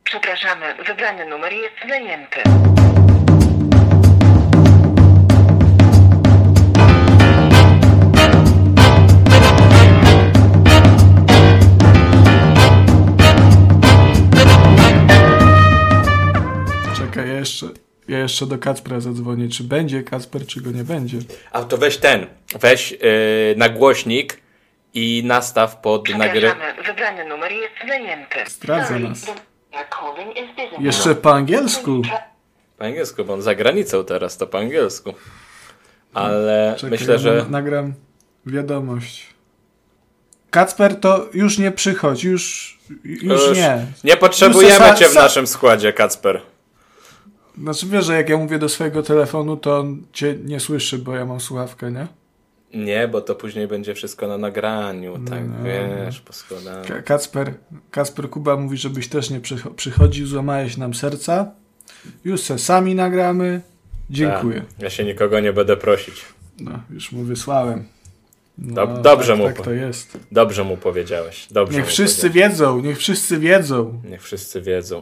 Przepraszamy, wybrany numer jest zajęty. Czekaj, ja jeszcze do Kacpra zadzwonię. Czy będzie Kacper, czy go nie będzie? A to weź na głośnik i nastaw pod Przepraszamy, wybrany numer jest zajęty. Zdradza nas. Jeszcze po angielsku. Po angielsku, bo on za granicą teraz, to po angielsku. Ale Czekaj, myślę, że... Nagram wiadomość. Kacper, to już nie przychodź, już nie. Nie potrzebujemy cię w naszym składzie, Kacper. Znaczy wiesz, że jak ja mówię do swojego telefonu, to on cię nie słyszy, bo ja mam słuchawkę, nie? Nie, bo to później będzie wszystko na nagraniu, tak, wiesz, poskładane. Kacper Kuba mówi, żebyś też nie przychodził, złamałeś nam serca. Już se sami nagramy. Dziękuję. Ja się nikogo nie będę prosić. No, już mu wysłałem. No, dobrze tak, mu tak to jest. Dobrze mu powiedziałeś. Niech wszyscy wiedzą, niech wszyscy wiedzą. Niech wszyscy wiedzą.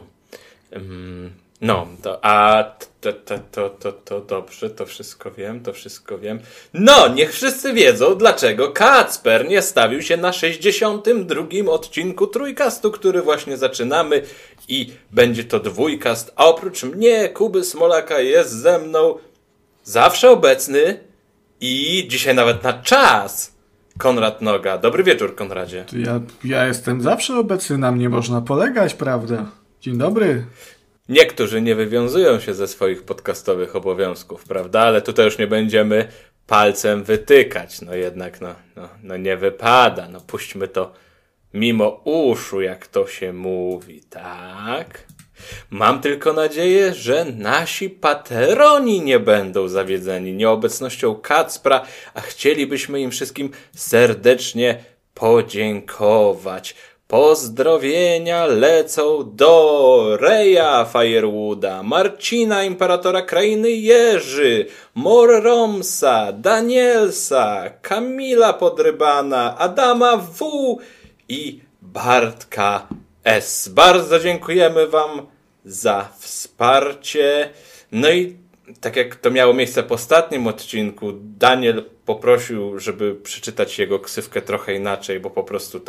To dobrze, to wszystko wiem. No, niech wszyscy wiedzą, dlaczego Kacper nie stawił się na 62. odcinku Trójkastu, który właśnie zaczynamy i będzie to dwójkast, a oprócz mnie, Kuby Smolaka, jest ze mną zawsze obecny i dzisiaj nawet na czas Konrad Noga. Dobry wieczór, Konradzie. Ja jestem zawsze obecny, na mnie można polegać, prawda? Dzień dobry. Niektórzy nie wywiązują się ze swoich podcastowych obowiązków, prawda? Ale tutaj już nie będziemy palcem wytykać. No jednak, no nie wypada. No puśćmy to mimo uszu, jak to się mówi, tak? Mam tylko nadzieję, że nasi patroni nie będą zawiedzeni nieobecnością Kacpra, a chcielibyśmy im wszystkim serdecznie podziękować. Pozdrowienia lecą do Reja Firewooda, Marcina, Imperatora Krainy Jerzy, Morromsa, Danielsa, Kamila Podrybana, Adama W. i Bartka S. Bardzo dziękujemy wam za wsparcie. No i tak jak to miało miejsce po ostatnim odcinku, Daniel poprosił, żeby przeczytać jego ksywkę trochę inaczej, bo po prostu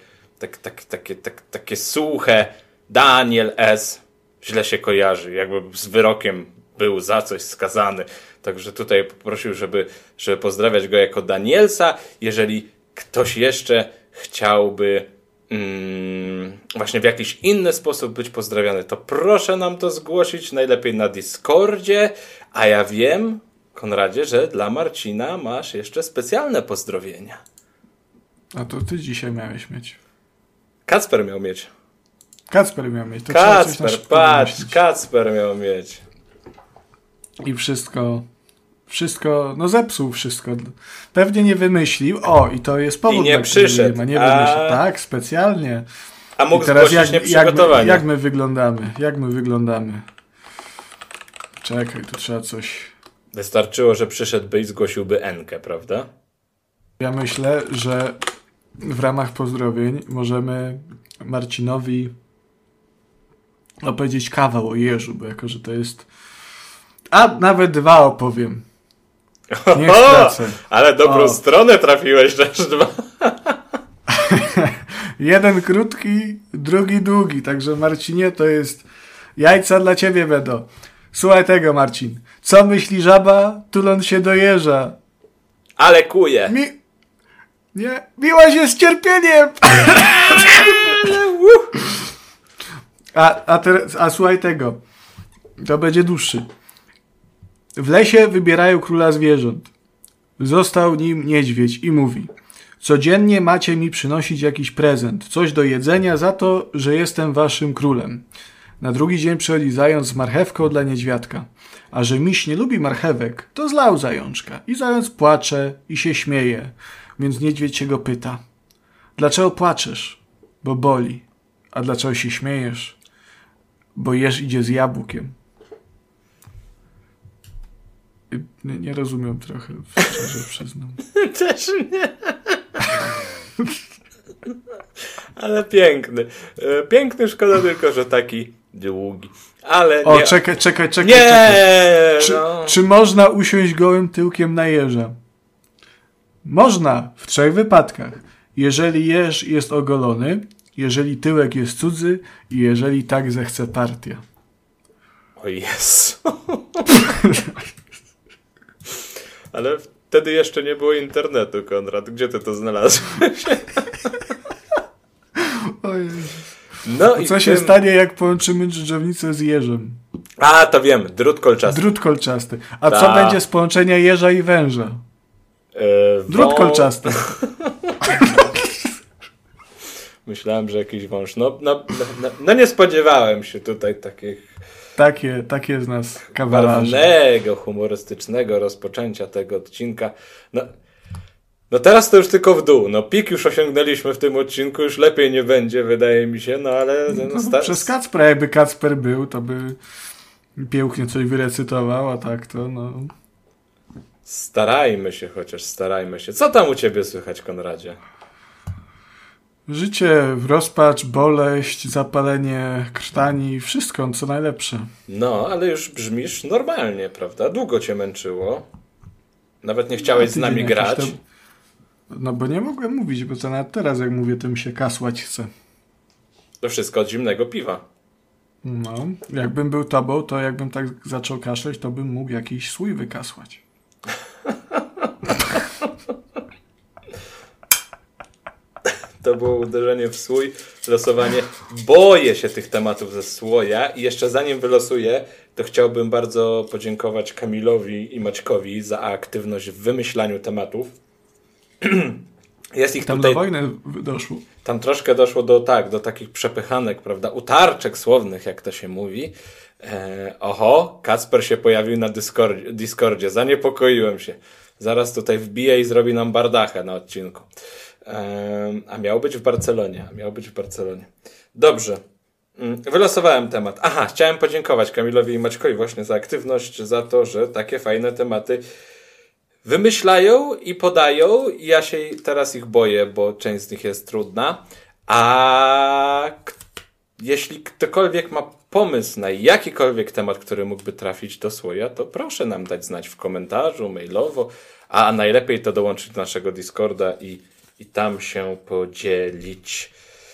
takie suche Daniel S. źle się kojarzy, jakby z wyrokiem był za coś skazany. Także tutaj poprosił, żeby pozdrawiać go jako Danielsa. Jeżeli ktoś jeszcze chciałby właśnie w jakiś inny sposób być pozdrawiany, to proszę nam to zgłosić, najlepiej na Discordzie. A ja wiem, Konradzie, że dla Marcina masz jeszcze specjalne pozdrowienia. A to ty dzisiaj miałeś mieć. Kacper miał mieć. To Kacper, patrz, Kacper miał mieć. I wszystko, no zepsuł wszystko. Pewnie nie wymyślił. I to jest powód. I nie przyszedł. Nie wymyślił. Tak, specjalnie. A mógł zgłosić nieprzygotowanie. Jak my wyglądamy? Czekaj, tu trzeba coś... Wystarczyło, że przyszedłby i zgłosiłby Enkę, prawda? Ja myślę, że w ramach pozdrowień możemy Marcinowi opowiedzieć kawał o jeżu, bo jako, że to jest... A nawet 2 opowiem. Niech stracę. Ale dobrą stronę trafiłeś też 2. Jeden krótki, drugi długi. Także Marcinie, to jest jajca dla ciebie, Bedo. Słuchaj tego, Marcin. Co myśli żaba, tuląc się do jeża? Ale kuje. Nie, miła się z cierpieniem. A słuchaj tego. To będzie dłuższy. W lesie wybierają króla zwierząt. Został nim niedźwiedź i mówi: codziennie macie mi przynosić jakiś prezent, coś do jedzenia za to, że jestem waszym królem. Na drugi dzień przychodzi zając z marchewką dla niedźwiadka. A że miś nie lubi marchewek, to zlał zajączka. I zając płacze i się śmieje. Więc niedźwiedź się go pyta: dlaczego płaczesz? Bo boli. A dlaczego się śmiejesz? Bo jeż idzie z jabłkiem. Nie rozumiem trochę, szczerze przyznam. Też nie. Ale piękny. Piękny, szkoda tylko, że taki długi. Ale O, nie. czekaj. Nie! Czy można usiąść gołym tyłkiem na jeża? Można w 3 wypadkach. Jeżeli jeż jest ogolony, jeżeli tyłek jest cudzy i jeżeli tak zechce partia. O Jezu. Ale wtedy jeszcze nie było internetu, Konrad. Gdzie ty to znalazłeś? O Jezu. No i Co się stanie, jak połączymy dżdżownicę z jeżem? A, to wiem. Drut kolczasty. Drut kolczasty. A co będzie z połączenia jeża i węża? Drut kolczasty. Myślałem, że jakiś wąż. No nie spodziewałem się tutaj takich Takie z nas kawalarzy. barwnego, humorystycznego rozpoczęcia tego odcinka. No teraz to już tylko w dół. No pik już osiągnęliśmy w tym odcinku, już lepiej nie będzie, wydaje mi się, no ale... Przez Kacpra, jakby Kacper był, to by pięknie coś wyrecytował, a tak to no... Starajmy się. Co tam u ciebie słychać, Konradzie? Życie, rozpacz, boleść, zapalenie krtani, wszystko, co najlepsze. No, ale już brzmisz normalnie, prawda? Długo cię męczyło. Nawet nie chciałeś z nami grać. No bo nie mogłem mówić, bo to nawet teraz jak mówię, to mi się kasłać chce. To wszystko od zimnego piwa. No, jakbym był tobą, to jakbym tak zaczął kaszleć, to bym mógł jakiś słój wykasłać. To było uderzenie w słój, losowanie. Boję się tych tematów ze słoja i jeszcze zanim wylosuję, to chciałbym bardzo podziękować Kamilowi i Maćkowi za aktywność w wymyślaniu tematów. Jest ich tam tutaj... do wojny doszło. Tam troszkę doszło do takich przepychanek, prawda, utarczek słownych, jak to się mówi. Kacper się pojawił na Discordzie. Zaniepokoiłem się. Zaraz tutaj wbije i zrobi nam bardachę na odcinku. A miał być w Barcelonie. Dobrze. Wylosowałem temat. Chciałem podziękować Kamilowi i Maćkowi właśnie za aktywność, za to, że takie fajne tematy wymyślają i podają. I ja się teraz ich boję, bo część z nich jest trudna. A jeśli ktokolwiek ma pomysł na jakikolwiek temat, który mógłby trafić do słoja, to proszę nam dać znać w komentarzu, mailowo, a najlepiej to dołączyć do naszego Discorda i tam się podzielić.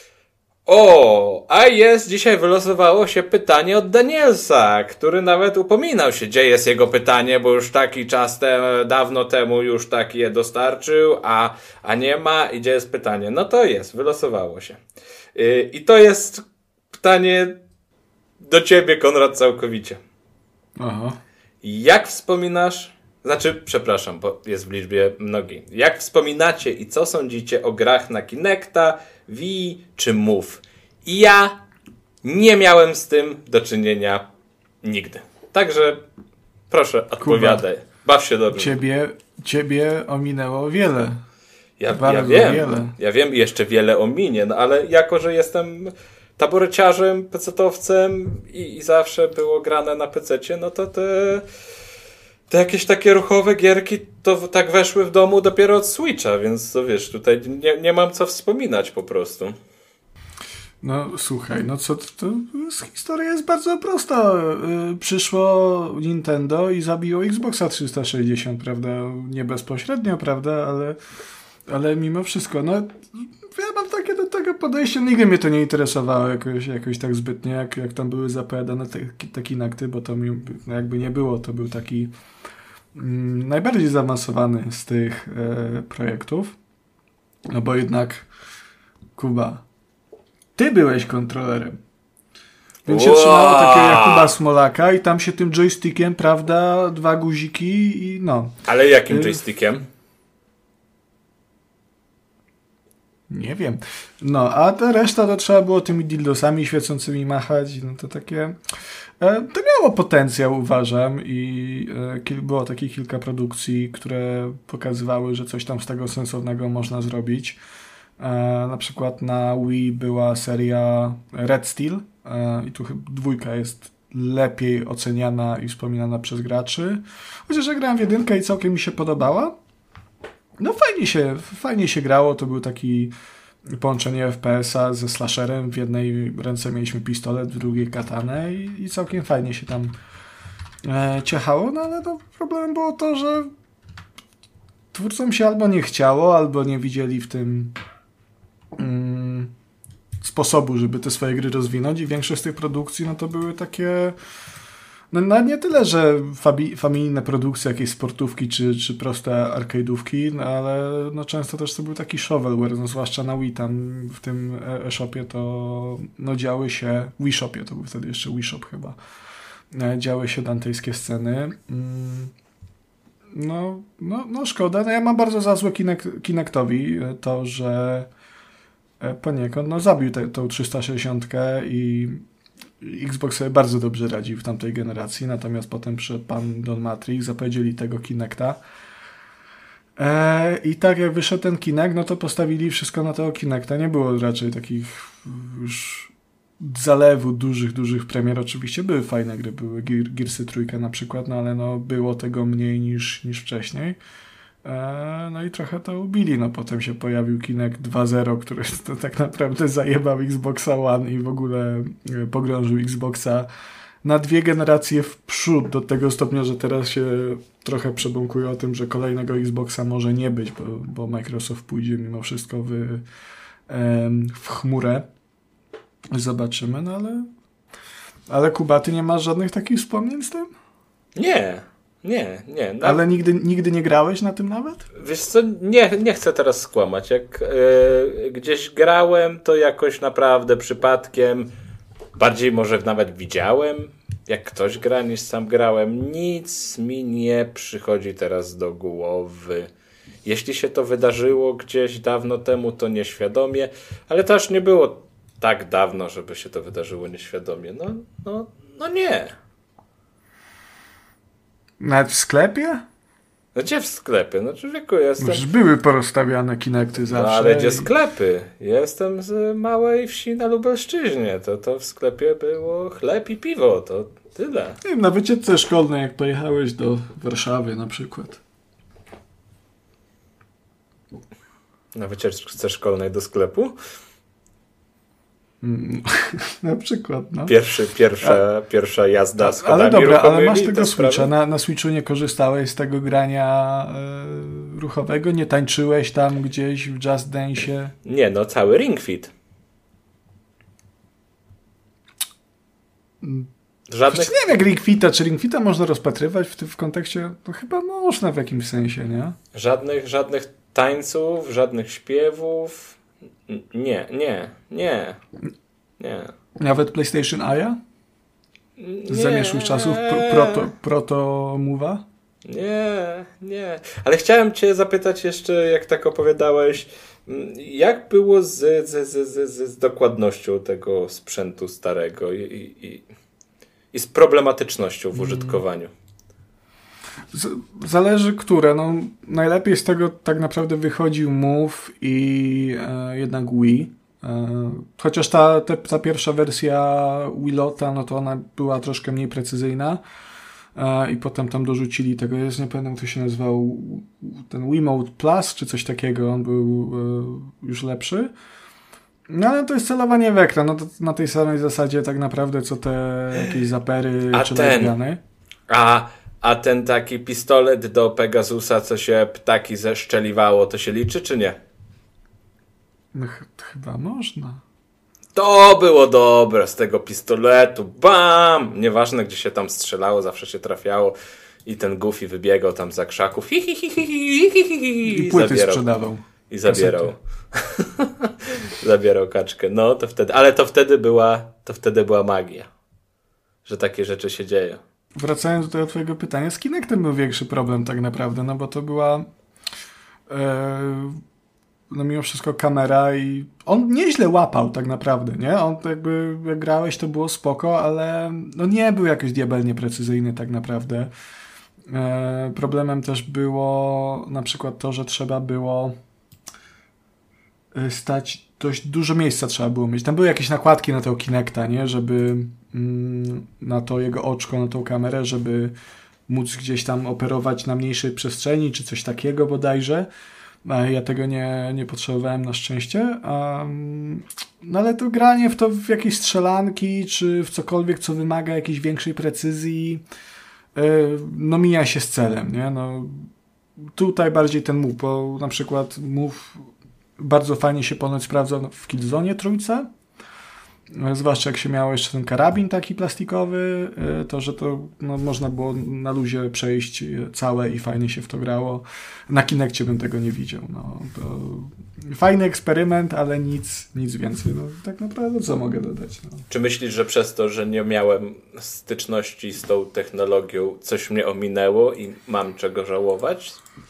Dzisiaj wylosowało się pytanie od Danielsa, który nawet upominał się, gdzie jest jego pytanie, bo już taki czas dawno temu już taki je dostarczył, a nie ma i gdzie jest pytanie. No to jest, wylosowało się. I to jest pytanie do ciebie, Konrad, całkowicie. Aha. Jak wspominasz... przepraszam, bo jest w liczbie mnogiej. Jak wspominacie i co sądzicie o grach na Kinecta, Wii czy Move? I ja nie miałem z tym do czynienia nigdy. Także proszę, odpowiadaj. Baw się dobrze. Ciebie ominęło wiele. Ja wiem i jeszcze wiele ominie, no ale jako, że jestem taboreciarzem, pecetowcem i zawsze było grane na pececie, no to te jakieś takie ruchowe gierki to tak weszły w domu dopiero od Switcha, więc to wiesz, tutaj nie mam co wspominać po prostu. No słuchaj, historia jest bardzo prosta. Przyszło Nintendo i zabiło Xboxa 360, prawda? Nie bezpośrednio, prawda? Ale mimo wszystko, no ja mam takie do tego podejście, nigdy mnie to nie interesowało jakoś tak zbytnio, jak tam były zapowiadane te Kinecty, bo to mi jakby nie było, to był taki najbardziej zaawansowany z tych projektów, no bo jednak Kuba, ty byłeś kontrolerem, więc się trzymało takiego Jakuba Smolaka i tam się tym joystickiem, prawda, 2 guziki i no. Ale jakim joystickiem? Nie wiem. No, a ta reszta to trzeba było tymi dildosami świecącymi machać. No to takie... To miało potencjał, uważam, i było takich kilka produkcji, które pokazywały, że coś tam z tego sensownego można zrobić. Na przykład na Wii była seria Red Steel i tu chyba 2 jest lepiej oceniana i wspominana przez graczy. Chociaż ja grałem w 1 i całkiem mi się podobała. No fajnie się grało, to był taki połączenie FPS-a ze slasherem. W jednej ręce mieliśmy pistolet, w drugiej katanę i całkiem fajnie się tam ciechało, no ale to problemem było to, że twórcom się albo nie chciało, albo nie widzieli w tym sposobu, żeby te swoje gry rozwinąć i większość z tych produkcji no to były takie no nie tyle, że familijne produkcje, jakieś sportówki czy proste arcade'ówki, no, ale no często też to był taki shovelware, no zwłaszcza na Wii, tam w tym e-shopie to no działy się, Wii Shopie, to był wtedy jeszcze Wii Shop chyba, działy się dantejskie sceny. No szkoda, no ja mam bardzo za złe Kinectowi to, że poniekąd no zabił tą 360 i Xbox sobie bardzo dobrze radził w tamtej generacji, natomiast potem przyszedł pan Don Matrix, zapowiedzieli tego Kinecta i tak jak wyszedł ten Kinect, no to postawili wszystko na tego Kinecta. Nie było raczej takich już zalewu dużych premier. Oczywiście były fajne gry, były Gearsy trójka na przykład, no ale no było tego mniej niż wcześniej. No i trochę to ubili. No potem się pojawił Kinect 2.0, który to tak naprawdę zajebał Xboxa One i w ogóle pogrążył Xboxa na 2 generacje w przód, do tego stopnia, że teraz się trochę przebąkuje o tym, że kolejnego Xboxa może nie być, bo Microsoft pójdzie mimo wszystko w chmurę. Zobaczymy, no ale Kuba, ty nie masz żadnych takich wspomnień z tym? Nie. Ale nigdy nie grałeś na tym nawet? Wiesz co, nie chcę teraz skłamać. Jak gdzieś grałem, to jakoś naprawdę przypadkiem, bardziej może nawet widziałem, jak ktoś gra, niż sam grałem. Nic mi nie przychodzi teraz do głowy. Jeśli się to wydarzyło gdzieś dawno temu, to nieświadomie, ale to aż nie było tak dawno, żeby się to wydarzyło nieświadomie. No nie. Nawet w sklepie? No gdzie w sklepie? No człowieku, jestem... Już były porozstawiane Kinecty zawsze. No ale gdzie sklepy? Jestem z małej wsi na Lubelszczyźnie. To w sklepie było chleb i piwo. To tyle. Nie wiem, na wycieczce szkolnej, jak pojechałeś do Warszawy na przykład. Na wycieczce szkolnej do sklepu? Na przykład, no. Pierwsza jazda schodami ale dobra, ruchomymi, ale masz tego sprawy? Switcha. Na Switchu nie korzystałeś z tego grania ruchowego? Nie tańczyłeś tam gdzieś w Just Dance'ie? Nie, no cały Ring Fit. Żadnych... Nie wiem, jak Ring Fita, czy Ring Fita można rozpatrywać w kontekście, to chyba można w jakimś sensie, nie? Żadnych tańców, żadnych śpiewów. Nie. Nawet PlayStation Aya? Z zamieszłych czasów proto-move'a? Nie. Ale chciałem cię zapytać jeszcze, jak tak opowiadałeś, jak było z dokładnością tego sprzętu starego i z problematycznością w użytkowaniu? Zależy które. No, najlepiej z tego tak naprawdę wychodził Move i jednak Wii. Chociaż ta pierwsza wersja Wilota, no to ona była troszkę mniej precyzyjna i potem tam dorzucili tego, ja nie pamiętam, jak to się nazywał, ten Wiimote Plus czy coś takiego, on był już lepszy. No ale to jest celowanie w ekran, no to na tej samej zasadzie tak naprawdę co te jakieś zapery czy odbiany. A ten taki pistolet do Pegasusa, co się ptaki zeszczeliwało, to się liczy czy nie? No chyba można. To było dobre z tego pistoletu. Bam! Nieważne, gdzie się tam strzelało, zawsze się trafiało. I ten Goofy wybiegał tam za krzaków. I płyty sprzedawał. I zabierał. Zabierał kaczkę. No, to wtedy. Ale to wtedy była magia. Że takie rzeczy się dzieją. Wracając do twojego pytania, z Kinectem był większy problem tak naprawdę, no bo to była no mimo wszystko kamera i on nieźle łapał tak naprawdę, nie? On jakby jak grałeś to było spoko, ale no nie był jakoś diabelnie precyzyjny tak naprawdę. Problemem też było na przykład to, że trzeba było stać, dość dużo miejsca trzeba było mieć. Tam były jakieś nakładki na tego Kinecta, nie? Żeby na to jego oczko, na tą kamerę, żeby móc gdzieś tam operować na mniejszej przestrzeni, czy coś takiego bodajże. Ja tego nie potrzebowałem na szczęście. No ale to granie w to w jakieś strzelanki, czy w cokolwiek, co wymaga jakiejś większej precyzji, no mija się z celem, nie? No, tutaj bardziej ten move, bo na przykład move bardzo fajnie się ponoć sprawdza w Killzone trójce. Zwłaszcza jak się miało jeszcze ten karabin taki plastikowy, to że to no, można było na luzie przejść całe i fajnie się w to grało. Na Kinectie bym tego nie widział. No, to fajny eksperyment, ale nic więcej. No, tak naprawdę co mogę dodać? No. Czy myślisz, że przez to, że nie miałem styczności z tą technologią, coś mnie ominęło i mam czego żałować?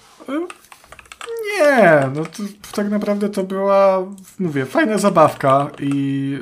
Nie, no to tak naprawdę to była, mówię, fajna zabawka i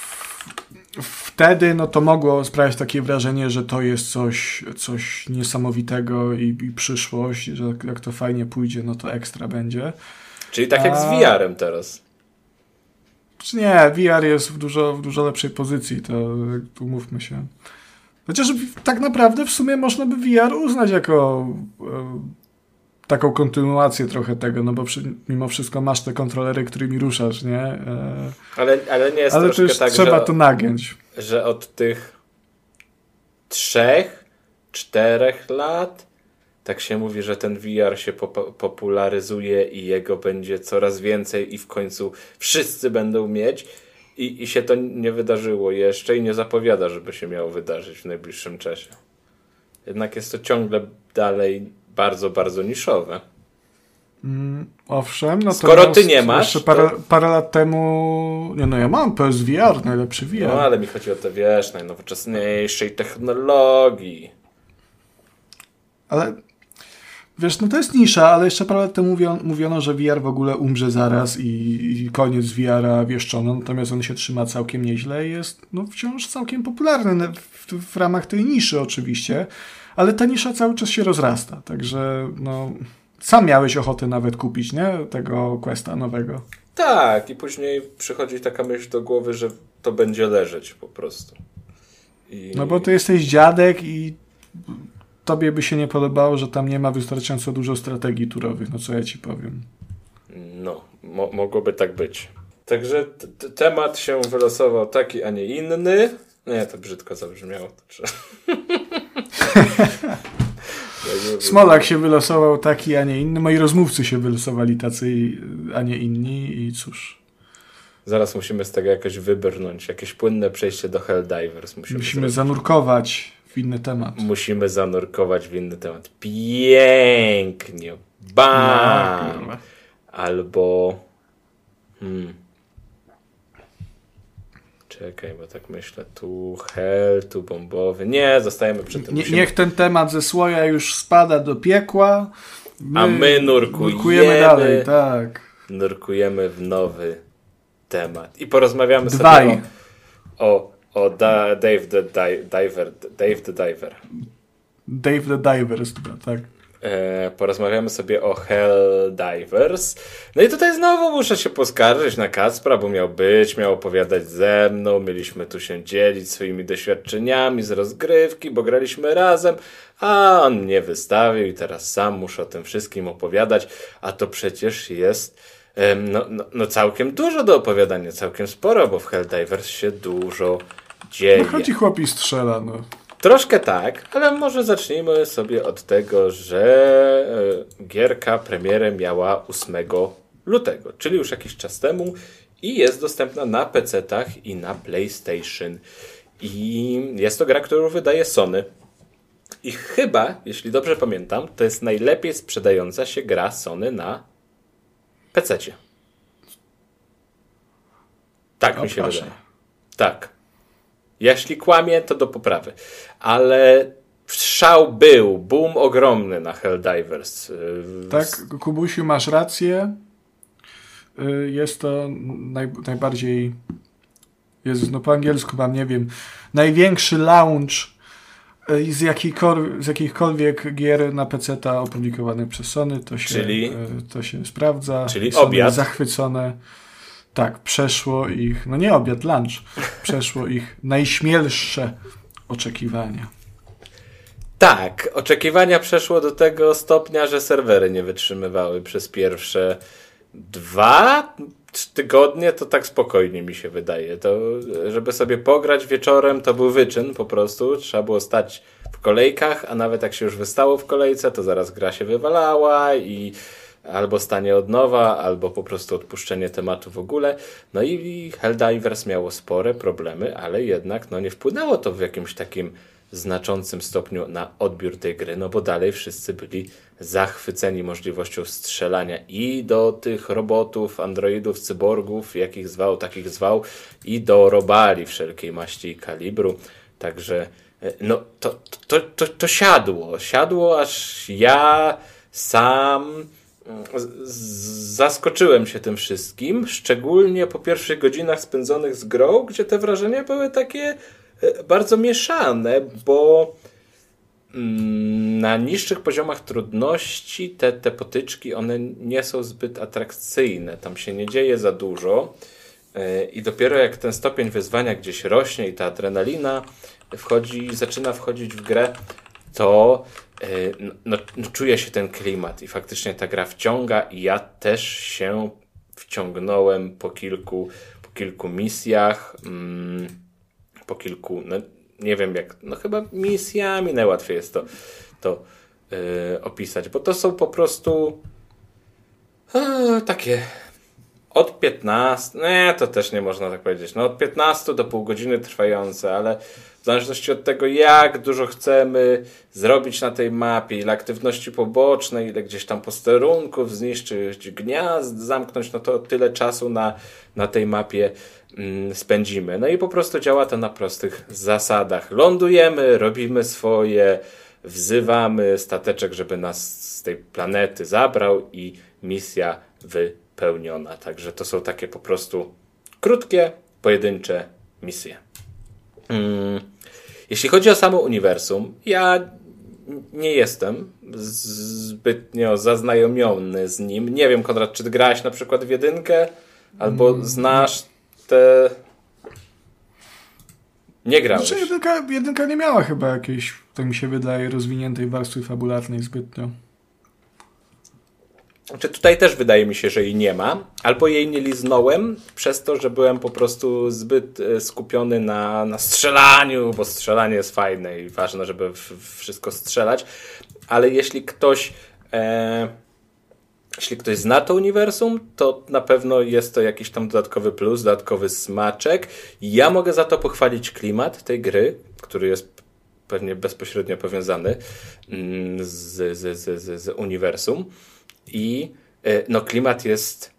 wtedy no to mogło sprawiać takie wrażenie, że to jest coś niesamowitego i przyszłość, że jak to fajnie pójdzie, no to ekstra będzie. Czyli tak jak z VR-em teraz. Czy nie, VR jest w dużo lepszej pozycji, to tu mówmy się. Chociaż tak naprawdę w sumie można by VR uznać jako taką kontynuację trochę tego, no bo mimo wszystko masz te kontrolery, którymi ruszasz, nie? Ale nie jest ale troszkę to już tak, trzeba to nagiąć. Że od tych 3-4 lat tak się mówi, że ten VR się popularyzuje i jego będzie coraz więcej i w końcu wszyscy będą mieć i się to nie wydarzyło jeszcze i nie zapowiada, żeby się miało wydarzyć w najbliższym czasie. Jednak jest to ciągle dalej bardzo, bardzo niszowe. Owszem, no to skoro ty nie masz, jeszcze parę lat temu ja mam PSVR, najlepszy VR. No ale mi chodzi o te, najnowocześniejszej technologii. Ale wiesz, no to jest nisza, ale jeszcze parę lat temu mówiono, że VR w ogóle umrze zaraz i koniec VR-a wieszczono, natomiast on się trzyma całkiem nieźle i jest no, wciąż całkiem popularny w ramach tej niszy oczywiście, ale ta nisza cały czas się rozrasta, także no sam miałeś ochotę nawet kupić, nie? Tego Questa nowego. Tak, i później przychodzi taka myśl do głowy, że to będzie leżeć po prostu. No bo ty jesteś dziadek i tobie by się nie podobało, że tam nie ma wystarczająco dużo strategii turowych, no co ja ci powiem. No, mogłoby tak być. Także temat się wylosował taki, a nie inny. Nie, to brzydko zabrzmiało. Smolak się wylosował taki, a nie inny. Moi rozmówcy się wylosowali tacy, a nie inni i cóż. Zaraz musimy z tego jakoś wybrnąć. Jakieś płynne przejście do Helldivers. Musimy zanurkować w inny temat. Musimy zanurkować w inny temat. Pięknie. Bam! No, albo... Czekaj, bo tak myślę. Tu hell, tu bombowy. Nie, zostajemy przy tym. Niech ten temat ze słoja już spada do piekła. A my nurkujemy dalej, tak. Nurkujemy w nowy temat. I porozmawiamy sobie o Dave the Diver. Dave the Diver jest chyba, tak. Porozmawiamy sobie o Helldivers. No i tutaj znowu muszę się poskarżyć na Kacpra, bo miał opowiadać ze mną, mieliśmy tu się dzielić swoimi doświadczeniami z rozgrywki, bo graliśmy razem, a on mnie wystawił i teraz sam muszę o tym wszystkim opowiadać, a to przecież jest no całkiem dużo do opowiadania, całkiem sporo, bo w Helldivers się dużo dzieje. No chodzi chłop i strzela, no. Troszkę tak, ale może zacznijmy sobie od tego, że gierka premierę miała 8 lutego, czyli już jakiś czas temu i jest dostępna na PC-tach i na PlayStation. I jest to gra, którą wydaje Sony. I chyba, jeśli dobrze pamiętam, to jest najlepiej sprzedająca się gra Sony na PC-cie. Tak mi się wydaje. Tak. Jeśli kłamie, to do poprawy. Ale szał był, boom ogromny na Helldivers. Tak, Kubusiu, masz rację. Jest to najbardziej... Jezus, no po angielsku mam, nie wiem. Największy launch z jakichkolwiek gier na PC-ta opublikowanych przez Sony. To się sprawdza. Czyli Sony obiad. Zachwycone. Tak, przeszło ich, no nie obiad, lunch, przeszło ich najśmielsze oczekiwania. Tak, oczekiwania przeszło do tego stopnia, że serwery nie wytrzymywały przez pierwsze 2 tygodnie, to tak spokojnie mi się wydaje. To, żeby sobie pograć wieczorem, to był wyczyn po prostu. Trzeba było stać w kolejkach, a nawet jak się już wystało w kolejce, to zaraz gra się wywalała i albo stanie od nowa, albo po prostu odpuszczenie tematu w ogóle. No i Helldivers miało spore problemy, ale jednak nie wpłynęło to w jakimś takim znaczącym stopniu na odbiór tej gry, no bo dalej wszyscy byli zachwyceni możliwością strzelania i do tych robotów, androidów, cyborgów, jakich zwał, takich zwał, i do robali wszelkiej maści i kalibru. Także to siadło, aż ja sam zaskoczyłem się tym wszystkim, szczególnie po pierwszych godzinach spędzonych z grą, gdzie te wrażenia były takie bardzo mieszane, bo na niższych poziomach trudności te potyczki, one nie są zbyt atrakcyjne, tam się nie dzieje za dużo i dopiero jak ten stopień wyzwania gdzieś rośnie i ta adrenalina zaczyna wchodzić w grę, to czuje się ten klimat i faktycznie ta gra wciąga i ja też się wciągnąłem po kilku misjach, po kilku, nie wiem jak, chyba misjami najłatwiej jest to opisać, bo to są po prostu takie od 15, to też nie można tak powiedzieć, od 15 do pół godziny trwające, ale w zależności od tego, jak dużo chcemy zrobić na tej mapie, ile aktywności pobocznej, ile gdzieś tam posterunków zniszczyć, gniazd zamknąć, to tyle czasu na tej mapie spędzimy. No i po prostu działa to na prostych zasadach. Lądujemy, robimy swoje, wzywamy stateczek, żeby nas z tej planety zabrał i misja wypełniona. Także to są takie po prostu krótkie, pojedyncze misje. Jeśli chodzi o samo uniwersum, ja nie jestem zbytnio zaznajomiony z nim. Nie wiem, Konrad, czy ty grałeś na przykład w 1? Albo znasz te... Nie grałeś. Znaczy, jedynka nie miała chyba jakiejś, tak mi się wydaje, rozwiniętej warstwy fabularnej zbytnio. Znaczy, tutaj też wydaje mi się, że jej nie ma. Albo jej nie liznąłem przez to, że byłem po prostu zbyt skupiony na strzelaniu, bo strzelanie jest fajne i ważne, żeby wszystko strzelać. Ale jeśli ktoś zna to uniwersum, to na pewno jest to jakiś tam dodatkowy plus, dodatkowy smaczek. Ja mogę za to pochwalić klimat tej gry, który jest pewnie bezpośrednio powiązany z uniwersum. I klimat jest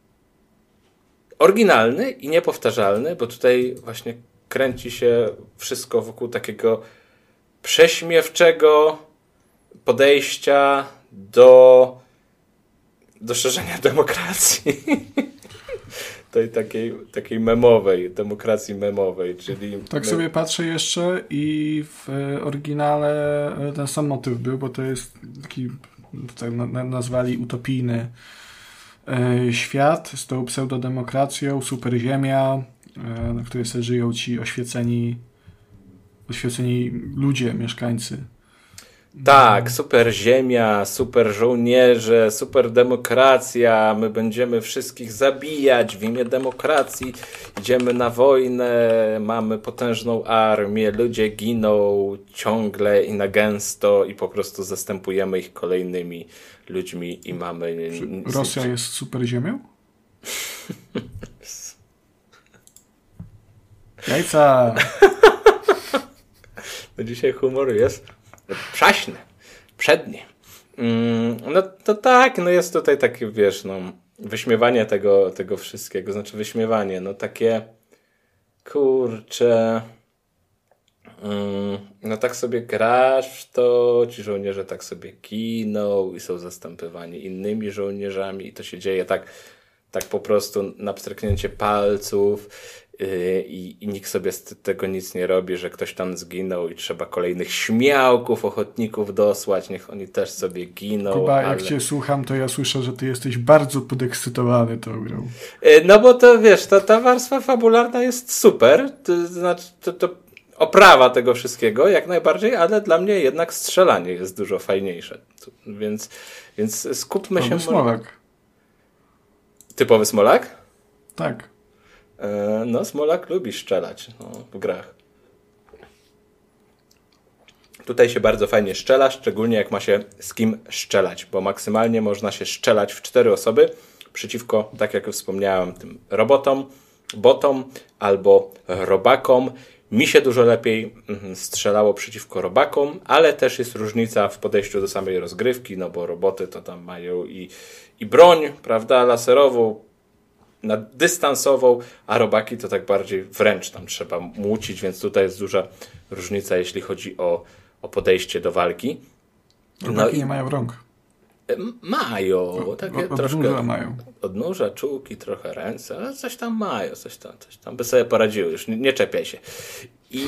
oryginalny i niepowtarzalny, bo tutaj właśnie kręci się wszystko wokół takiego prześmiewczego podejścia do szerzenia demokracji. Tej takiej memowej, demokracji memowej, czyli... Tak sobie patrzę jeszcze i w oryginale ten sam motyw był, bo to jest taki, tutaj nazwali utopijny świat z tą pseudodemokracją, superziemia, na której sobie żyją ci oświeceni ludzie, mieszkańcy. Tak, super ziemia, super żołnierze, super demokracja, my będziemy wszystkich zabijać w imię demokracji, idziemy na wojnę, mamy potężną armię, ludzie giną ciągle i na gęsto i po prostu zastępujemy ich kolejnymi ludźmi i mamy... Rosja jest super ziemią? Jajca! No dzisiaj humor jest przaśny, przedni. No to tak, jest tutaj takie, wyśmiewanie tego wszystkiego, znaczy wyśmiewanie, takie kurczę, tak sobie grasz w to, ci żołnierze tak sobie giną i są zastępowani innymi żołnierzami i to się dzieje tak po prostu na pstryknięcie palców i nikt sobie z tego nic nie robi, że ktoś tam zginął i trzeba kolejnych śmiałków, ochotników dosłać, niech oni też sobie giną. Kuba, jak cię słucham, to ja słyszę, że ty jesteś bardzo podekscytowany tą grą. No bo to ta warstwa fabularna jest super, to znaczy to oprawa tego wszystkiego, jak najbardziej, ale dla mnie jednak strzelanie jest dużo fajniejsze. Więc skupmy się... Smolak. Typowy Smolak? Tak. No, Smolak lubi strzelać w grach. Tutaj się bardzo fajnie strzela, szczególnie jak ma się z kim strzelać, bo maksymalnie można się strzelać w 4 osoby przeciwko, tak jak wspomniałem, tym robotom, botom albo robakom. Mi się dużo lepiej strzelało przeciwko robakom, ale też jest różnica w podejściu do samej rozgrywki, no bo roboty to tam mają i broń, prawda, laserową, dystansową, a robaki to tak bardziej wręcz tam trzeba młócić, więc tutaj jest duża różnica, jeśli chodzi o podejście do walki. Robaki nie mają rąk. Mają, takie troszkę mają. Odnóża, czułki, trochę ręce, ale coś tam mają, coś tam by sobie poradziły, już nie czepiaj się. I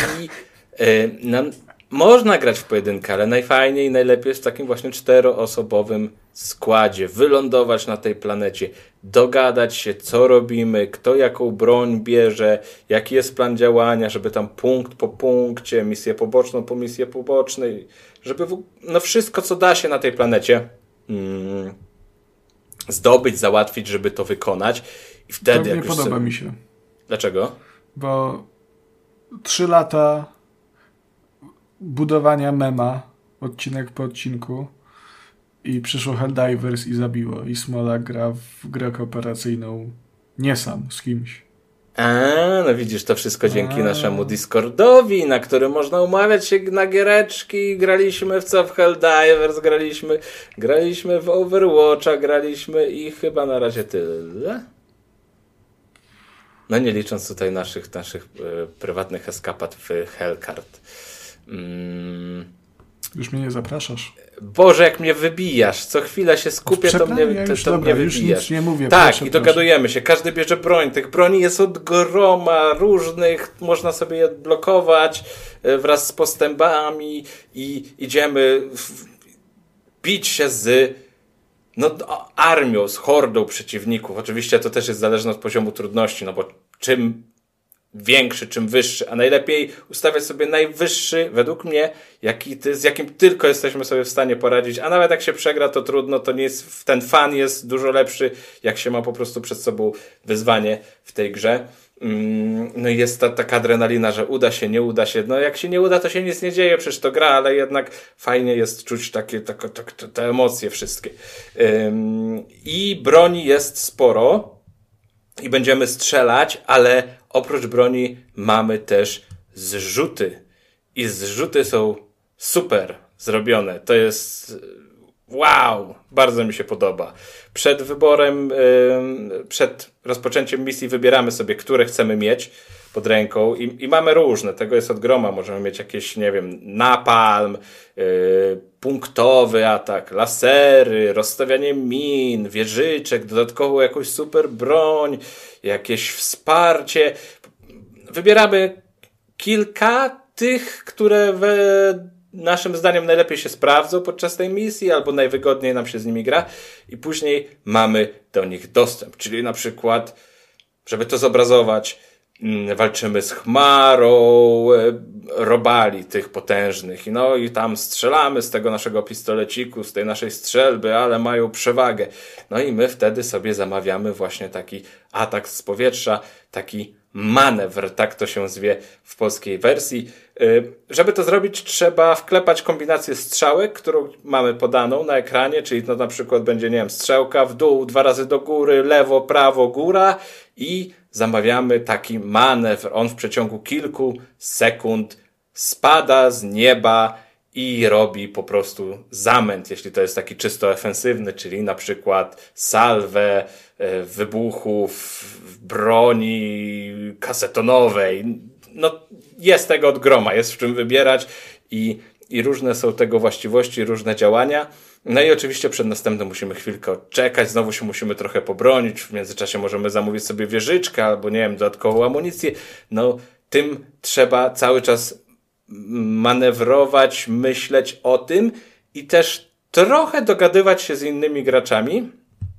można grać w pojedynkę, ale najfajniej i najlepiej jest w takim właśnie 4-osobowym składzie, wylądować na tej planecie, dogadać się, co robimy, kto jaką broń bierze, jaki jest plan działania, żeby tam punkt po punkcie, misję poboczną po misję pobocznej, żeby wszystko, co da się na tej planecie zdobyć, załatwić, żeby to wykonać. I wtedy to nie podoba mi się. Dlaczego? Bo 3 lata budowania mema, odcinek po odcinku, i przyszło Helldivers i zabiło. I Smolak gra w grę kooperacyjną nie sam, z kimś. No widzisz, to wszystko dzięki naszemu Discordowi, na którym można umawiać się na giereczki. Graliśmy w Helldivers, graliśmy w Overwatcha, graliśmy i chyba na razie tyle. No nie licząc tutaj naszych prywatnych eskapad w Hellcard. Już mnie nie zapraszasz. Boże, jak mnie wybijasz. Co chwilę się skupię, to mnie wybijasz. Już nic nie mówię. Tak, proszę, i dogadujemy się. Każdy bierze broń. Tych broni jest od groma różnych. Można sobie je blokować wraz z postępami i idziemy bić się z armią, z hordą przeciwników. Oczywiście to też jest zależne od poziomu trudności, no bo czym większy, czym wyższy, a najlepiej ustawiać sobie najwyższy, według mnie, z jakim tylko jesteśmy sobie w stanie poradzić, a nawet jak się przegra, to trudno, to nie jest, ten fan jest dużo lepszy, jak się ma po prostu przed sobą wyzwanie w tej grze. No i jest taka adrenalina, że uda się, nie uda się. No jak się nie uda, to się nic nie dzieje, przecież to gra, ale jednak fajnie jest czuć te emocje wszystkie. I broni jest sporo i będziemy strzelać, ale oprócz broni mamy też zrzuty. I zrzuty są super zrobione. To jest wow! Bardzo mi się podoba. Przed wyborem, przed rozpoczęciem misji wybieramy sobie, które chcemy mieć pod ręką i mamy różne. Tego jest od groma. Możemy mieć jakieś, nie wiem, napalm, punktowy atak, lasery, rozstawianie min, wieżyczek, dodatkową jakąś super broń, jakieś wsparcie. Wybieramy kilka tych, które naszym zdaniem najlepiej się sprawdzą podczas tej misji, albo najwygodniej nam się z nimi gra i później mamy do nich dostęp. Czyli na przykład, żeby to zobrazować, walczymy z chmarą robali tych potężnych. No i tam strzelamy z tego naszego pistoleciku, z tej naszej strzelby, ale mają przewagę. No i my wtedy sobie zamawiamy właśnie taki atak z powietrza, taki manewr, tak to się zwie w polskiej wersji. Żeby to zrobić, trzeba wklepać kombinację strzałek, którą mamy podaną na ekranie, czyli to na przykład będzie, nie wiem, strzałka w dół, 2 razy do góry, lewo, prawo, góra i zamawiamy taki manewr. On w przeciągu kilku sekund spada z nieba i robi po prostu zamęt, jeśli to jest taki czysto ofensywny, czyli na przykład salwę wybuchów, broni kasetonowej. No jest tego od groma, jest w czym wybierać i różne są tego właściwości, różne działania. No i oczywiście przed następnym musimy chwilkę odczekać, znowu się musimy trochę pobronić, w międzyczasie możemy zamówić sobie wieżyczkę albo, nie wiem, dodatkową amunicję. No tym trzeba cały czas manewrować, myśleć o tym i też trochę dogadywać się z innymi graczami,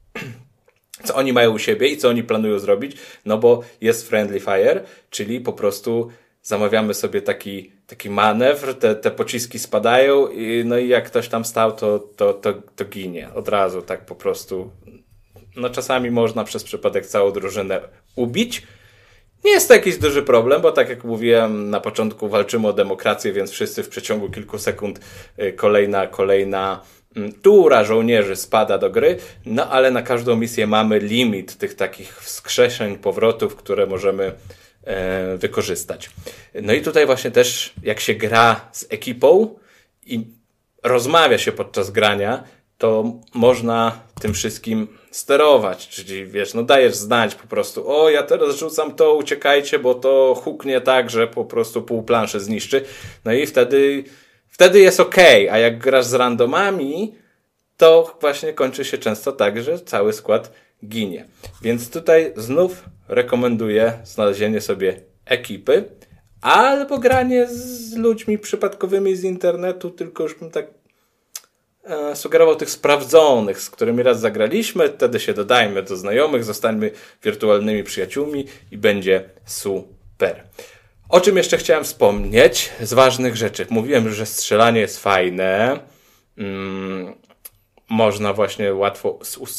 co oni mają u siebie i co oni planują zrobić, no bo jest friendly fire, czyli po prostu zamawiamy sobie taki manewr, te pociski spadają no i jak ktoś tam stał, to ginie od razu, tak po prostu. No czasami można przez przypadek całą drużynę ubić. Nie jest to jakiś duży problem, bo tak jak mówiłem na początku, walczymy o demokrację, więc wszyscy w przeciągu kilku sekund kolejna tura żołnierzy spada do gry, no ale na każdą misję mamy limit tych takich wskrzeszeń, powrotów, które możemy wykorzystać. No i tutaj właśnie też jak się gra z ekipą i rozmawia się podczas grania, to można tym wszystkim sterować, czyli wiesz, no dajesz znać po prostu, o ja teraz rzucam to, uciekajcie, bo to huknie tak, że po prostu pół planszy zniszczy, no i wtedy jest okej, a jak grasz z randomami, to właśnie kończy się często tak, że cały skład ginie. Więc tutaj znów rekomenduję znalezienie sobie ekipy, albo granie z ludźmi przypadkowymi z internetu, tylko już bym tak sugerował tych sprawdzonych, z którymi raz zagraliśmy, wtedy się dodajmy do znajomych, zostańmy wirtualnymi przyjaciółmi i będzie super. O czym jeszcze chciałem wspomnieć z ważnych rzeczy? Mówiłem, że strzelanie jest fajne. Można właśnie łatwo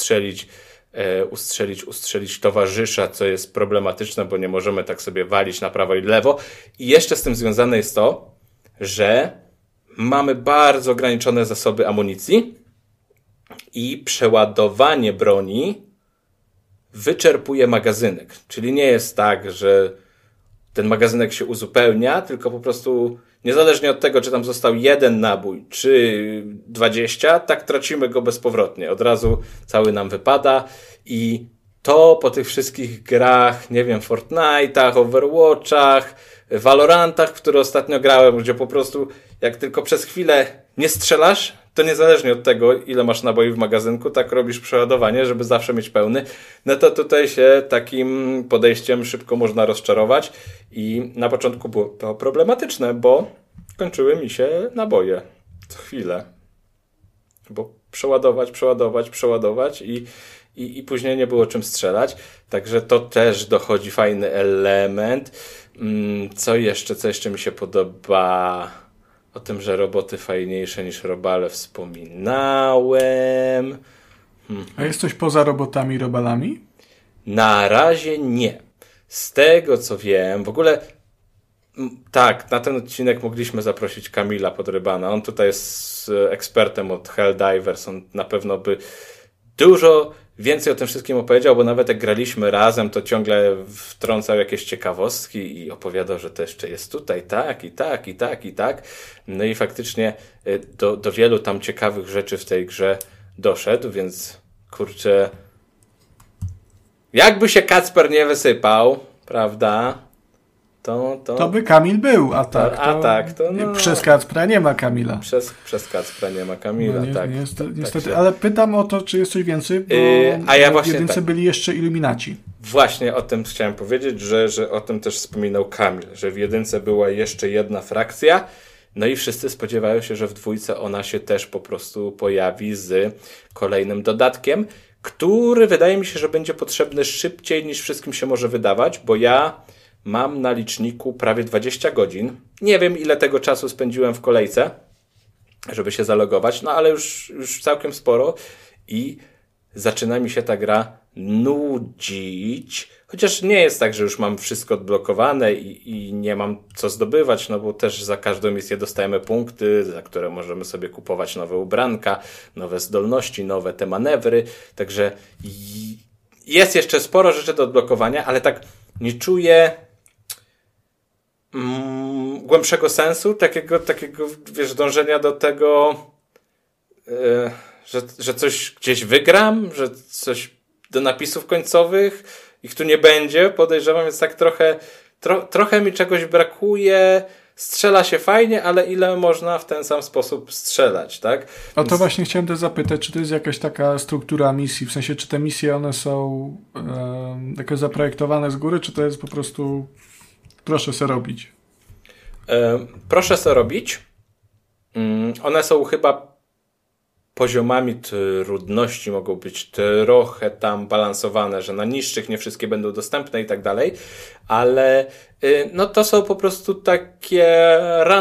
ustrzelić towarzysza, co jest problematyczne, bo nie możemy tak sobie walić na prawo i lewo. I jeszcze z tym związane jest to, że mamy bardzo ograniczone zasoby amunicji i przeładowanie broni wyczerpuje magazynek. Czyli nie jest tak, że ten magazynek się uzupełnia, tylko po prostu niezależnie od tego, czy tam został 1 nabój, czy 20, tak tracimy go bezpowrotnie. Od razu cały nam wypada i to po tych wszystkich grach, nie wiem, Fortnite'ach, Overwatchach, Valorantach, w które ostatnio grałem, gdzie po prostu jak tylko przez chwilę nie strzelasz, to niezależnie od tego, ile masz naboi w magazynku, tak robisz przeładowanie, żeby zawsze mieć pełny. No to tutaj się takim podejściem szybko można rozczarować i na początku było to problematyczne, bo kończyły mi się naboje co chwilę. Bo przeładować i później nie było czym strzelać. Także to też dochodzi fajny element. Co jeszcze mi się podoba? O tym, że roboty fajniejsze niż robale wspominałem. A jest coś poza robotami i robalami? Na razie nie. Z tego co wiem, w ogóle tak, na ten odcinek mogliśmy zaprosić Kamila Podrybana. On tutaj jest ekspertem od Helldivers. On na pewno by dużo więcej o tym wszystkim opowiedział, bo nawet jak graliśmy razem, to ciągle wtrącał jakieś ciekawostki i opowiadał, że to jeszcze jest tutaj tak. No i faktycznie do wielu tam ciekawych rzeczy w tej grze doszedł, więc kurczę, jakby się Kacper nie wysypał, prawda? To by Kamil był, a tak. No, przez Kacpra nie ma Kamila. Przez Kacpra nie ma Kamila, no tak. Niestety, tak ale pytam o to, czy jest coś więcej, bo a ja w właśnie jedynce tak. byli jeszcze Iluminaci. Właśnie o tym chciałem powiedzieć, że o tym też wspominał Kamil, że w jedynce była jeszcze jedna frakcja, no i wszyscy spodziewają się, że w dwójce ona się też po prostu pojawi z kolejnym dodatkiem, który wydaje mi się, że będzie potrzebny szybciej niż wszystkim się może wydawać, bo ja mam na liczniku prawie 20 godzin. Nie wiem, ile tego czasu spędziłem w kolejce, żeby się zalogować, no ale już całkiem sporo i zaczyna mi się ta gra nudzić. Chociaż nie jest tak, że już mam wszystko odblokowane i nie mam co zdobywać, no bo też za każdą misję dostajemy punkty, za które możemy sobie kupować nowe ubranka, nowe zdolności, nowe te manewry. Także jest jeszcze sporo rzeczy do odblokowania, ale tak nie czuję głębszego sensu, takiego wiesz, dążenia do tego, że coś gdzieś wygram, że coś do napisów końcowych ich tu nie będzie, podejrzewam, więc tak trochę mi czegoś brakuje. Strzela się fajnie, ale ile można w ten sam sposób strzelać, tak? O to właśnie chciałem też zapytać, czy to jest jakaś taka struktura misji, w sensie, czy te misje one są jakoś zaprojektowane z góry, czy to jest po prostu proszę se robić? Proszę se robić. One są chyba poziomami trudności mogą być trochę tam balansowane, że na niższych nie wszystkie będą dostępne i tak dalej, ale no to są po prostu takie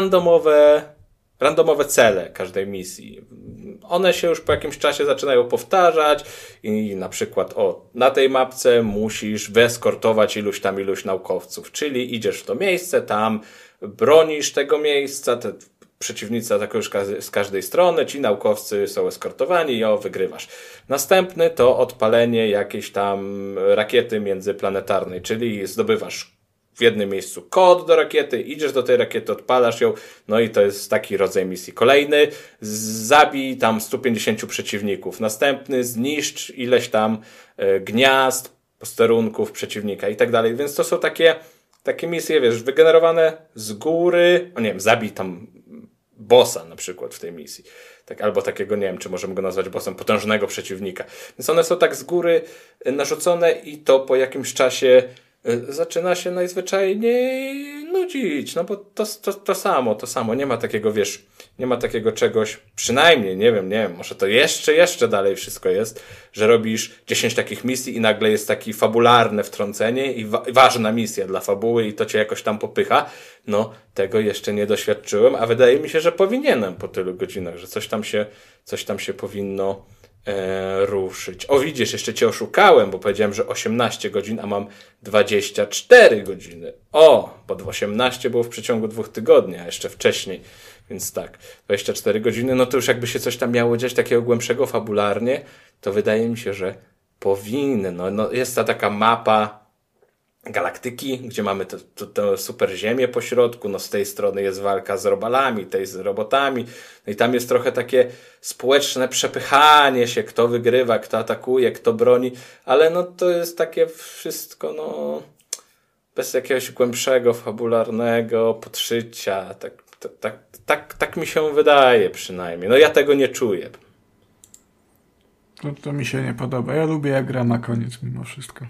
randomowe cele każdej misji. One się już po jakimś czasie zaczynają powtarzać i na przykład na tej mapce musisz wyeskortować iluś naukowców, czyli idziesz w to miejsce, tam bronisz tego miejsca, te przeciwnicy atakują z każdej strony, ci naukowcy są eskortowani i wygrywasz. Następny to odpalenie jakiejś tam rakiety międzyplanetarnej, czyli zdobywasz w jednym miejscu kod do rakiety, idziesz do tej rakiety, odpalasz ją, no i to jest taki rodzaj misji. Kolejny, zabij tam 150 przeciwników. Następny, zniszcz ileś tam gniazd, posterunków przeciwnika i tak dalej. Więc to są takie misje, wiesz, wygenerowane z góry, nie wiem, zabij tam bossa na przykład w tej misji. Tak, albo takiego, nie wiem, czy możemy go nazwać bossem, potężnego przeciwnika. Więc one są tak z góry narzucone i to po jakimś czasie zaczyna się najzwyczajniej nudzić, no bo to samo, nie ma takiego, wiesz, nie ma takiego czegoś, przynajmniej, nie wiem, może to jeszcze dalej wszystko jest, że robisz 10 takich misji i nagle jest takie fabularne wtrącenie i ważna misja dla fabuły i to cię jakoś tam popycha, no tego jeszcze nie doświadczyłem, a wydaje mi się, że powinienem po tylu godzinach, że coś tam się powinno ruszyć. Widzisz, jeszcze cię oszukałem, bo powiedziałem, że 18 godzin, a mam 24 godziny. Bo 18 było w przeciągu 2 tygodni, a jeszcze wcześniej. Więc tak, 24 godziny, no to już jakby się coś tam miało dziać takiego głębszego fabularnie, to wydaje mi się, że powinno. No jest ta taka mapa galaktyki, gdzie mamy tę super ziemię po środku, no z tej strony jest walka z robalami, tej z robotami, no i tam jest trochę takie społeczne przepychanie się, kto wygrywa, kto atakuje, kto broni, ale no to jest takie wszystko, no bez jakiegoś głębszego, fabularnego podszycia, tak mi się wydaje przynajmniej, no ja tego nie czuję. To mi się nie podoba, ja lubię jak gra na koniec mimo wszystko.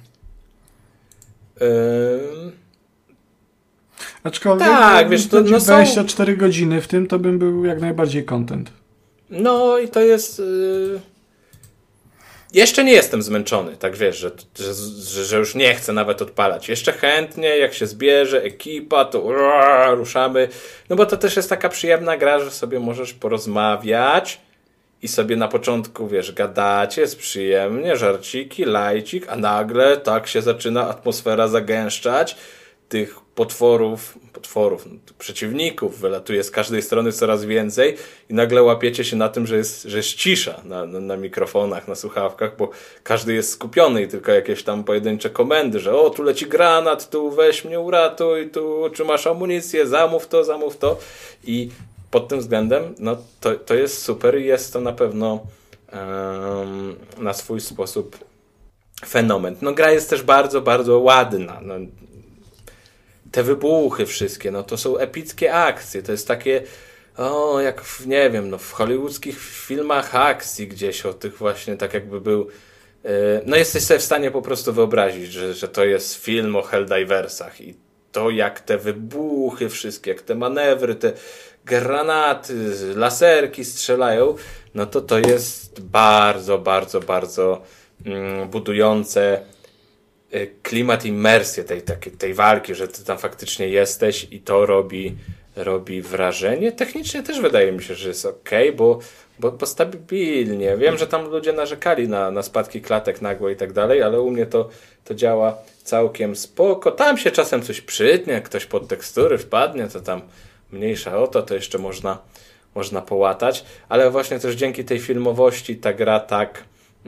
Aczkolwiek tak, wiesz, to 24 godziny w tym to bym był jak najbardziej content. No i to jest jeszcze nie jestem zmęczony, tak wiesz, że już nie chcę nawet odpalać. Jeszcze chętnie, jak się zbierze ekipa, to ruszamy. No bo to też jest taka przyjemna gra, że sobie możesz porozmawiać i sobie na początku, wiesz, gadacie, jest przyjemnie, żarciki, lajcik, a nagle tak się zaczyna atmosfera zagęszczać. Tych potworów, przeciwników wylatuje z każdej strony coraz więcej i nagle łapiecie się na tym, że jest cisza na mikrofonach, na słuchawkach, bo każdy jest skupiony i tylko jakieś tam pojedyncze komendy, że tu leci granat, tu weź mnie uratuj, tu czy masz amunicję, zamów to i pod tym względem no to jest super i jest to na pewno na swój sposób fenomen. No gra jest też bardzo, bardzo ładna. No, te wybuchy wszystkie, no to są epickie akcje, to jest takie jak nie wiem, w hollywoodzkich filmach akcji gdzieś o tych właśnie tak jakby był no jesteś sobie w stanie po prostu wyobrazić, że to jest film o Helldiversach i to jak te wybuchy wszystkie, jak te manewry, te granaty, laserki strzelają, no to jest bardzo, bardzo, bardzo budujące klimat, imersję tej walki, że ty tam faktycznie jesteś i to robi wrażenie. Technicznie też wydaje mi się, że jest okej, bo stabilnie. Wiem, że tam ludzie narzekali na spadki klatek nagłe i tak dalej, ale u mnie to działa całkiem spoko. Tam się czasem coś przytnie, jak ktoś pod tekstury wpadnie, to tam mniejsza o to jeszcze można połatać, ale właśnie też dzięki tej filmowości ta gra tak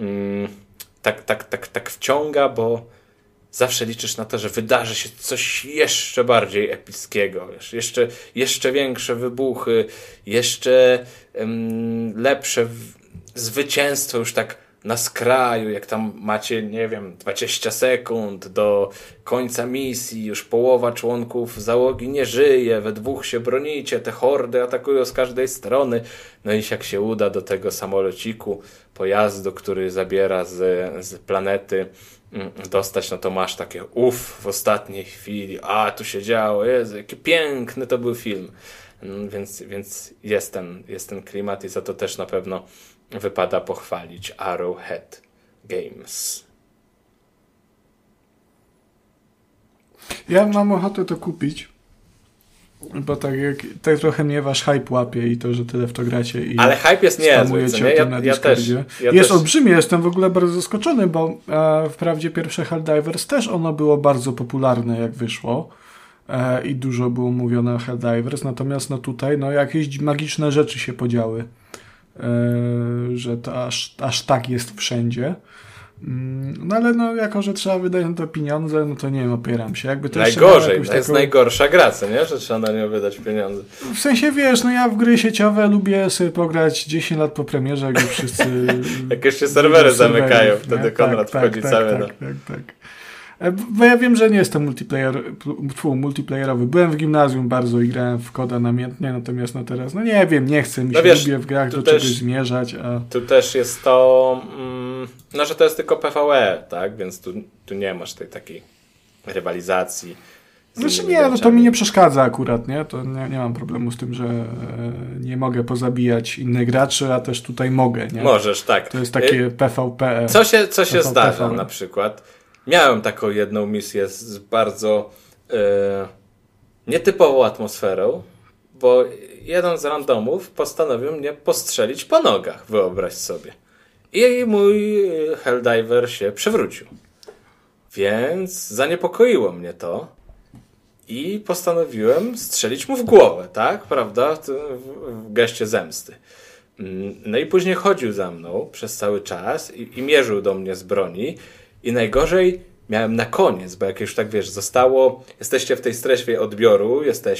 wciąga, bo zawsze liczysz na to, że wydarzy się coś jeszcze bardziej epickiego, wiesz, jeszcze większe wybuchy, jeszcze lepsze zwycięstwo już tak na skraju, jak tam macie, nie wiem, 20 sekund do końca misji, już połowa członków załogi nie żyje, we dwóch się bronicie, te hordy atakują z każdej strony, no i jak się uda do tego samolociku, pojazdu, który zabiera z planety dostać, no to masz takie w ostatniej chwili, tu się działo, Jezu, jaki piękny to był film. Więc jest ten klimat i za to też na pewno wypada pochwalić Arrowhead Games. Ja mam ochotę to kupić, bo tak trochę mnie wasz hype łapie i to, że tyle w to gracie. I ale hype jest niezły, co nie? Ja też. Jest olbrzymie, jestem w ogóle bardzo zaskoczony, bo wprawdzie pierwsze Helldivers też ono było bardzo popularne, jak wyszło. I dużo było mówione o Helldivers, natomiast tutaj jakieś magiczne rzeczy się podziały, że to aż tak jest wszędzie. No ale jako, że trzeba wydać na to pieniądze, no to nie wiem, opieram się. Jakby to najgorzej, to jest najgorsza gra, co nie? Że trzeba na nią wydać pieniądze. W sensie, wiesz, ja w gry sieciowe lubię sobie pograć 10 lat po premierze, jak już wszyscy... jak jeszcze serwery zamykają, wtedy Konrad wchodzi cały. Tak. Bo ja wiem, że nie jestem multiplayerowy. Byłem w gimnazjum bardzo i grałem w koda namiętnie, natomiast teraz, nie wiem, nie chcę mi się, lubię w grach do czegoś zmierzać. Tu też jest to, że to jest tylko PvE, tak? Więc tu nie masz tej takiej rywalizacji. Znaczy to mi nie przeszkadza akurat, nie? To nie mam problemu z tym, że nie mogę pozabijać innych graczy, a też tutaj mogę, nie? Możesz, tak. To jest takie PvP. Co się zdarza na przykład? Miałem taką jedną misję z bardzo nietypową atmosferą, bo jeden z randomów postanowił mnie postrzelić po nogach, wyobraź sobie. I mój Helldiver się przewrócił. Więc zaniepokoiło mnie to i postanowiłem strzelić mu w głowę, tak? Prawda? W geście zemsty. No i później chodził za mną przez cały czas i mierzył do mnie z broni. I najgorzej miałem na koniec, bo jak już tak wiesz, jesteście w tej strefie odbioru,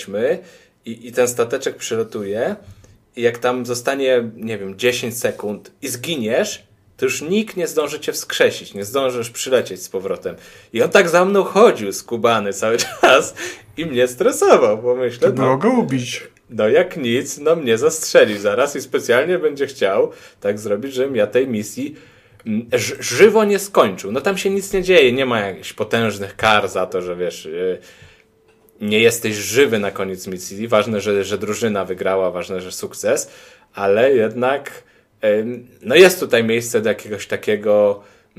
i ten stateczek przylatuje i jak tam zostanie, 10 sekund i zginiesz, to już nikt nie zdąży cię wskrzesić, nie zdążysz przylecieć z powrotem. I on tak za mną chodził skubany cały czas i mnie stresował, bo myślę, było go ubić. Jak nic, mnie zastrzeli zaraz i specjalnie będzie chciał tak zrobić, żebym ja tej misji żywo nie skończył. Tam się nic nie dzieje, nie ma jakichś potężnych kar za to, że wiesz, nie jesteś żywy na koniec misji. Ważne, że drużyna wygrała, ważne, że sukces, ale jednak jest tutaj miejsce do jakiegoś takiego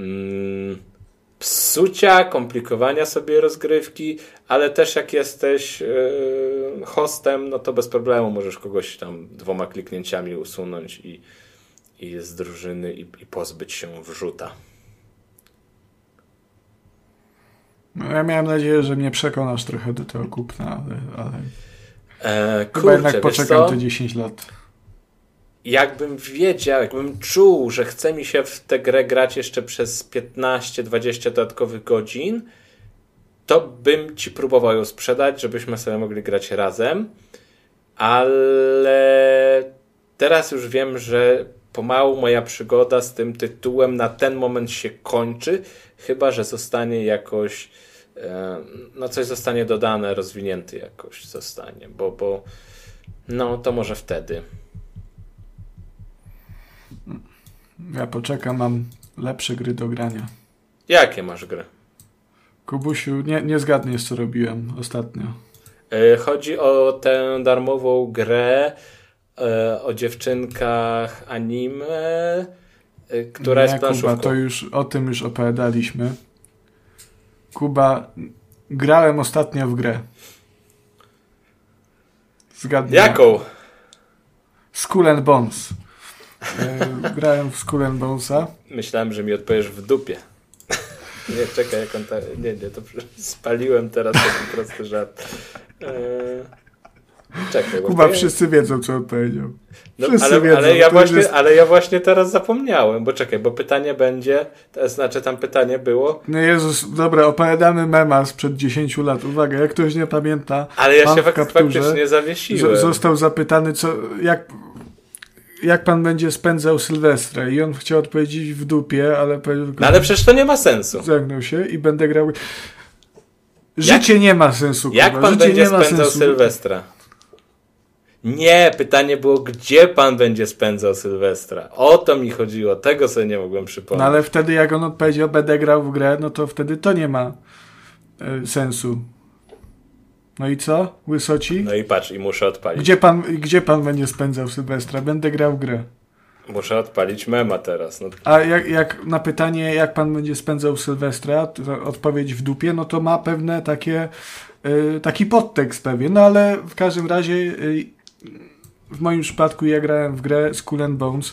psucia, komplikowania sobie rozgrywki, ale też jak jesteś hostem, to bez problemu możesz kogoś tam 2 kliknięciami usunąć i z drużyny i pozbyć się wrzuta. Ja miałem nadzieję, że mnie przekonasz trochę do tego kupna, ale chyba jednak poczekam te 10 lat. Jakbym wiedział, jakbym czuł, że chce mi się w tę grę grać jeszcze przez 15-20 dodatkowych godzin, to bym ci próbował ją sprzedać, żebyśmy sobie mogli grać razem, ale teraz już wiem, że pomału moja przygoda z tym tytułem na ten moment się kończy, chyba że zostanie jakoś coś zostanie dodane, rozwinięty jakoś zostanie, bo to może wtedy. Ja poczekam, mam lepsze gry do grania. Jakie masz gry? Kubusiu, nie zgadniesz, co robiłem ostatnio. Chodzi o tę darmową grę o dziewczynkach anime, która jest planszówką. Kuba, o tym już opowiadaliśmy. Kuba, grałem ostatnio w grę. Zgadnij. Jaką? Skull and Bones. Grałem w Skull and Bonesa. Myślałem, że mi odpowiesz w dupie. Nie, czekaj, jak on Nie, to spaliłem teraz taki prosty żart. Czekaj, Kuba, wszyscy wiedzą, co on powiedział. Ale ja właśnie teraz zapomniałem, bo czekaj, bo pytanie będzie, to znaczy tam pytanie było. No Jezus, dobra, opowiadamy mema sprzed 10 lat. Uwaga, jak ktoś nie pamięta. Ale ja się faktycznie zawiesiłem. Został zapytany, jak pan będzie spędzał Sylwestra, i on chciał odpowiedzieć w dupie, ale powiedział tylko, ale przecież to nie ma sensu. Zagnął się i będę grał. Życie nie ma sensu. Jak Kuba. pan będzie spędzał Sylwestra? Nie, pytanie było, gdzie pan będzie spędzał Sylwestra. O to mi chodziło, tego sobie nie mogłem przypomnieć. No ale wtedy jak on odpowiedział, będę grał w grę, no to wtedy to nie ma sensu. No i co? Łysoci? No i patrz, i muszę odpalić. Gdzie pan będzie spędzał Sylwestra? Będę grał w grę. Muszę odpalić mema teraz. No. A jak na pytanie, jak pan będzie spędzał Sylwestra, to odpowiedź w dupie, no to ma pewne taki podtekst pewien. No ale w każdym razie w moim przypadku ja grałem w grę Skull and Bones.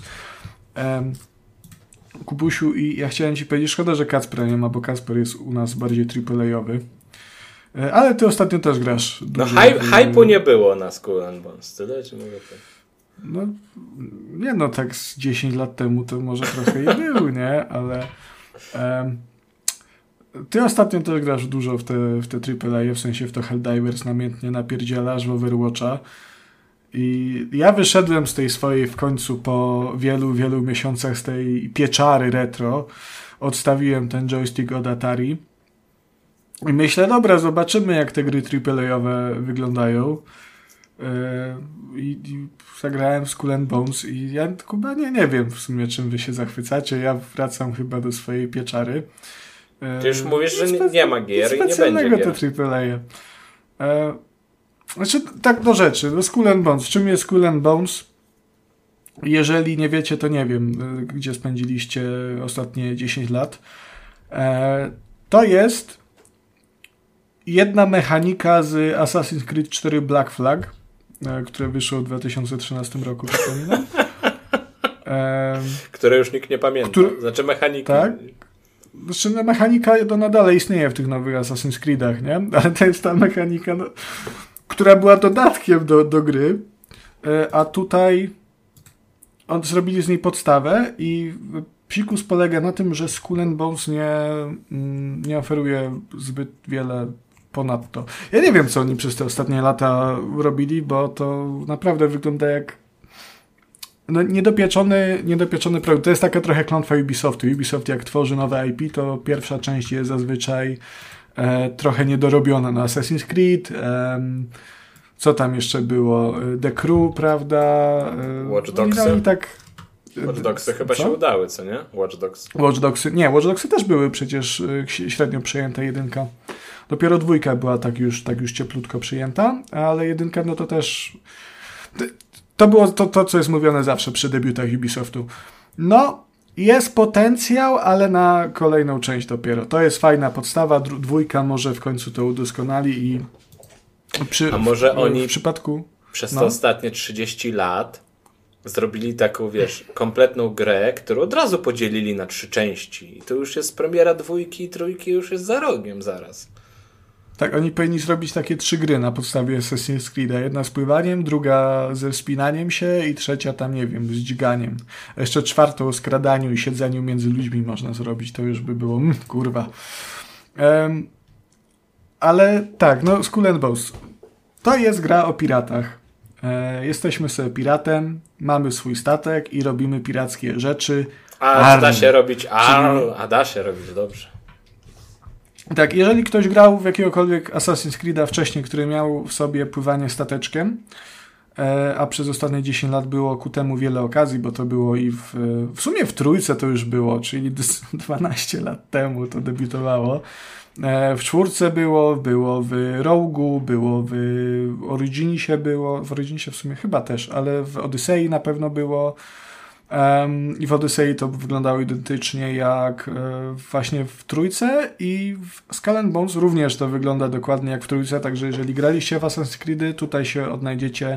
Kubusiu, i ja chciałem ci powiedzieć, szkoda, że Kacpra nie ma, bo Kacper jest u nas bardziej AAA-owy. Ale ty ostatnio też grasz. No hype'u nie było na Skull and Bones. Tyle, czy mogę powiedzieć? No, nie no, tak z 10 lat temu to może trochę i był, nie? Ale ty ostatnio też grasz dużo w te AAA, w sensie w to Helldivers, namiętnie napierdzielasz w Overwatcha. I ja wyszedłem z tej swojej w końcu po wielu, wielu miesiącach z tej pieczary retro. Odstawiłem ten joystick od Atari. I myślę, dobra, zobaczymy jak te gry AAA-owe wyglądają. I zagrałem w Skull and Bones i ja chyba nie wiem w sumie czym wy się zachwycacie. Ja wracam chyba do swojej pieczary. Ty już mówisz, że nie ma gier i nie będzie gier. To AAA. Znaczy, tak do rzeczy. No Skull and Bones. Czym jest Skull and Bones? Jeżeli nie wiecie, to nie wiem, gdzie spędziliście ostatnie 10 lat. To jest jedna mechanika z Assassin's Creed 4 Black Flag, które wyszło w 2013 roku, przypominam. Które już nikt nie pamięta. Znaczy mechanika. Tak? Znaczy mechanika ona dalej istnieje w tych nowych Assassin's Creedach, nie? Ale to jest ta mechanika, no, która była dodatkiem do gry, a tutaj zrobili z niej podstawę i psikus polega na tym, że Skull and Bones nie oferuje zbyt wiele ponadto. Ja nie wiem, co oni przez te ostatnie lata robili, bo to naprawdę wygląda jak niedopieczony produkt. To jest taka trochę klątwa Ubisoftu. Ubisoft jak tworzy nowe IP, to pierwsza część jest zazwyczaj trochę niedorobiona. No Assassin's Creed, co tam jeszcze było? The Crew, prawda? Watch Dogsy. No i tak... Watch Dogsy chyba się udały, co nie? Watch Dogs. Watch Dogsy też były przecież średnio przyjęta jedynka. Dopiero dwójka była tak już cieplutko przyjęta, ale jedynka no to też... To było to, co jest mówione zawsze przy debiutach Ubisoftu. No, jest potencjał, ale na kolejną część dopiero. To jest fajna podstawa, dwójka może w końcu to udoskonali i a może oni w przypadku przez te ostatnie 30 lat zrobili taką, wiesz, kompletną grę, którą od razu podzielili na 3 części. I to już jest premiera dwójki i trójki, już jest za rogiem zaraz. Tak, oni powinni zrobić takie 3 gry na podstawie Assassin's Creed'a. Jedna z pływaniem, druga ze wspinaniem się i trzecia tam, nie wiem, z dźganiem. A jeszcze 4 o skradaniu i siedzeniu między ludźmi można zrobić. To już by było, kurwa. Ale tak, no Skull and Bones. To jest gra o piratach. Jesteśmy sobie piratem, mamy swój statek i robimy pirackie rzeczy. Da się robić dobrze. Tak, jeżeli ktoś grał w jakiegokolwiek Assassin's Creed'a wcześniej, który miał w sobie pływanie stateczkiem, a przez ostatnie 10 lat było ku temu wiele okazji, bo to było i w sumie w trójce to już było, czyli 12 lat temu to debiutowało. W 4 było w Rogue'u, było w Originisie w Originisie w sumie chyba też, ale w Odyssey na pewno było. I w Odyssey to wyglądało identycznie jak właśnie w trójce i w Skull and Bones również to wygląda dokładnie jak w trójce, także jeżeli graliście w Assassin's Creedy, tutaj się odnajdziecie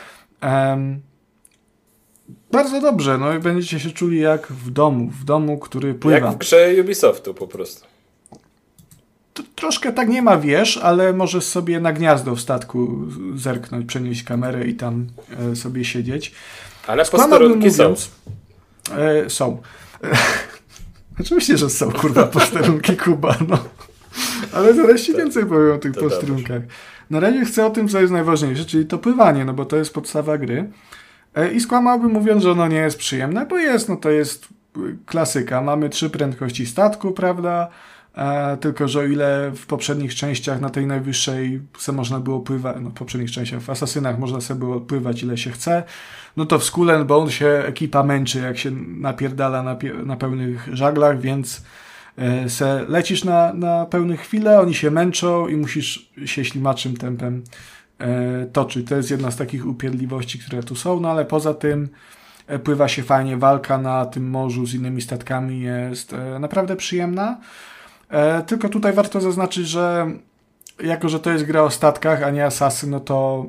bardzo dobrze, no i będziecie się czuli jak w domu, który pływa. Jak w grze Ubisoftu po prostu. Troszkę tak nie ma wież, ale możesz sobie na gniazdo w statku zerknąć, przenieść kamerę i tam sobie siedzieć. Ale posterunki są. Są. Oczywiście, że są, kurwa, posterunki Kuba, no. Ale zaraz ci więcej powiem o tych posterunkach. Na razie chcę o tym, co jest najważniejsze, czyli to pływanie, no bo to jest podstawa gry. I skłamałbym mówiąc, że ono nie jest przyjemne, bo jest, no to jest klasyka. Mamy 3 prędkości statku, prawda? Tylko, że o ile w poprzednich częściach na tej najwyższej można było pływać, no w poprzednich częściach w Asasynach można sobie było pływać ile się chce, no to w Skull and Bones się ekipa męczy, jak się napierdala na pełnych żaglach, więc Lecisz na pełne chwile, oni się męczą i musisz się ślimaczym tempem toczyć. To jest jedna z takich upierdliwości, które tu są, no ale poza tym pływa się fajnie, walka na tym morzu z innymi statkami jest naprawdę przyjemna. Tylko tutaj warto zaznaczyć, że jako, że to jest gra o statkach, a nie Assassin, no to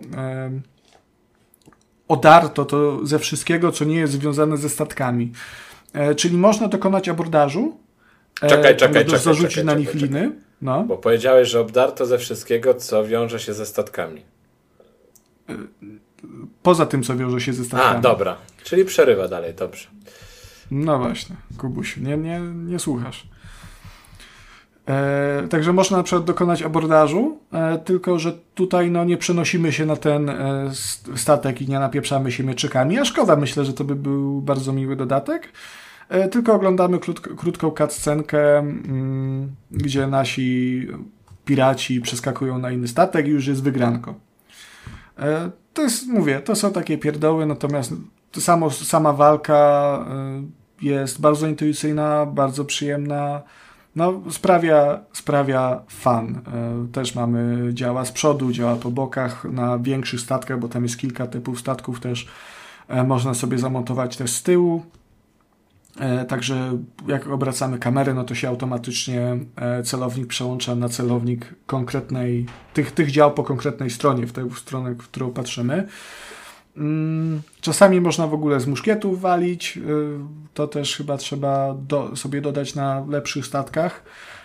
odarto to ze wszystkiego, co nie jest związane ze statkami. Czyli można dokonać abordażu, zarzucić na nich liny. No. Bo powiedziałeś, że obdarto ze wszystkiego, co wiąże się ze statkami. Poza tym, co wiąże się ze statkami. A, dobra. Czyli przerywa dalej, dobrze. No właśnie, Kubusiu, nie słuchasz. Także można na przykład dokonać abordażu, tylko że tutaj nie przenosimy się na ten statek i nie napieprzamy się mieczykami, a szkoda, myślę, że to by był bardzo miły dodatek. Tylko oglądamy krótką cutscenkę, gdzie nasi piraci przeskakują na inny statek i już jest wygranko. To jest, mówię, to są takie pierdoły, natomiast sama walka jest bardzo intuicyjna, bardzo przyjemna. No, sprawia fan. Też mamy działa z przodu, działa po bokach, na większych statkach, bo tam jest kilka typów statków też. Można sobie zamontować też z tyłu. Także jak obracamy kamerę, no to się automatycznie celownik przełącza na celownik konkretnej, tych dział po konkretnej stronie, w tę stronę, w którą patrzymy. Czasami można w ogóle z muszkietów walić, to też chyba trzeba sobie dodać na lepszych statkach.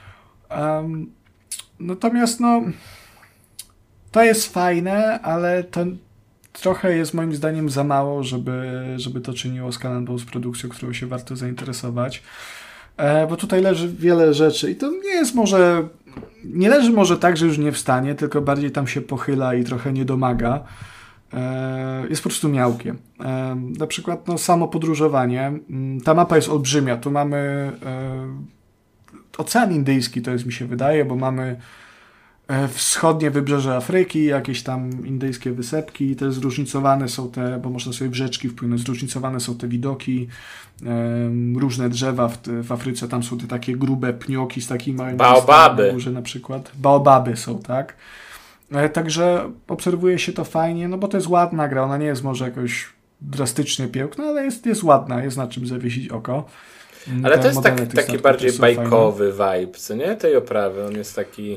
Natomiast to jest fajne, ale to trochę jest moim zdaniem za mało, żeby to czyniło Skull and Bones produkcją, którą się warto zainteresować. Bo tutaj leży wiele rzeczy i to nie leży może tak, że już nie wstanie, tylko bardziej tam się pochyla i trochę nie domaga. Jest po prostu miałkie. Na przykład samo podróżowanie. Ta mapa jest olbrzymia. Tu mamy Ocean Indyjski, to jest, mi się wydaje, bo mamy wschodnie wybrzeże Afryki, jakieś tam indyjskie wysepki, te zróżnicowane są bo można sobie w rzeczki wpłynąć, zróżnicowane są te widoki, różne drzewa w Afryce, tam są te takie grube pnioki z takimi małymi baobaby na górze na przykład. Baobaby są, tak? Także obserwuje się to fajnie, bo to jest ładna gra, ona nie jest może jakoś drastycznie piękna, ale jest ładna, jest na czym zawiesić oko. Ale to jest taki bardziej bajkowy vibe, co nie? Tej oprawy, on jest taki...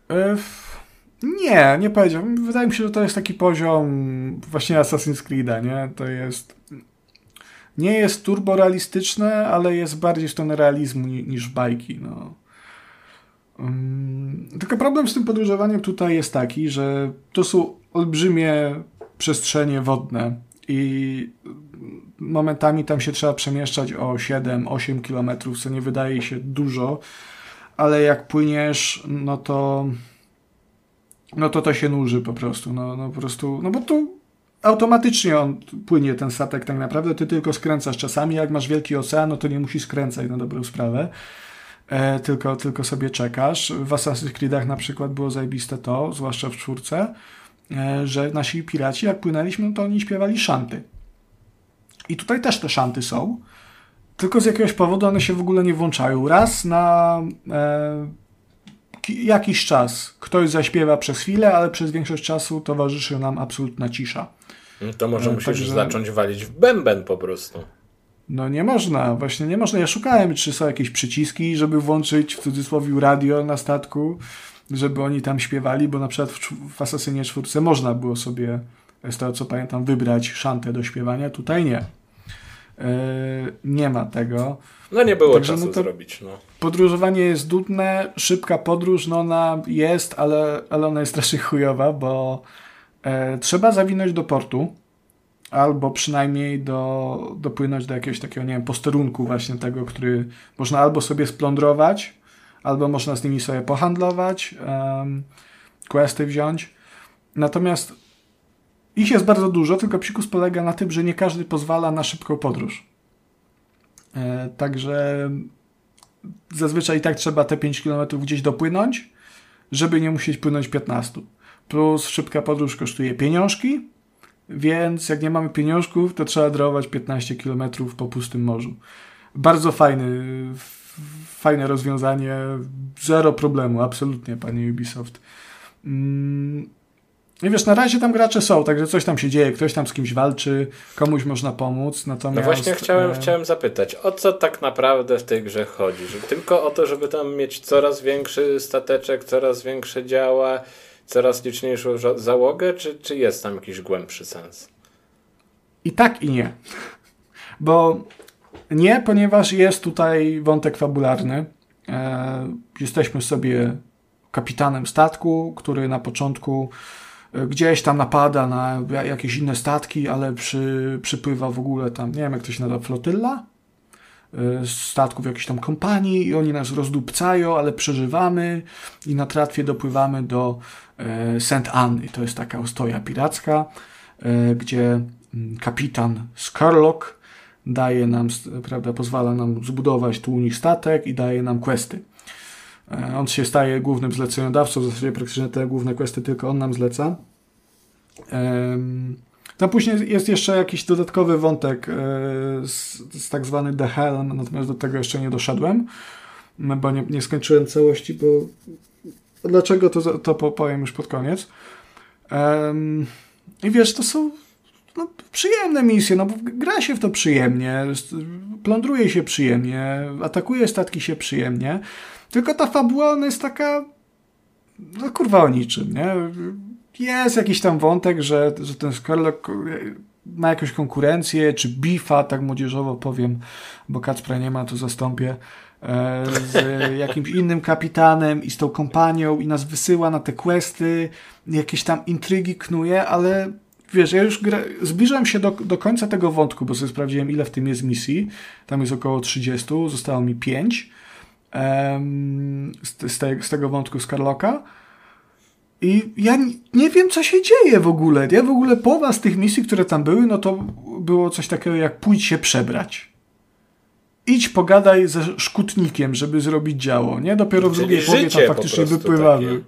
Nie powiedziałbym. Wydaje mi się, że to jest taki poziom właśnie Assassin's Creed'a, nie? To jest... Nie jest turborealistyczne, ale jest bardziej w stronę realizmu niż bajki, Tylko problem z tym podróżowaniem tutaj jest taki, że to są olbrzymie przestrzenie wodne i momentami tam się trzeba przemieszczać o 7-8 kilometrów, co nie wydaje się dużo, ale jak płyniesz, to się nuży po prostu. Bo tu automatycznie on płynie, ten statek tak naprawdę, ty tylko skręcasz. Czasami jak masz wielki ocean, to nie musisz skręcać na dobrą sprawę. Tylko sobie czekasz. W Assassin's Creed'ach na przykład było zajebiste to, zwłaszcza w 4, że nasi piraci, jak płynęliśmy, to oni śpiewali szanty. I tutaj też te szanty są, tylko z jakiegoś powodu one się w ogóle nie włączają. Raz na jakiś czas ktoś zaśpiewa przez chwilę, ale przez większość czasu towarzyszy nam absolutna cisza. To może musisz zacząć walić w bęben po prostu. Nie można, właśnie nie można. Ja szukałem, czy są jakieś przyciski, żeby włączyć w cudzysłowie radio na statku, żeby oni tam śpiewali, bo na przykład w Assassinie 4 można było sobie, z tego co pamiętam, wybrać szantę do śpiewania. Tutaj nie. Nie ma tego. Nie było czasu zrobić. Podróżowanie jest nudne, szybka podróż, ona jest, ale ona jest strasznie chujowa, bo trzeba zawinąć do portu, albo przynajmniej dopłynąć do jakiegoś takiego, nie wiem, posterunku właśnie tego, który można albo sobie splądrować, albo można z nimi sobie pohandlować, questy wziąć. Natomiast ich jest bardzo dużo, tylko psikus polega na tym, że nie każdy pozwala na szybką podróż. Także zazwyczaj i tak trzeba te 5 km gdzieś dopłynąć, żeby nie musieć płynąć 15. Plus szybka podróż kosztuje pieniążki, więc jak nie mamy pieniążków, to trzeba drować 15 km po pustym morzu. Bardzo fajny fajne rozwiązanie, zero problemu, absolutnie, panie Ubisoft. I wiesz, na razie tam gracze są, także coś tam się dzieje, ktoś tam z kimś walczy, komuś można pomóc, natomiast... No właśnie chciałem zapytać, o co tak naprawdę w tej grze chodzi? Że tylko o to, żeby tam mieć coraz większy stateczek, coraz większe działa, coraz liczniejszą załogę, czy jest tam jakiś głębszy sens? I tak, i nie. Bo nie, ponieważ jest tutaj wątek fabularny. Jesteśmy sobie kapitanem statku, który na początku gdzieś tam napada na jakieś inne statki, ale przypływa w ogóle tam, nie wiem jak to się nazywa, flotylla statków jakiejś tam kompanii i oni nas rozdupcają, ale przeżywamy i na tratwie dopływamy do St. Anne. I to jest taka ostoja piracka, gdzie kapitan Scarlock daje nam, prawda, pozwala nam zbudować tu u nich statek i daje nam questy. On się staje głównym zleceniodawcą, w zasadzie praktycznie te główne questy tylko on nam zleca. Tam później jest jeszcze jakiś dodatkowy wątek z tak zwany The Helm, natomiast do tego jeszcze nie doszedłem, bo nie skończyłem całości, bo dlaczego to powiem już pod koniec. I wiesz, to są przyjemne misje, no bo gra się w to przyjemnie, plądruje się przyjemnie, atakuje statki się przyjemnie, tylko ta fabuła ona jest taka no kurwa o niczym, nie? Jest jakiś tam wątek, że ten Scarlock ma jakąś konkurencję, czy beefa, tak młodzieżowo powiem, bo Kacpra nie ma, to zastąpię, z jakimś innym kapitanem i z tą kompanią i nas wysyła na te questy, jakieś tam intrygi knuje, ale wiesz, ja już zbliżam się do końca tego wątku, bo sobie sprawdziłem, ile w tym jest misji. Tam jest około 30, zostało mi 5 z tego wątku Scarlocka. I ja nie wiem, co się dzieje w ogóle. Ja w ogóle połowa z tych misji, które tam były, no to było coś takiego jak pójdź się przebrać. Idź pogadaj ze szkutnikiem, żeby zrobić działo. Nie? Dopiero w drugiej połowie tam faktycznie wypływamy.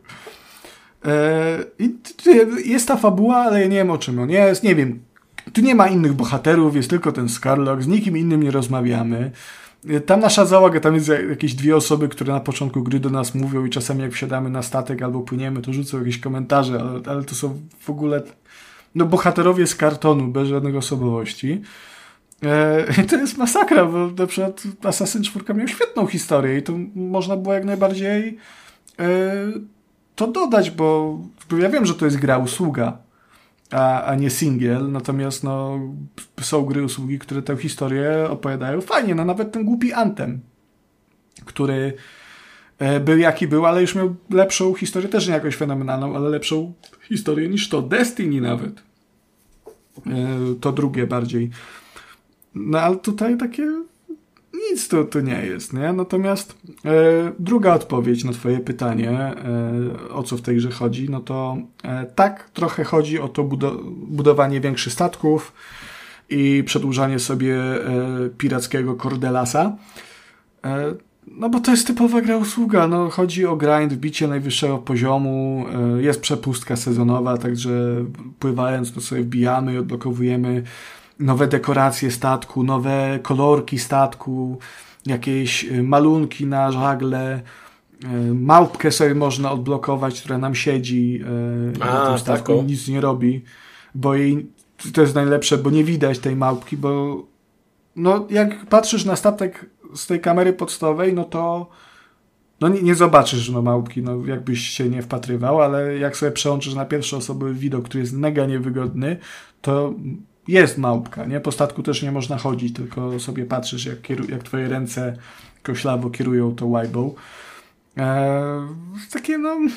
Jest ta fabuła, ale ja nie wiem, o czym on jest. Nie wiem. Tu nie ma innych bohaterów, jest tylko ten Scarlock. Z nikim innym nie rozmawiamy. Tam nasza załoga, tam jest jakieś 2 osoby, które na początku gry do nas mówią i czasami jak wsiadamy na statek albo płyniemy, to rzucą jakieś komentarze, ale to są w ogóle bohaterowie z kartonu, bez żadnej osobowości. To jest masakra, bo na przykład Assassin 4 miał świetną historię i to można było jak najbardziej to dodać, bo ja wiem, że to jest gra usługa, a nie singiel, natomiast są gry usługi, które tę historię opowiadają fajnie, nawet ten głupi Anthem, który był jaki był, ale już miał lepszą historię, też nie jakoś fenomenalną, ale lepszą historię niż to. Destiny nawet. To drugie bardziej. No ale tutaj takie nic to nie jest, nie? Natomiast druga odpowiedź na twoje pytanie, o co w tej grze chodzi, no to tak, trochę chodzi o to budowanie większych statków i przedłużanie sobie pirackiego Cordelasa. No bo to jest typowa gra usługa, chodzi o grind, wbicie najwyższego poziomu, jest przepustka sezonowa, także pływając to sobie wbijamy i odblokowujemy nowe dekoracje statku, nowe kolorki statku, jakieś malunki na żagle, małpkę sobie można odblokować, która nam siedzi na tym statku i nic nie robi, bo to jest najlepsze, bo nie widać tej małpki, bo jak patrzysz na statek z tej kamery podstawowej, to nie zobaczysz małpki, jakbyś się nie wpatrywał, ale jak sobie przełączysz na pierwszoosobowy widok, który jest mega niewygodny, to jest małpka, nie? Po statku też nie można chodzić, tylko sobie patrzysz, jak twoje ręce koślawo kierują tą łajbą. Takie,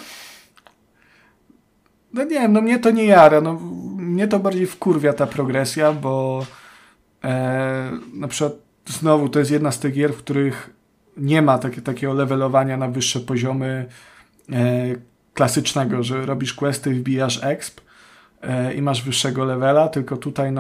nie wiem, mnie to nie jara, mnie to bardziej wkurwia ta progresja, bo na przykład znowu to jest jedna z tych gier, w których nie ma takiego levelowania na wyższe poziomy klasycznego, że robisz questy, wbijasz exp i masz wyższego levela, tylko tutaj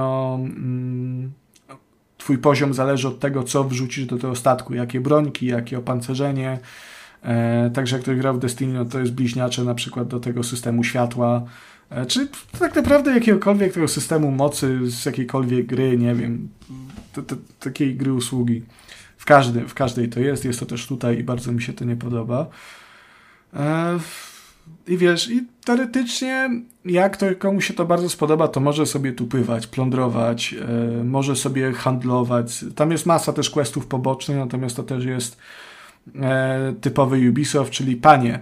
twój poziom zależy od tego, co wrzucisz do tego statku, jakie brońki, jakie opancerzenie. Także jak ktoś grał w Destiny, to jest bliźniacze na przykład do tego systemu światła, czy tak naprawdę jakiegokolwiek tego systemu mocy z jakiejkolwiek gry, nie wiem, takiej gry usługi w każdej to jest to też tutaj i bardzo mi się to nie podoba. I wiesz, i teoretycznie jak to komuś się to bardzo spodoba, to może sobie tu pływać, plądrować, może sobie handlować. Tam jest masa też questów pobocznych, natomiast to też jest typowy Ubisoft, czyli panie,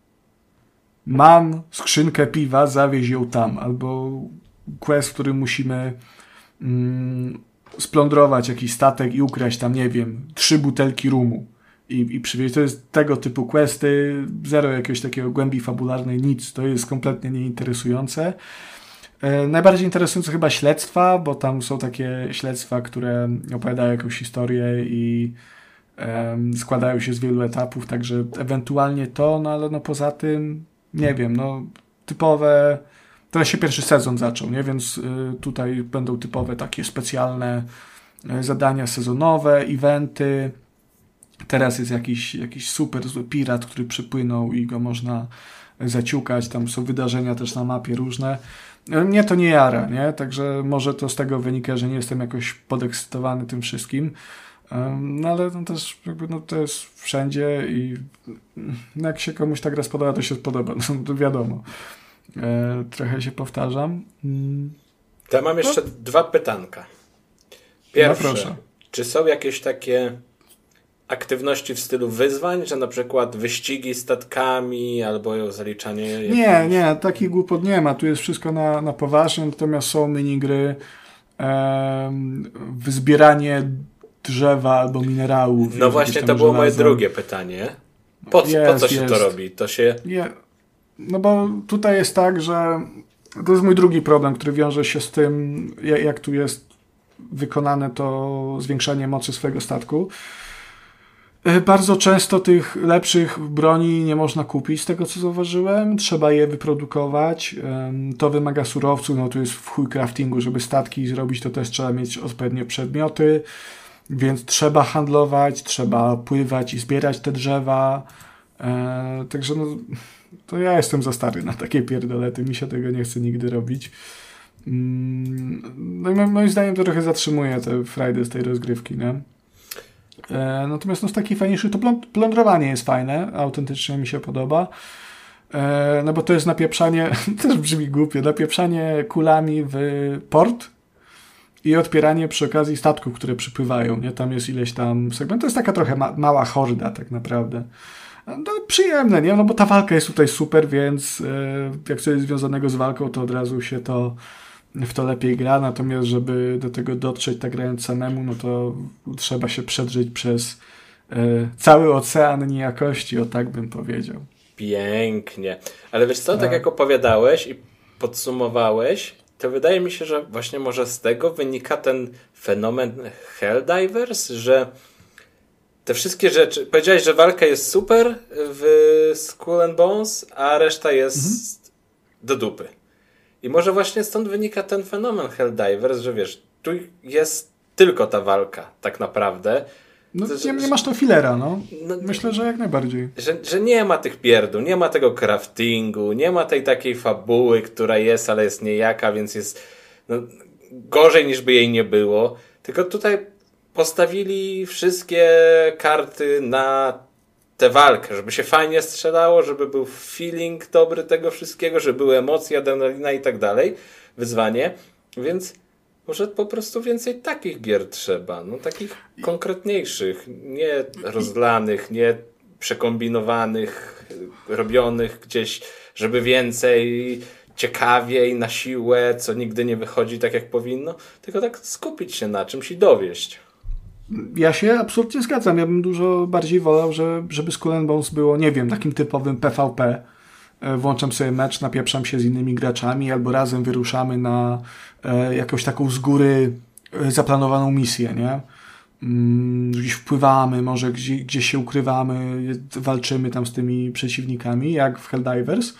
mam skrzynkę piwa, zawieź ją tam, albo quest, w którym musimy splądrować jakiś statek i ukraść tam, nie wiem, 3 butelki rumu i przywieźć. To jest tego typu questy, zero jakiegoś takiego głębi fabularnej, nic. To jest kompletnie nieinteresujące. Najbardziej interesujące chyba śledztwa, bo tam są takie śledztwa, które opowiadają jakąś historię i składają się z wielu etapów, także ewentualnie to, no ale no poza tym nie wiem, no typowe. Teraz się pierwszy sezon zaczął, nie? Więc tutaj będą typowe takie specjalne zadania sezonowe, eventy. Teraz jest jakiś super zły pirat, który przypłynął i go można zaciukać. Tam są wydarzenia też na mapie różne. Mnie to nie jara, nie? Także może to z tego wynika, że nie jestem jakoś podekscytowany tym wszystkim. No ale no też jakby, no to jest wszędzie i no jak się komuś ta gra spodoba, to się spodoba. No to wiadomo. Trochę się powtarzam. To ja mam jeszcze 2 pytanka. Pierwsze, czy są jakieś takie aktywności w stylu wyzwań, że na przykład wyścigi statkami albo zaliczanie... Nie, takich głupot nie ma. Tu jest wszystko na poważnie, natomiast są minigry, zbieranie drzewa albo minerałów. No właśnie, to było moje drugie pytanie. Po co się to robi? To się... No bo tutaj jest tak, że to jest mój drugi problem, który wiąże się z tym, jak tu jest wykonane to zwiększanie mocy swojego statku. Bardzo często tych lepszych broni nie można kupić, z tego co zauważyłem. Trzeba je wyprodukować. To wymaga surowców, no tu jest w chuj craftingu, żeby statki zrobić, to też trzeba mieć odpowiednie przedmioty, więc trzeba handlować, trzeba pływać i zbierać te drzewa. Także no, to ja jestem za stary na takie pierdolety, mi się tego nie chce nigdy robić. No i moim zdaniem to trochę zatrzymuje te frajdy z tej rozgrywki, nie? Natomiast no z takich fajniejszych to plądrowanie jest fajne, autentycznie mi się podoba, no bo to jest napieprzanie, też brzmi głupio, napieprzanie kulami w port i odpieranie przy okazji statków, które przypływają, nie? Tam jest ileś tam segmentów, to jest taka trochę mała horda tak naprawdę. No, przyjemne, nie? No bo ta walka jest tutaj super, więc jak coś jest związanego z walką, to od razu się to w to lepiej gra, natomiast żeby do tego dotrzeć tak grając samemu, no to trzeba się przedrzeć przez cały ocean niejakości, o tak bym powiedział. Pięknie. Ale wiesz co, tak jak opowiadałeś i podsumowałeś, to wydaje mi się, że właśnie może z tego wynika ten fenomen Helldivers, że te wszystkie rzeczy... Powiedziałeś, że walka jest super w Skull and Bones, a reszta jest do dupy. I może właśnie stąd wynika ten fenomen Helldivers, że wiesz, tu jest tylko ta walka tak naprawdę. No nie masz to fillera, no. Myślę, że jak najbardziej. Że nie ma tych pierdół, nie ma tego craftingu, nie ma tej takiej fabuły, która jest, ale jest niejaka, więc jest gorzej niż by jej nie było. Tylko tutaj postawili wszystkie karty na tę walkę, żeby się fajnie strzelało, żeby był feeling dobry tego wszystkiego, żeby były emocje, adrenalina i tak dalej, wyzwanie, więc może po prostu więcej takich gier trzeba, no takich konkretniejszych, nie rozlanych, nie przekombinowanych, robionych gdzieś, żeby więcej, ciekawiej, na siłę, co nigdy nie wychodzi tak jak powinno, tylko tak skupić się na czymś i dowieść. Ja się absolutnie zgadzam. Ja bym dużo bardziej wolał, żeby Skull and Bones było, nie wiem, takim typowym PvP. Włączam sobie mecz, napieprzam się z innymi graczami albo razem wyruszamy na jakąś taką z góry zaplanowaną misję, nie? Gdzieś wpływamy, może gdzieś się ukrywamy, walczymy tam z tymi przeciwnikami, jak w Helldivers.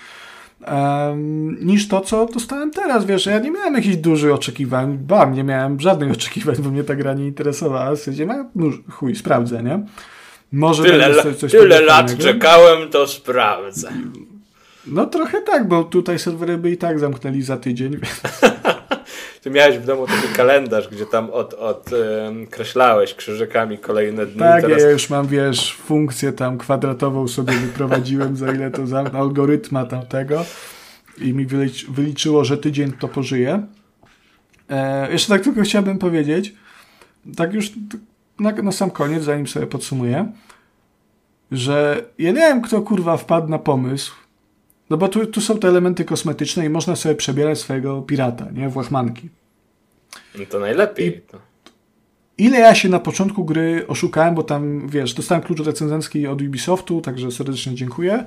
Niż to, co dostałem teraz, wiesz, ja nie miałem jakichś dużych oczekiwań, nie miałem żadnych oczekiwań, bo mnie ta gra nie interesowała, stwierdziłem, chuj, sprawdzę, nie? Może tyle lat czekałem, to sprawdzę. No trochę tak, bo tutaj serwery by i tak zamknęli za tydzień. Ty miałeś w domu taki kalendarz, gdzie tam kreślałeś krzyżykami kolejne dni. Tak, teraz... ja już mam, funkcję tam kwadratową sobie wyprowadziłem, za ile to algorytma tamtego i mi wyliczyło, że tydzień to pożyje. Jeszcze tak tylko chciałbym powiedzieć, tak już na sam koniec, zanim sobie podsumuję, że ja nie wiem, kto kurwa wpadł na pomysł, no bo tu są te elementy kosmetyczne i można sobie przebierać swojego pirata, nie? W łachmanki. No to najlepiej. Ile ja się na początku gry oszukałem, bo tam, dostałem klucz recenzencki od Ubisoftu, także serdecznie dziękuję.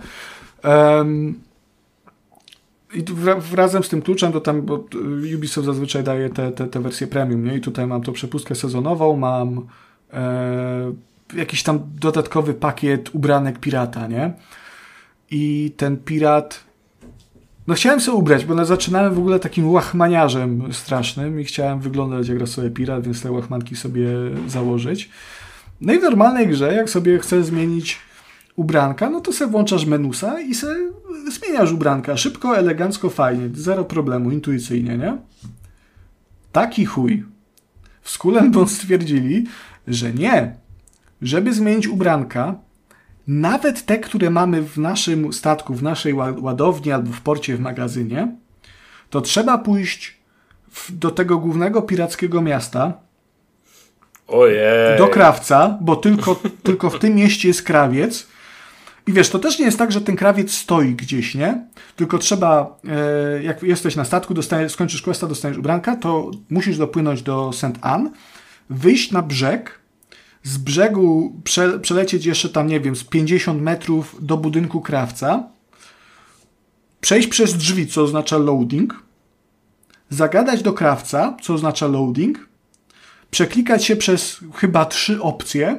I razem z tym kluczem, bo Ubisoft zazwyczaj daje te wersje premium, nie? I tutaj mam tą przepustkę sezonową, mam jakiś tam dodatkowy pakiet ubranek pirata, nie? I ten pirat... No chciałem sobie ubrać, bo zaczynałem w ogóle takim łachmaniarzem strasznym i chciałem wyglądać jak sobie pirat, więc te łachmanki sobie założyć. No i w normalnej grze, jak sobie chcesz zmienić ubranka, no to sobie włączasz menusa i sobie zmieniasz ubranka. Szybko, elegancko, fajnie. Zero problemu, intuicyjnie, nie? Taki chuj. W Skull and Bones stwierdzili, że nie. Żeby zmienić ubranka, nawet te, które mamy w naszym statku, w naszej ładowni albo w porcie, w magazynie, to trzeba pójść do tego głównego pirackiego miasta, ojej, do krawca, bo tylko w tym mieście jest krawiec. I to też nie jest tak, że ten krawiec stoi gdzieś, nie? Tylko trzeba, jak jesteś na statku, skończysz questa, dostaniesz ubranka, to musisz dopłynąć do St. Anne, wyjść na brzeg, z brzegu przelecieć jeszcze tam, nie wiem, z 50 metrów do budynku krawca, przejść przez drzwi, co oznacza loading, zagadać do krawca, co oznacza loading, przeklikać się przez chyba 3 opcje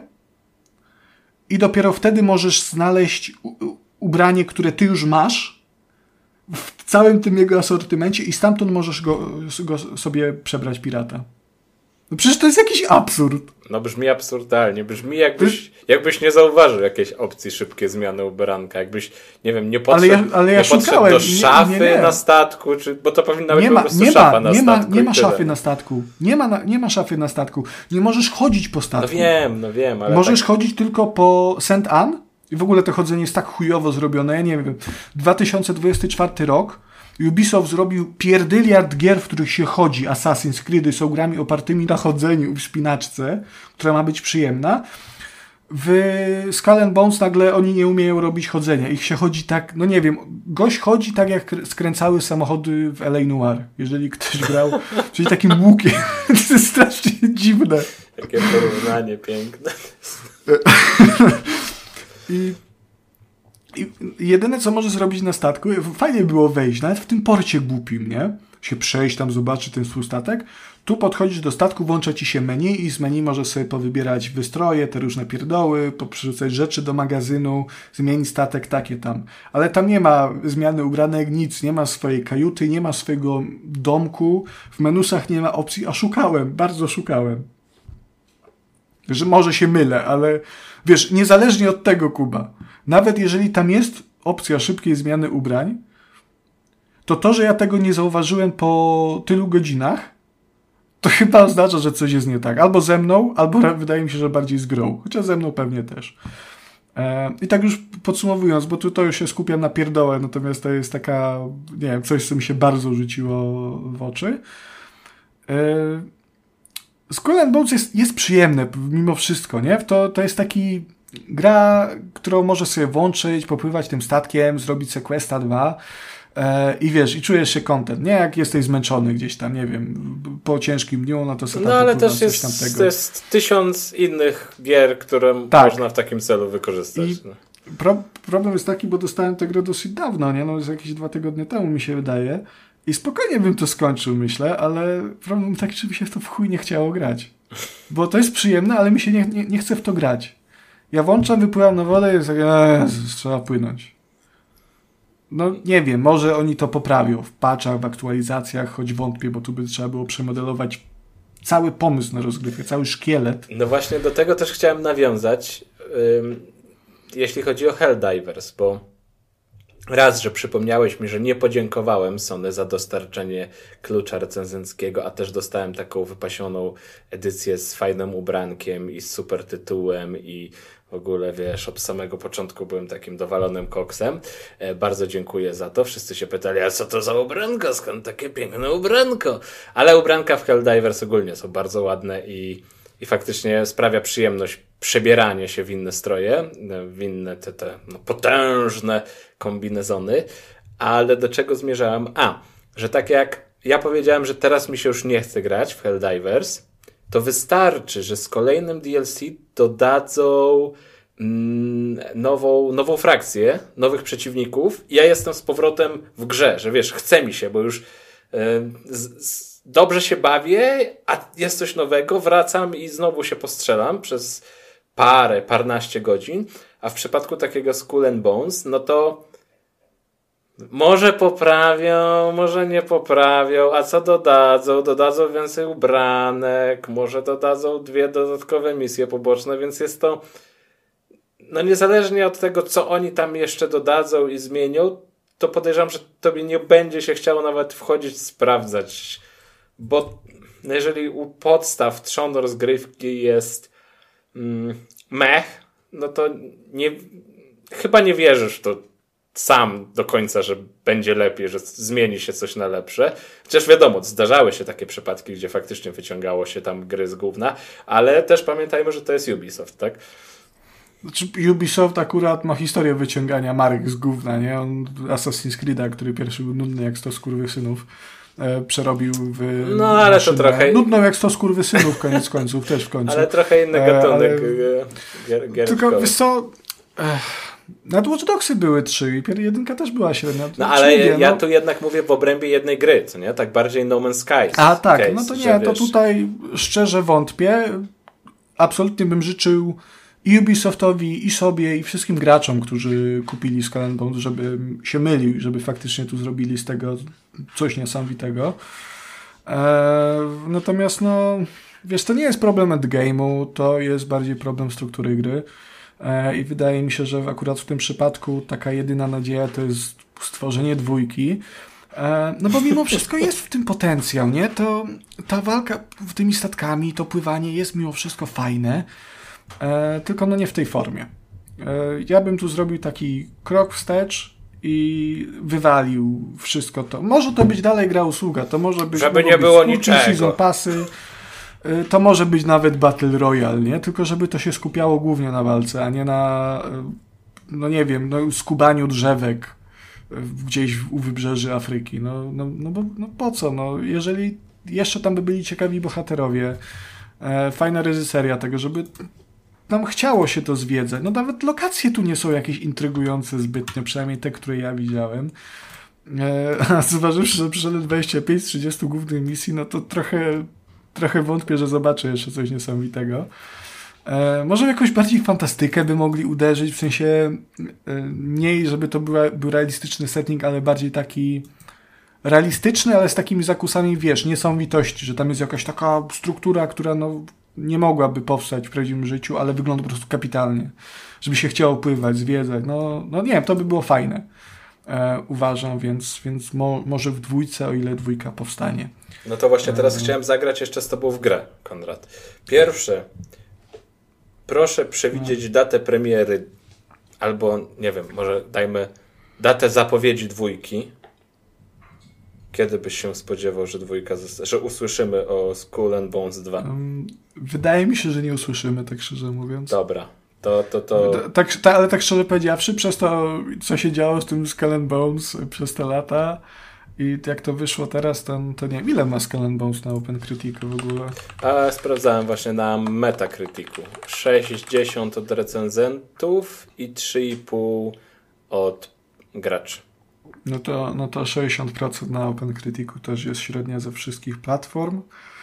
i dopiero wtedy możesz znaleźć ubranie, które ty już masz w całym tym jego asortymencie i stamtąd możesz go sobie przebrać pirata. No przecież to jest jakiś absurd. No brzmi absurdalnie. Brzmi jakbyś nie zauważył jakiejś opcji szybkiej zmiany ubranka. Jakbyś, nie wiem, nie podszedł, podszedł do szafy na statku, bo to powinna być po prostu szafa na statku. Nie ma szafy na statku. Nie ma szafy na statku. Nie możesz chodzić po statku. No wiem, ale możesz chodzić tylko po St. Anne i w ogóle to chodzenie jest tak chujowo zrobione. Ja nie wiem, 2024 rok Ubisoft zrobił pierdyliard gier, w których się chodzi. Assassin's Creed są grami opartymi na chodzeniu i wspinaczce, która ma być przyjemna. W Skull and Bones nagle oni nie umieją robić chodzenia. Ich się chodzi tak, no nie wiem, gość chodzi tak jak skręcały samochody w L.A. Noire. Jeżeli ktoś grał, czyli takim łukiem. To jest strasznie dziwne. Jakie porównanie piękne. I jedyne, co może zrobić na statku, fajnie było wejść, nawet w tym porcie głupim, nie? Się przejść tam, zobaczyć ten swój statek. Tu podchodzisz do statku, włącza ci się menu i z menu możesz sobie powybierać wystroje, te różne pierdoły, poprzerzucać rzeczy do magazynu, zmienić statek, takie tam. Ale tam nie ma zmiany ubranek, nic, nie ma swojej kajuty, nie ma swojego domku, w menusach nie ma opcji, a bardzo szukałem. Że może się mylę, ale niezależnie od tego, Kuba, nawet jeżeli tam jest opcja szybkiej zmiany ubrań, to, że ja tego nie zauważyłem po tylu godzinach, to chyba oznacza, że coś jest nie tak. Albo ze mną, albo wydaje mi się, że bardziej z grą. Chociaż ze mną pewnie też. I tak już podsumowując, bo to już się skupiam na pierdołę, natomiast to jest taka, nie wiem, coś, co mi się bardzo rzuciło w oczy. Skull and Bones jest przyjemne mimo wszystko, nie? To jest taki gra, którą możesz sobie włączyć, popływać tym statkiem, zrobić sobie questa 2 i i czujesz się content, nie? Jak jesteś zmęczony gdzieś tam, nie wiem, po ciężkim dniu, no to sobie tam ale też coś tamtego. To jest 1000 innych gier, które można w takim celu wykorzystać. Problem jest taki, bo dostałem tę grę dosyć dawno, nie? No, jakieś 2 tygodnie temu mi się wydaje. I spokojnie bym to skończył, myślę, ale problem taki, że mi się w to w chuj nie chciało grać. Bo to jest przyjemne, ale mi się nie chce w to grać. Ja włączam, wypływam na wodę i jest tak, trzeba płynąć. No nie wiem, może oni to poprawią w patchach, w aktualizacjach, choć wątpię, bo tu by trzeba było przemodelować cały pomysł na rozgrywkę, cały szkielet. No właśnie do tego też chciałem nawiązać, jeśli chodzi o Helldivers, bo raz, że przypomniałeś mi, że nie podziękowałem Sony za dostarczenie klucza recenzenckiego, a też dostałem taką wypasioną edycję z fajnym ubrankiem i z super tytułem i w ogóle, wiesz, od samego początku byłem takim dowalonym koksem. Bardzo dziękuję za to. Wszyscy się pytali, a co to za ubranko? Skąd takie piękne ubranko? Ale ubranka w Helldivers ogólnie są bardzo ładne i faktycznie sprawia przyjemność przebieranie się w inne stroje, w inne te potężne kombinezony. Ale do czego zmierzałem? Że tak jak ja powiedziałem, że teraz mi się już nie chce grać w Helldivers, to wystarczy, że z kolejnym DLC dodadzą nową frakcję, nowych przeciwników i ja jestem z powrotem w grze, że wiesz, chce mi się, bo już dobrze się bawię, a jest coś nowego, wracam i znowu się postrzelam przez parnaście godzin, a w przypadku takiego Skull and Bones, no to może poprawią, może nie poprawią, a co dodadzą? Dodadzą więcej ubranek, może dodadzą 2 dodatkowe misje poboczne, więc jest to niezależnie od tego, co oni tam jeszcze dodadzą i zmienią, to podejrzewam, że tobie nie będzie się chciało nawet wchodzić, sprawdzać, bo jeżeli u podstaw trzon rozgrywki jest mech, no to chyba nie wierzysz w to sam do końca, że będzie lepiej, że zmieni się coś na lepsze. Chociaż wiadomo, zdarzały się takie przypadki, gdzie faktycznie wyciągało się tam gry z gówna, ale też pamiętajmy, że to jest Ubisoft, tak? Znaczy, Ubisoft akurat ma historię wyciągania marek z gówna, nie? On Assassin's Creed'a, który pierwszy był nudny jak 100 skurwysynów, przerobił w ale to trochę... Nudną jak 100 skurwysynów, koniec końców, też w końcu. Ale trochę inny gatunek gier. Tylko wiesz co... Nad Watch Dogsy były 3 i jedynka też była średnia. Ale ja tu jednak mówię w obrębie jednej gry, co nie? Tak bardziej No Man's Sky. A tak, case, no to nie, to tutaj szczerze wątpię. Absolutnie bym życzył i Ubisoftowi, i sobie, i wszystkim graczom, którzy kupili Skull and Bones, żeby się mylił, żeby faktycznie tu zrobili z tego coś niesamowitego. Natomiast wiesz, to nie jest problem endgame'u, to jest bardziej problem struktury gry. I wydaje mi się, że akurat w tym przypadku taka jedyna nadzieja to jest stworzenie 2. No bo mimo wszystko jest w tym potencjał, nie? To ta walka tymi statkami, to pływanie jest mimo wszystko fajne, tylko nie w tej formie. Ja bym tu zrobił taki krok wstecz i wywalił wszystko to. Może to być dalej gra usługa, to może być... Żeby nie było niczego. Season passy, to może być nawet Battle Royale, nie? Tylko żeby to się skupiało głównie na walce, a nie na skubaniu drzewek gdzieś u wybrzeży Afryki. Bo po co? Jeżeli jeszcze tam by byli ciekawi bohaterowie, fajna reżyseria tego, żeby nam chciało się to zwiedzać. Nawet lokacje tu nie są jakieś intrygujące zbytnio, przynajmniej te, które ja widziałem. A zważywszy, że przyszedłem 25 z 30 głównych misji, to trochę wątpię, że zobaczę jeszcze coś niesamowitego. Może jakąś bardziej fantastykę by mogli uderzyć, w sensie mniej, żeby to był realistyczny setting, ale bardziej taki realistyczny, ale z takimi zakusami, wiesz, niesamowitości, że tam jest jakaś taka struktura, która nie mogłaby powstać w prawdziwym życiu, ale wygląda po prostu kapitalnie. Żeby się chciało pływać, zwiedzać. Nie wiem, to by było fajne. Uważam, więc może w 2, o ile 2 powstanie. No to właśnie teraz chciałem zagrać jeszcze z tobą w grę, Konrad. Pierwsze, proszę przewidzieć datę premiery, albo nie wiem, może dajmy datę zapowiedzi 2. Kiedy byś się spodziewał, że usłyszymy o Skull and Bones 2? Wydaje mi się, że nie usłyszymy, tak szczerze mówiąc. Dobra. Ale tak szczerze powiedziawszy, przez to, co się działo z tym Skull and Bones przez te lata i jak to wyszło teraz, to nie wiem, ile ma Skull and Bones na OpenCriticu w ogóle? Sprawdzałem właśnie na Metacriticu. 60 od recenzentów i 3,5 od graczy. No to 60% na OpenCriticu też jest średnia ze wszystkich platform.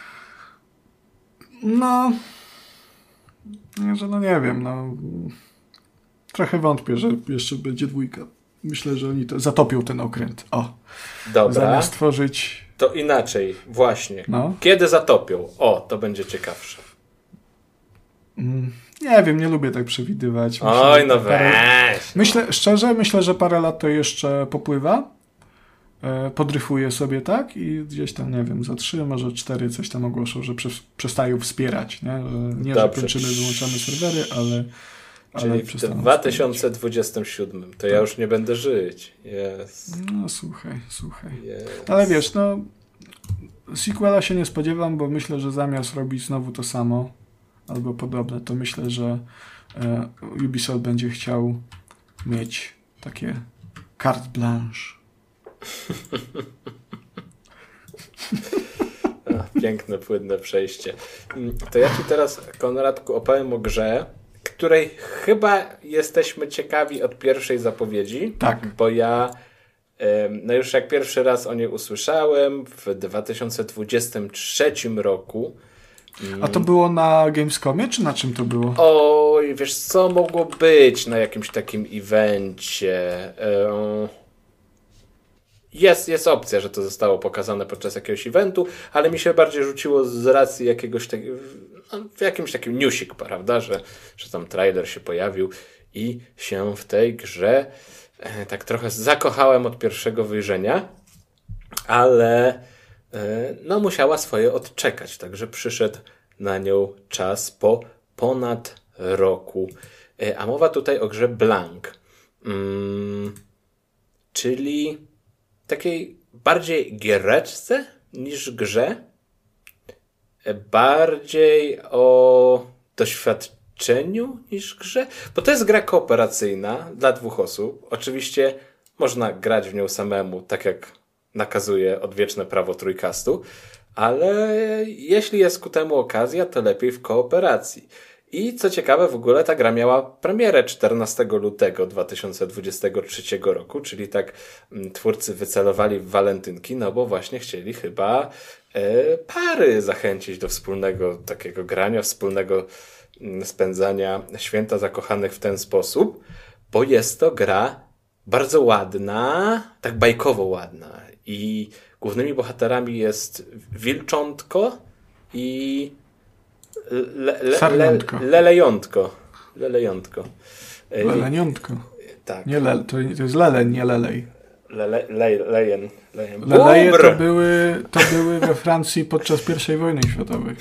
Nie wiem, trochę wątpię, że jeszcze będzie 2. Myślę, że oni to zatopią ten okręt. Dobra. Zamiast tworzyć... To inaczej, właśnie. Kiedy zatopią? To będzie ciekawsze. Nie wiem, nie lubię tak przewidywać. Oj, no weź. Myślę, że parę lat to jeszcze popływa. Podryfuje sobie, tak? I gdzieś tam, nie wiem, za 3, może 4 coś tam ogłoszą, że przestają wspierać, nie? Nie, że kończymy, wyłączamy serwery, ale czyli w 2027 to ja już nie będę żyć. Yes. No słuchaj. Yes. Ale wiesz, no sequela się nie spodziewam, bo myślę, że zamiast robić znowu to samo albo podobne, to myślę, że Ubisoft będzie chciał mieć takie carte blanche. Piękne, płynne przejście. To ja ci teraz, Konradku, opowiem o grze, której chyba jesteśmy ciekawi od pierwszej zapowiedzi. Tak. Bo ja no już jak pierwszy raz o niej usłyszałem w 2023 roku. A to było na Gamescomie, czy na czym to było? Oj, wiesz co mogło być na jakimś takim evencie? Jest opcja, że to zostało pokazane podczas jakiegoś eventu, ale mi się bardziej rzuciło z racji jakiegoś takiego, w jakimś takim newsik, prawda, że tam trailer się pojawił i się w tej grze tak trochę zakochałem od pierwszego wyjrzenia, ale no musiała swoje odczekać, także przyszedł na nią czas po ponad roku. A mowa tutaj o grze Blank, czyli takiej bardziej giereczce niż grze, bardziej o doświadczeniu niż grze, bo to jest gra kooperacyjna dla 2 osób. Oczywiście można grać w nią samemu, tak jak nakazuje odwieczne prawo trójkastu, ale jeśli jest ku temu okazja, to lepiej w kooperacji. I co ciekawe, w ogóle ta gra miała premierę 14 lutego 2023 roku, czyli tak twórcy wycelowali w walentynki, no bo właśnie chcieli chyba pary zachęcić do wspólnego takiego grania, wspólnego spędzania święta zakochanych w ten sposób, bo jest to gra bardzo ładna, tak bajkowo ładna i głównymi bohaterami jest wilczątko i Lelejątko. Leleniątko. Tak. Nie to jest leleń, nie lelej. Lejen. Leleje to były we Francji podczas I wojny światowej.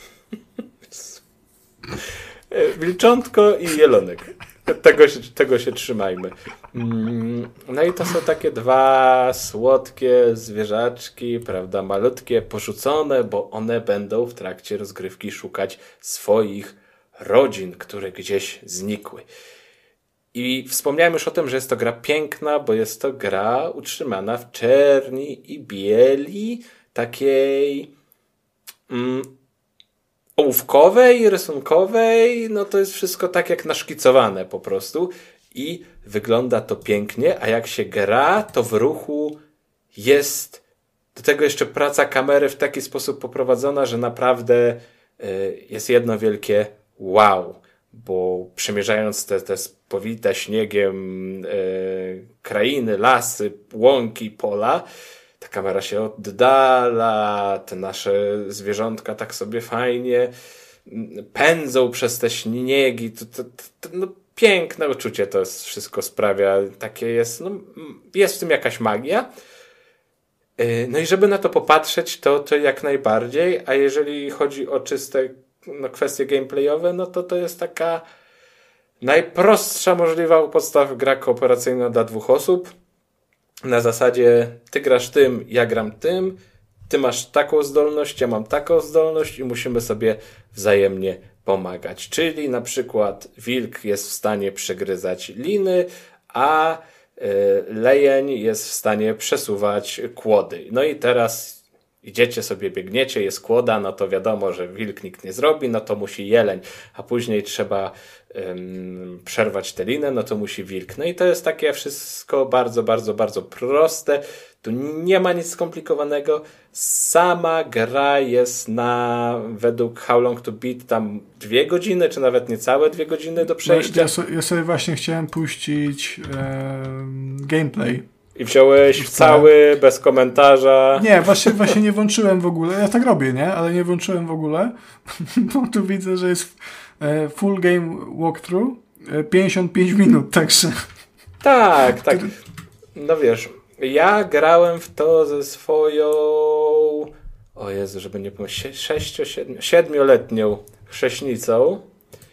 Wilczątko i jelonek. Tego się trzymajmy. No i to są takie 2 słodkie zwierzaczki, prawda, malutkie, porzucone, bo one będą w trakcie rozgrywki szukać swoich rodzin, które gdzieś znikły. I wspomniałem już o tym, że jest to gra piękna, bo jest to gra utrzymana w czerni i bieli, takiej ołówkowej, rysunkowej, no to jest wszystko tak jak naszkicowane po prostu i wygląda to pięknie, a jak się gra, to w ruchu jest do tego jeszcze praca kamery w taki sposób poprowadzona, że naprawdę jest jedno wielkie wow, bo przemierzając te spowite śniegiem krainy, lasy, łąki, pola, ta kamera się oddala, te nasze zwierzątka tak sobie fajnie pędzą przez te śniegi. No, piękne uczucie to jest wszystko sprawia. Takie jest, no, jest w tym jakaś magia. No i żeby na to popatrzeć, to jak najbardziej, a jeżeli chodzi o czyste kwestie gameplayowe, no to jest taka najprostsza możliwa u podstaw gra kooperacyjna dla 2 osób. Na zasadzie ty grasz tym, ja gram tym, ty masz taką zdolność, ja mam taką zdolność i musimy sobie wzajemnie pomagać. Czyli na przykład wilk jest w stanie przegryzać liny, a lejeń jest w stanie przesuwać kłody. No i teraz idziecie sobie, biegniecie, jest kłoda, no to wiadomo, że wilk nikt nie zrobi, no to musi jeleń, a później trzeba przerwać tę linę, no to musi wilk. No i to jest takie wszystko bardzo, bardzo, bardzo proste. Tu nie ma nic skomplikowanego. Sama gra jest według How Long to Beat tam 2 godziny, czy nawet niecałe 2 godziny do przejścia. Ja sobie właśnie chciałem puścić gameplay I wziąłeś cały, bez komentarza. Nie, właśnie nie włączyłem w ogóle. Ja tak robię, nie? Ale nie włączyłem w ogóle. Bo tu widzę, że jest full game walkthrough. 55 minut, także... Tak. No wiesz, ja grałem w to ze swoją... O Jezu, żeby nie pomyśleć, 7-letnią chrześnicą.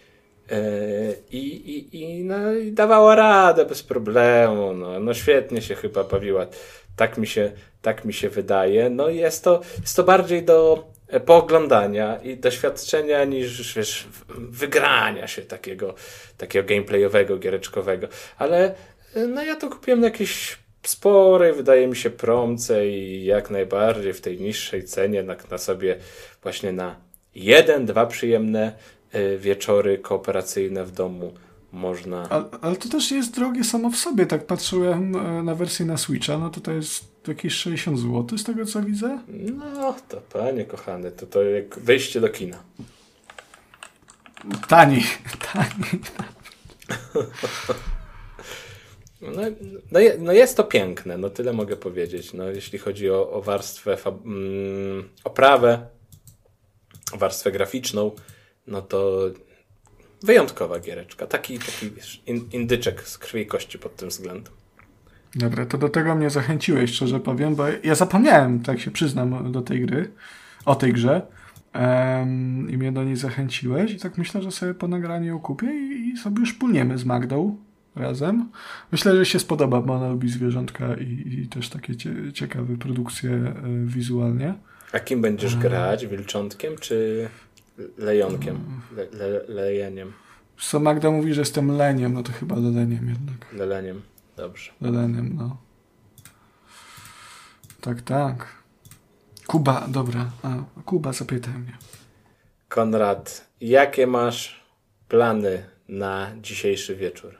I dawała radę bez problemu. No świetnie się chyba bawiła. Tak mi się wydaje. No i jest to bardziej do pooglądania i doświadczenia niż, wiesz, wygrania się takiego gameplayowego, giereczkowego. Ale no ja to kupiłem na jakieś sporej, wydaje mi się, promce i jak najbardziej w tej niższej cenie na sobie właśnie na 1-2 przyjemne wieczory kooperacyjne w domu można... Ale to też jest drogie samo w sobie. Tak patrzyłem na wersję na Switcha, no to jest jakieś 60 zł z tego co widzę. No to panie kochany, to jak wyjście do kina. Taniej. No jest to piękne, no tyle mogę powiedzieć. No jeśli chodzi o warstwę, oprawę, warstwę graficzną, no to wyjątkowa giereczka. Taki wiesz, indyczek z krwi i kości pod tym względem. Dobra, to do tego mnie zachęciłeś, szczerze powiem, bo ja zapomniałem, tak się przyznam, o tej grze i mnie do niej zachęciłeś i tak myślę, że sobie po nagraniu ją kupię i sobie już pulniemy z Magdą razem. Myślę, że się spodoba, bo ona lubi zwierzątka i też takie ciekawe produkcje wizualnie. A kim będziesz grać? Wilczątkiem czy lejonkiem? Lejeniem? Co Magda mówi, że jestem leniem, no to chyba leleniem jednak. Leleniem, dobrze. Leleniem, no. Tak. Kuba, dobra. Kuba, zapytaj mnie. Konrad, jakie masz plany na dzisiejszy wieczór?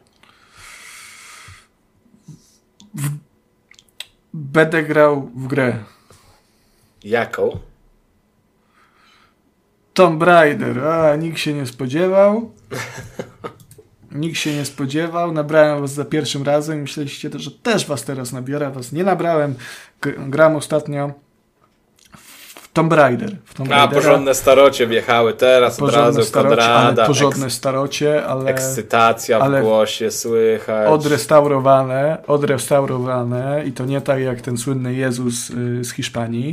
Będę grał w grę. Jaką? Tomb Raider. Nikt się nie spodziewał. Nabrałem was za pierwszym razem. Myśleliście, że też was teraz nabiorę. Was nie nabrałem. Gram ostatnio w Tomb Raider. Porządne starocie wjechały teraz od razu Konrada. Porządne starocie, ale... Ekscytacja w głosie słychać. Odrestaurowane i to nie tak jak ten słynny Jezus z Hiszpanii.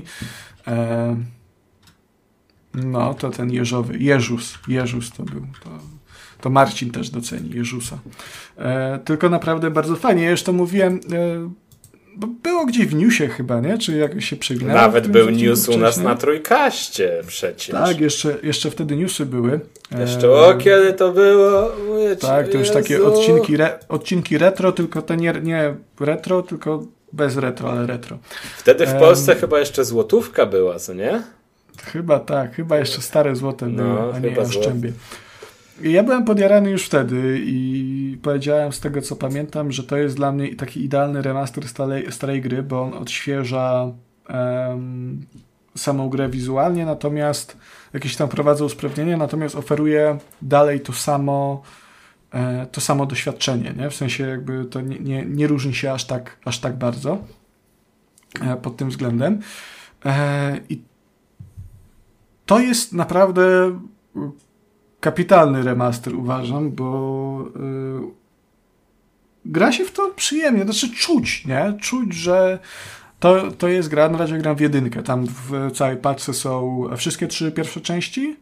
No, to ten Jezus to był. To Marcin też doceni Jezusa. Tylko naprawdę bardzo fajnie. Ja już to mówiłem... Bo było gdzieś w newsie chyba, nie? Czy jakoś się przewinęło? Nawet był news u nas na Trójkaście przecież. Tak, jeszcze wtedy newsy były. Kiedy to było? Tak, to już takie odcinki retro, tylko to nie retro, tylko bez retro, ale retro. Wtedy w Polsce chyba jeszcze złotówka była, co nie? Chyba tak, chyba jeszcze stare złote były, a nie jaszczębie. I ja byłem podjarany już wtedy i powiedziałem z tego, co pamiętam, że to jest dla mnie taki idealny remaster starej gry, bo on odświeża samą grę wizualnie, natomiast jakieś tam wprowadza usprawnienia, natomiast oferuje dalej to samo doświadczenie, nie? W sensie jakby to nie różni się aż tak bardzo pod tym względem. I to jest naprawdę kapitalny remaster, uważam, bo gra się w to przyjemnie, znaczy czuć, nie? Czuć, że to jest gra, na razie gram w 1. Tam w całej paczce są wszystkie 3 pierwsze części,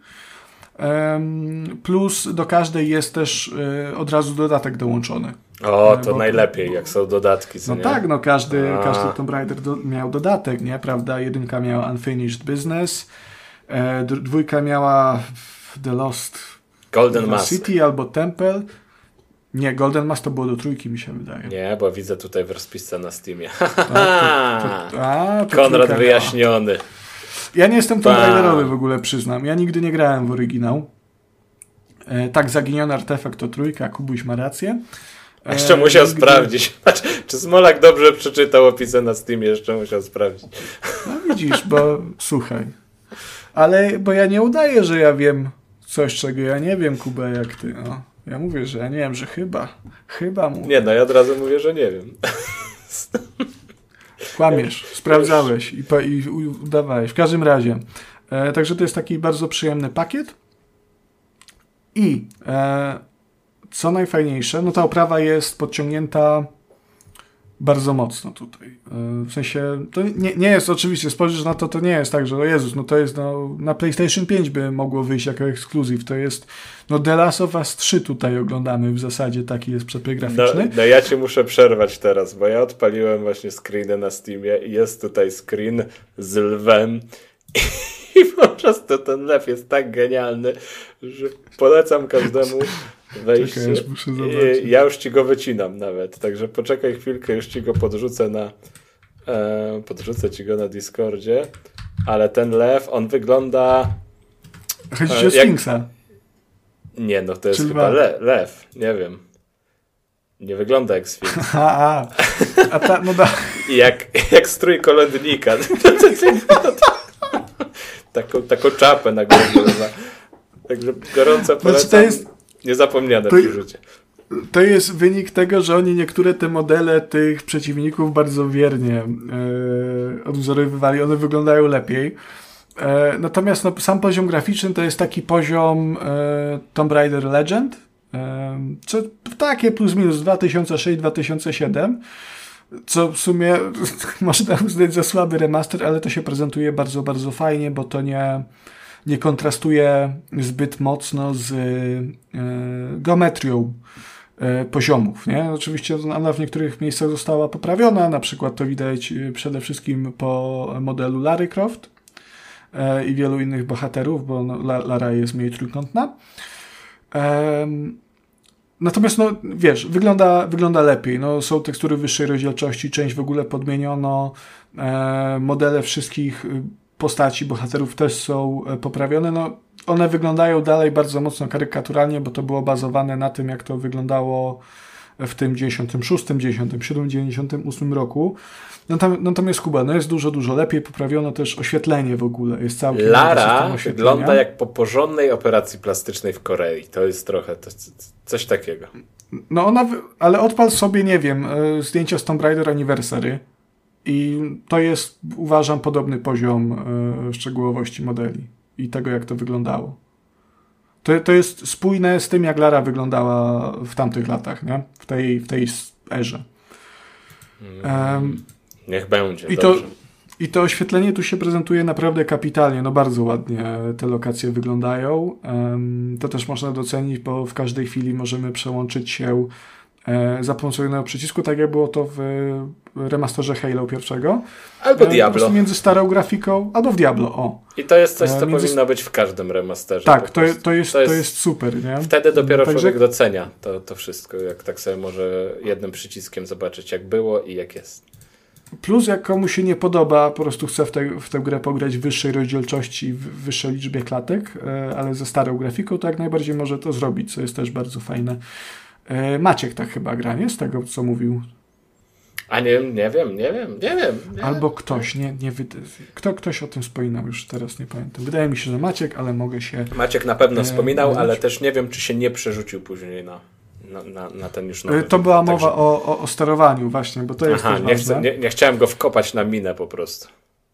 plus do każdej jest też od razu dodatek dołączony. To najlepiej, jak są dodatki. No nie? Tak, każdy Tomb Raider miał dodatek, nie? Prawda? 1 miała Unfinished Business, 2 miała The Lost Golden Mask City albo Temple. Nie, Golden Mask to było do 3, mi się wydaje. Nie, bo widzę tutaj w rozpisce na Steamie. To Konrad wyjaśniony. Ja nie jestem Tomb Raiderowy w ogóle, przyznam. Ja nigdy nie grałem w oryginał. Tak, Zaginiony Artefakt to 3, Kubuś ma rację. Jeszcze musiał sprawdzić. Czy Smolak dobrze przeczytał opisę na Steamie? Jeszcze musiał sprawdzić. No widzisz, bo słuchaj. Bo ja nie udaję, że ja wiem coś, czego ja nie wiem, Kuba, jak ty. No. Ja mówię, że ja nie wiem, że chyba mówię. Nie, ja od razu mówię, że nie wiem. Kłamiesz, sprawdzałeś i udawałeś. W każdym razie. Także to jest taki bardzo przyjemny pakiet. I co najfajniejsze, no ta oprawa jest podciągnięta bardzo mocno tutaj. W sensie, to nie jest oczywiście, spojrzysz na to nie jest tak, że o Jezus, no to jest na PlayStation 5 by mogło wyjść jako ekskluzyw. To jest, The Last of Us 3 tutaj oglądamy w zasadzie, taki jest przepis graficzny. No ja ci muszę przerwać teraz, bo ja odpaliłem właśnie screeny na Steamie i jest tutaj screen z lwem i po prostu ten lew jest tak genialny, że polecam każdemu wejść. Czekaj, muszę zobaczyć. Ja już ci go wycinam nawet, także poczekaj chwilkę, już ci go podrzucę podrzucę ci go na Discordzie, ale ten lew, on wygląda... Chodzi ci o Sfinksa. Nie, no to jest chyba lew, nie wiem. Nie wygląda jak Sfinks. Jak strój kolędnika. Taką czapę na górę. Także gorąco polecam. To jest niezapomniane przeżycie. To jest wynik tego, że oni niektóre te modele tych przeciwników bardzo wiernie odwzorowywali. One wyglądają lepiej. Natomiast sam poziom graficzny to jest taki poziom Tomb Raider Legend, co takie plus minus 2006-2007, co w sumie można uznać za słaby remaster, ale to się prezentuje bardzo, bardzo fajnie, bo to nie kontrastuje zbyt mocno z geometrią poziomów. Nie? Oczywiście ona w niektórych miejscach została poprawiona, na przykład to widać przede wszystkim po modelu Lara Croft i wielu innych bohaterów, bo Lara jest mniej trójkątna. Natomiast wiesz, wygląda lepiej. Są tekstury wyższej rozdzielczości, część w ogóle podmieniono, modele wszystkich postaci, bohaterów też są poprawione. One wyglądają dalej bardzo mocno karykaturalnie, bo to było bazowane na tym, jak to wyglądało w tym 96, 97, 98 roku. Natomiast Kuba, jest dużo, dużo lepiej. Poprawiono też oświetlenie w ogóle. Jest całkiem Lara wygląda jak po porządnej operacji plastycznej w Korei. To jest trochę coś takiego. Ale odpal sobie, nie wiem, zdjęcia z Tomb Raider Anniversary i to jest, uważam, podobny poziom szczegółowości modeli i tego, jak to wyglądało. To jest spójne z tym, jak Lara wyglądała w tamtych latach, nie? W tej erze. Niech będzie. I to oświetlenie tu się prezentuje naprawdę kapitalnie. Bardzo ładnie te lokacje wyglądają. To też można docenić, bo w każdej chwili możemy przełączyć się za pomocą jednego przycisku, tak jak było to w remasterze Halo pierwszego. Albo Diablo. Między starą grafiką, albo w Diablo, o. I to jest coś, co powinno być w każdym remasterze. Tak, to jest super, nie? Wtedy dopiero człowiek docenia to wszystko, jak tak sobie może jednym przyciskiem zobaczyć, jak było i jak jest. Plus, jak komuś się nie podoba, po prostu chce w tę grę pograć w wyższej rozdzielczości, w wyższej liczbie klatek, ale ze starą grafiką, to jak najbardziej może to zrobić, co jest też bardzo fajne. Maciek tak chyba gra, nie? Z tego, co mówił. A nie wiem. Albo ktoś, ktoś o tym wspominał, już teraz nie pamiętam. Wydaje mi się, że Maciek, ale mogę się... Maciek na pewno wspominał, ale też nie wiem, czy się nie przerzucił później na ten już nowy. To była mowa o sterowaniu właśnie, bo to jest też ważne. Nie chciałem go wkopać na minę po prostu.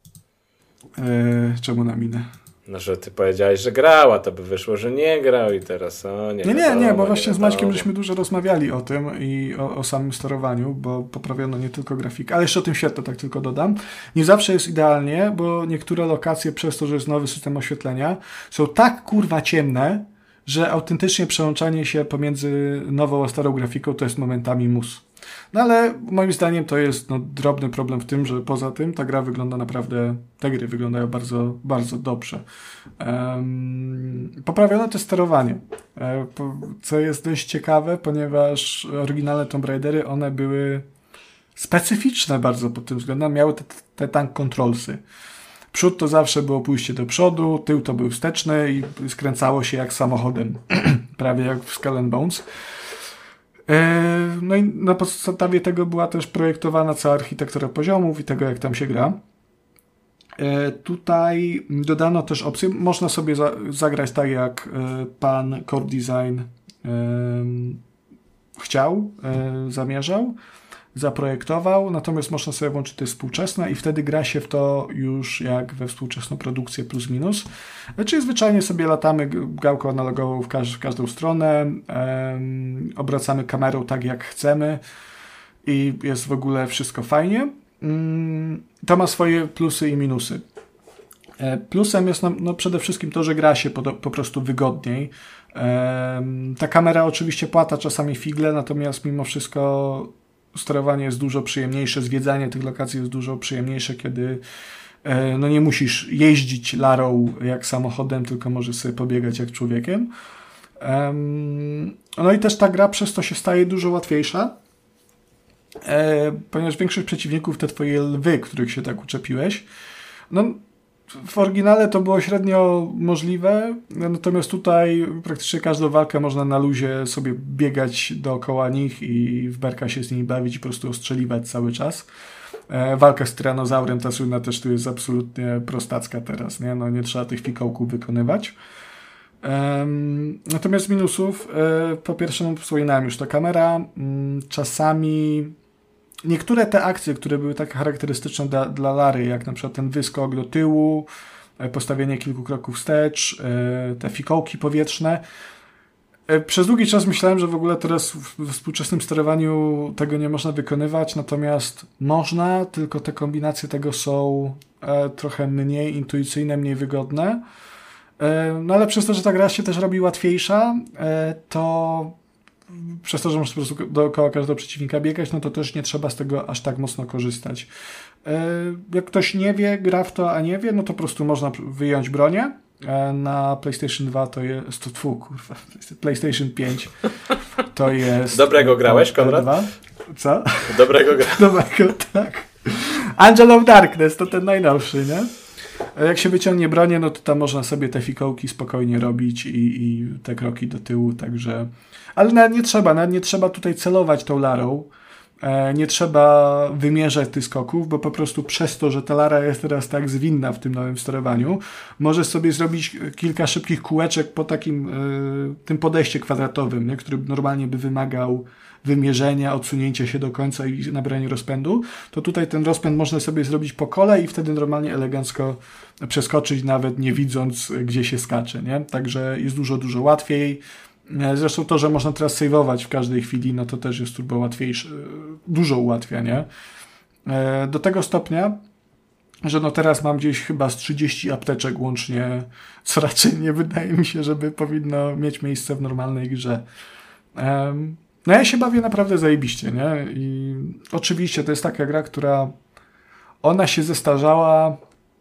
Czemu na minę? Że ty powiedziałeś, że grała, to by wyszło, że nie grał i teraz nie, bo właśnie z Maćkiem żeśmy dużo rozmawiali o tym i o samym sterowaniu, bo poprawiono nie tylko grafikę, ale jeszcze o tym świetle tak tylko dodam. Nie zawsze jest idealnie, bo niektóre lokacje przez to, że jest nowy system oświetlenia, są tak kurwa ciemne, że autentycznie przełączanie się pomiędzy nową a starą grafiką to jest momentami mus. Ale moim zdaniem to jest drobny problem w tym, że poza tym ta gra wygląda naprawdę, te gry wyglądają bardzo, bardzo dobrze. Poprawiono też sterowanie, co jest dość ciekawe, ponieważ oryginalne Tomb Raidery, one były specyficzne bardzo pod tym względem, miały te tank controlsy. Przód to zawsze było pójście do przodu, tył to był wsteczny i skręcało się jak samochodem, prawie jak w Skull and Bones. No i na podstawie tego była też projektowana cała architektura poziomów i tego, jak tam się gra. Tutaj dodano też opcję, można sobie zagrać tak, jak pan Core Design chciał, zamierzał. zaprojektował, natomiast można sobie włączyć te współczesne i wtedy gra się w to już jak we współczesną produkcję plus minus. Czyli zwyczajnie sobie latamy gałką analogową w każdą stronę, obracamy kamerą tak jak chcemy i jest w ogóle wszystko fajnie. To ma swoje plusy i minusy. Plusem jest przede wszystkim to, że gra się po prostu wygodniej. Ta kamera oczywiście płata czasami figle, natomiast mimo wszystko sterowanie jest dużo przyjemniejsze, zwiedzanie tych lokacji jest dużo przyjemniejsze, kiedy nie musisz jeździć larą jak samochodem, tylko możesz sobie pobiegać jak człowiekiem. No i też ta gra przez to się staje dużo łatwiejsza, ponieważ większość przeciwników te twoje lwy, których się tak uczepiłeś, w oryginale to było średnio możliwe, natomiast tutaj praktycznie każdą walkę można na luzie sobie biegać dookoła nich i w berka się z nimi bawić i po prostu ostrzeliwać cały czas. Walka z tyranozaurem, ta słynna też tu jest absolutnie prostacka teraz, nie? Nie trzeba tych fikołków wykonywać. Natomiast minusów, po pierwsze wspominałem już, ta kamera czasami... Niektóre te akcje, które były tak charakterystyczne dla Lary, jak na przykład ten wyskok do tyłu, postawienie kilku kroków wstecz, te fikołki powietrzne. Przez długi czas myślałem, że w ogóle teraz w współczesnym sterowaniu tego nie można wykonywać, natomiast można, tylko te kombinacje tego są trochę mniej intuicyjne, mniej wygodne. Ale przez to, że ta gra się też robi łatwiejsza, to przez to, że możesz po prostu dookoła każdego przeciwnika biegać, to też nie trzeba z tego aż tak mocno korzystać. Jak ktoś nie wie, gra w to, a nie wie, to po prostu można wyjąć bronię. Na PlayStation 2 to jest... PlayStation 5 to jest... Dobrego grałeś, Konrad? Co? Dobrego grałeś. Dobrego, tak. Angel of Darkness to ten najnowszy, nie? Jak się wyciągnie bronię, to tam można sobie te fikołki spokojnie robić i te kroki do tyłu, także... Ale nawet nie trzeba tutaj celować tą Larą, nie trzeba wymierzać tych skoków, bo po prostu przez to, że ta Lara jest teraz tak zwinna w tym nowym sterowaniu, możesz sobie zrobić kilka szybkich kółeczek po takim tym podejście kwadratowym, nie? Który normalnie by wymagał wymierzenia, odsunięcia się do końca i nabrania rozpędu, to tutaj ten rozpęd można sobie zrobić po kole i wtedy normalnie elegancko przeskoczyć, nawet nie widząc, gdzie się skacze, nie? Także jest dużo, dużo łatwiej. Zresztą to, że można teraz save'ować w każdej chwili, to też jest turbo łatwiejsze, dużo ułatwia, nie? Do tego stopnia, że teraz mam gdzieś chyba z 30 apteczek łącznie, co raczej nie wydaje mi się, żeby powinno mieć miejsce w normalnej grze. Ja się bawię naprawdę zajebiście, nie? I oczywiście to jest taka gra, która ona się zestarzała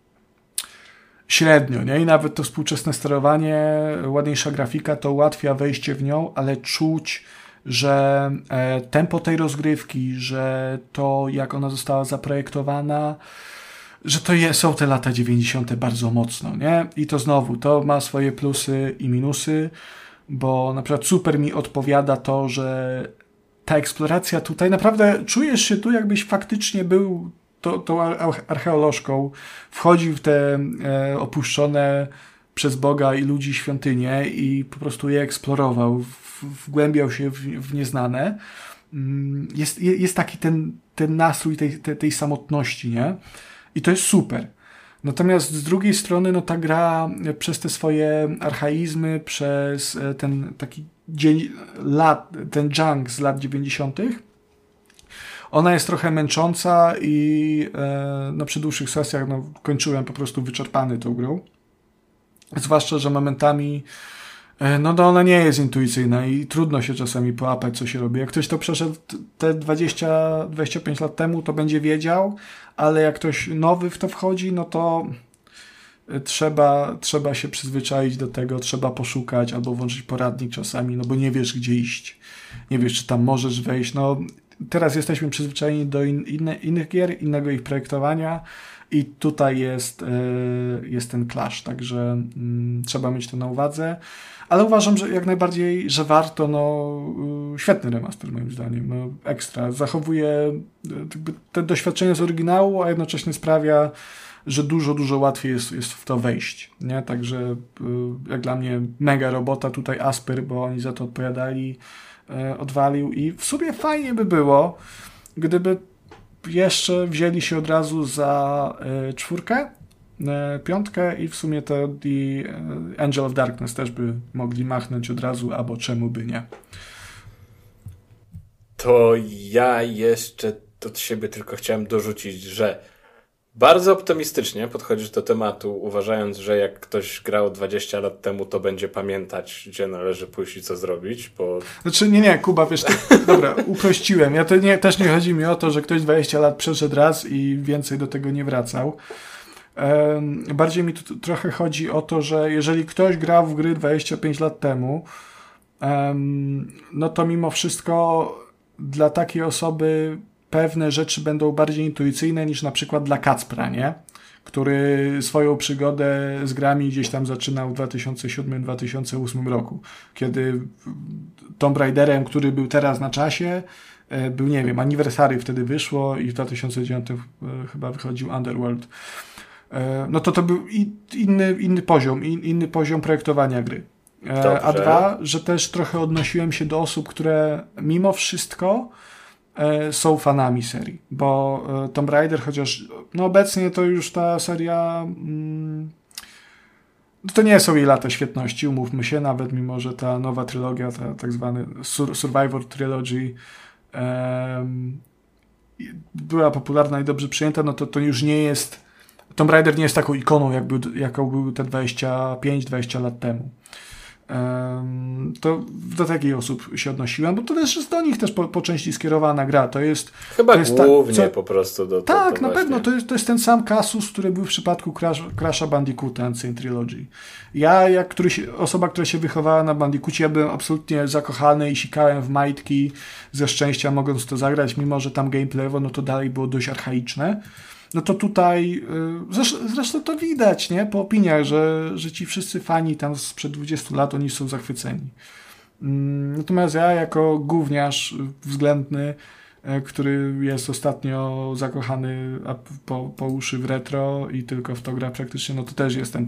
średnio, nie? I nawet to współczesne sterowanie, ładniejsza grafika to ułatwia wejście w nią, ale czuć, że tempo tej rozgrywki, że to jak ona została zaprojektowana, że to są te lata 90. bardzo mocno, nie? I to znowu, to ma swoje plusy i minusy, bo na przykład super mi odpowiada to, że ta eksploracja tutaj, naprawdę czujesz się tu, jakbyś faktycznie był tą archeolożką, wchodził w te opuszczone przez Boga i ludzi świątynie i po prostu je eksplorował, wgłębiał się w nieznane. Jest taki ten nastrój tej samotności, nie? I to jest super. Natomiast z drugiej strony, ta gra przez te swoje archaizmy, przez ten taki ten junk z lat 90., ona jest trochę męcząca i przy dłuższych sesjach kończyłem po prostu wyczerpany tą grą. Zwłaszcza, że momentami ona nie jest intuicyjna i trudno się czasami połapać, co się robi. Jak ktoś to przeszedł te 20-25 lat temu, to będzie wiedział, ale jak ktoś nowy w to wchodzi, to trzeba się przyzwyczaić do tego, trzeba poszukać albo włączyć poradnik czasami, bo nie wiesz, gdzie iść. Nie wiesz, czy tam możesz wejść. Teraz jesteśmy przyzwyczajeni do innych gier, innego ich projektowania i tutaj jest ten clash, także trzeba mieć to na uwadze. Ale uważam, że jak najbardziej, że warto, świetny remaster moim zdaniem, ekstra. Zachowuje te doświadczenie z oryginału, a jednocześnie sprawia, że dużo, dużo łatwiej jest w to wejść, nie? Także jak dla mnie mega robota tutaj Asper, bo oni za to odpowiadali, odwalił i w sumie fajnie by było, gdyby jeszcze wzięli się od razu za 4, 5 i w sumie to Angel of Darkness też by mogli machnąć od razu, albo czemu by nie. To ja jeszcze od siebie tylko chciałem dorzucić, że bardzo optymistycznie podchodzisz do tematu, uważając, że jak ktoś grał 20 lat temu, to będzie pamiętać, gdzie należy pójść i co zrobić, bo... Znaczy nie, Kuba, wiesz, dobra, uprościłem. Też nie chodzi mi o to, że ktoś 20 lat przeszedł raz i więcej do tego nie wracał. Bardziej mi tu trochę chodzi o to, że jeżeli ktoś grał w gry 25 lat temu, no to mimo wszystko dla takiej osoby pewne rzeczy będą bardziej intuicyjne niż na przykład dla Kacpra, nie? Który swoją przygodę z grami gdzieś tam zaczynał w 2007-2008 roku, kiedy Tomb Raiderem, który był teraz na czasie, był, nie wiem, Anniversary wtedy wyszło i w 2009 chyba wychodził Underworld. No to był inny poziom projektowania gry. Dobrze. A dwa, że też trochę odnosiłem się do osób, które mimo wszystko są fanami serii, bo Tomb Raider, chociaż no obecnie to już ta seria to nie są jej lata świetności, umówmy się, nawet mimo, że ta nowa trylogia, ta tak zwany Survivor Trilogy była popularna i dobrze przyjęta, no to już nie jest, Tomb Raider nie jest taką ikoną, jaką był te 25-20 lat temu. To do takich osób się odnosiłem, bo to też jest do nich też po części skierowana gra. To jest chyba to jest głównie po prostu do tak, to na pewno. To jest ten sam kasus, który był w przypadku Crash'a Bandicoota Ancient Trilogy. Ja, jak osoba, która się wychowała na Bandicoocie, ja byłem absolutnie zakochany i sikałem w majtki ze szczęścia, mogąc to zagrać, mimo że tam gameplayowo no to dalej było dość archaiczne. No to tutaj, zresztą to widać, nie? Po opiniach, że ci wszyscy fani tam sprzed 20 lat, oni są zachwyceni. Natomiast ja jako gówniarz względny, który jest ostatnio zakochany po uszy w retro i tylko w to gra praktycznie, no to też jestem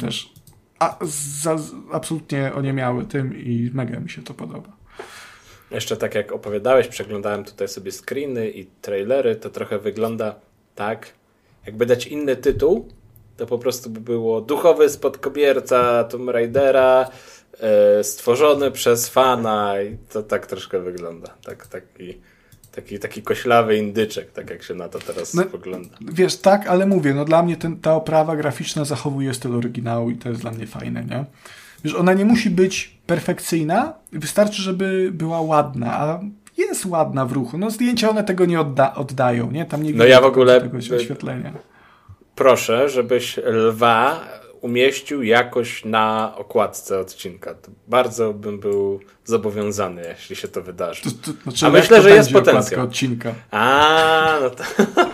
absolutnie oniemiały tym i mega mi się to podoba. Jeszcze tak jak opowiadałeś, przeglądałem tutaj sobie screeny i trailery, to trochę wygląda tak, jakby dać inny tytuł, to po prostu by było duchowy spadkobierca Tomb Raidera, stworzony przez fana i to tak troszkę wygląda. Taki koślawy indyczek, tak jak się na to teraz spogląda. Wiesz, tak, ale mówię, no dla mnie ta oprawa graficzna zachowuje styl oryginału i to jest dla mnie fajne, nie? Wiesz, ona nie musi być perfekcyjna, wystarczy, żeby była ładna, a jest ładna w ruchu. No zdjęcia one tego nie oddają, nie? Tam nie widać ja w ogóle tego oświetlenia. Proszę, żebyś lwa umieścił jakoś na okładce odcinka. To bardzo bym był zobowiązany, jeśli się to wydarzy. Znaczy, a myślę, że jest potencjał. Okładka odcinka. No to...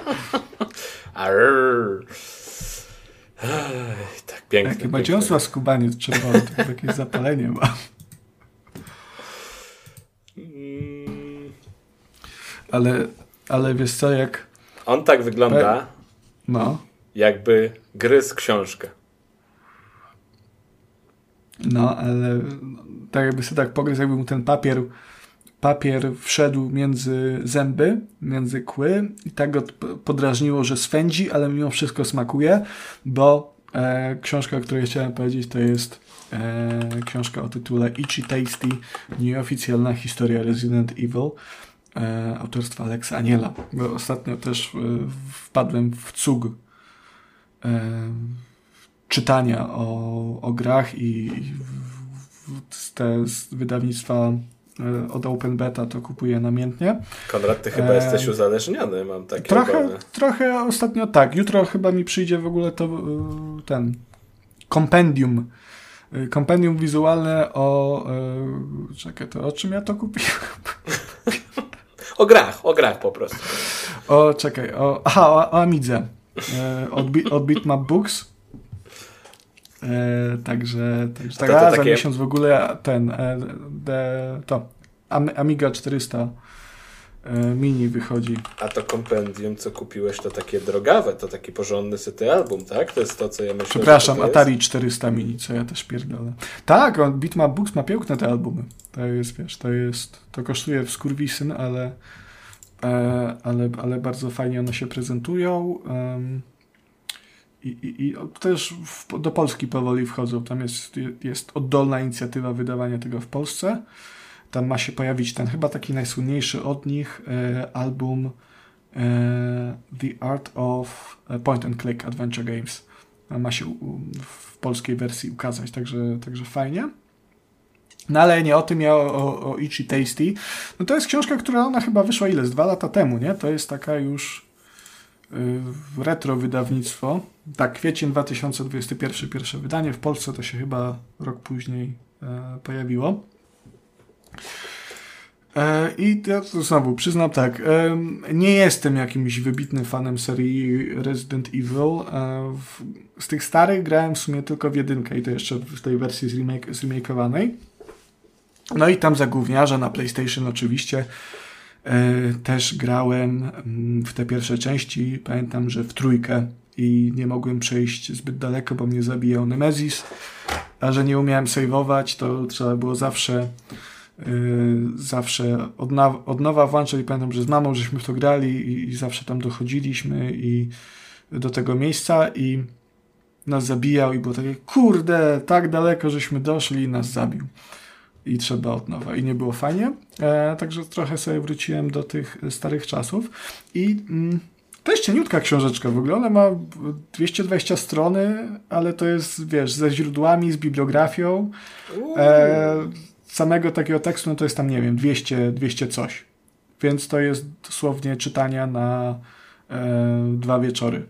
tak pięknie. Jakie ma dziąsła skubaniec czerwony, to takie zapalenie ma. Ale wiesz co, jak... On tak wygląda, jakby gryzł książkę. No, ale tak jakby sobie tak pogryzł, jakby mu ten papier wszedł między zęby, między kły i tak go podrażniło, że swędzi, ale mimo wszystko smakuje, bo książka, o której chciałem powiedzieć, to jest książka o tytule Itchy Tasty, nieoficjalna historia Resident Evil, autorstwa Alexa Aniela. Bo ostatnio też wpadłem w cug czytania o grach i z wydawnictwa od Open Beta to kupuję namiętnie. Konrad, ty chyba jesteś uzależniony, mam takie obawy. Trochę ostatnio tak. Jutro chyba mi przyjdzie w ogóle to kompendium wizualne czekaj, to o czym ja to kupiłem? O grach po prostu. O Amidze. Od Bitmap Books. Także za miesiąc w ogóle Amiga 400 mini wychodzi. A to kompendium, co kupiłeś, to takie drogawe, to taki porządny syty album, tak? To jest to, co ja myślę. Przepraszam, Atari 400 mini, co ja też pierdolę. Tak, Bitmap Books ma piękne te albumy. To jest, wiesz, to kosztuje w skurwisyn, ale ale bardzo fajnie one się prezentują. I też do Polski powoli wchodzą. Tam jest oddolna inicjatywa wydawania tego w Polsce. Tam ma się pojawić ten chyba taki najsłynniejszy od nich album The Art of Point and Click Adventure Games. Ma się w polskiej wersji ukazać, także fajnie. No ale nie o tym, ja o Itchy Tasty. No to jest książka, która ona chyba wyszła 2 lata temu, nie? To jest taka już retro wydawnictwo. Tak, kwiecień 2021, pierwsze wydanie. W Polsce to się chyba rok później pojawiło. I ja to znowu przyznam tak, nie jestem jakimś wybitnym fanem serii Resident Evil. Z tych starych grałem w sumie tylko w 1 i to jeszcze w tej wersji zremakeowanej. No i tam za gówniarza na PlayStation oczywiście też grałem w te pierwsze części. Pamiętam, że w 3 i nie mogłem przejść zbyt daleko, bo mnie zabijał Nemesis, a że nie umiałem save'ować, to trzeba było zawsze od nowa włączać. I pamiętam, że z mamą żeśmy w to grali i zawsze tam dochodziliśmy i do tego miejsca i nas zabijał i było takie, kurde, tak daleko żeśmy doszli i nas zabił. I trzeba od nowa. I nie było fajnie. Także trochę sobie wróciłem do tych starych czasów. I to jest cieniutka książeczka w ogóle. Ona ma 220 strony, ale to jest, wiesz, ze źródłami, z bibliografią. Samego takiego tekstu, no to jest tam, nie wiem, 200 coś. Więc to jest dosłownie czytania na 2 wieczory.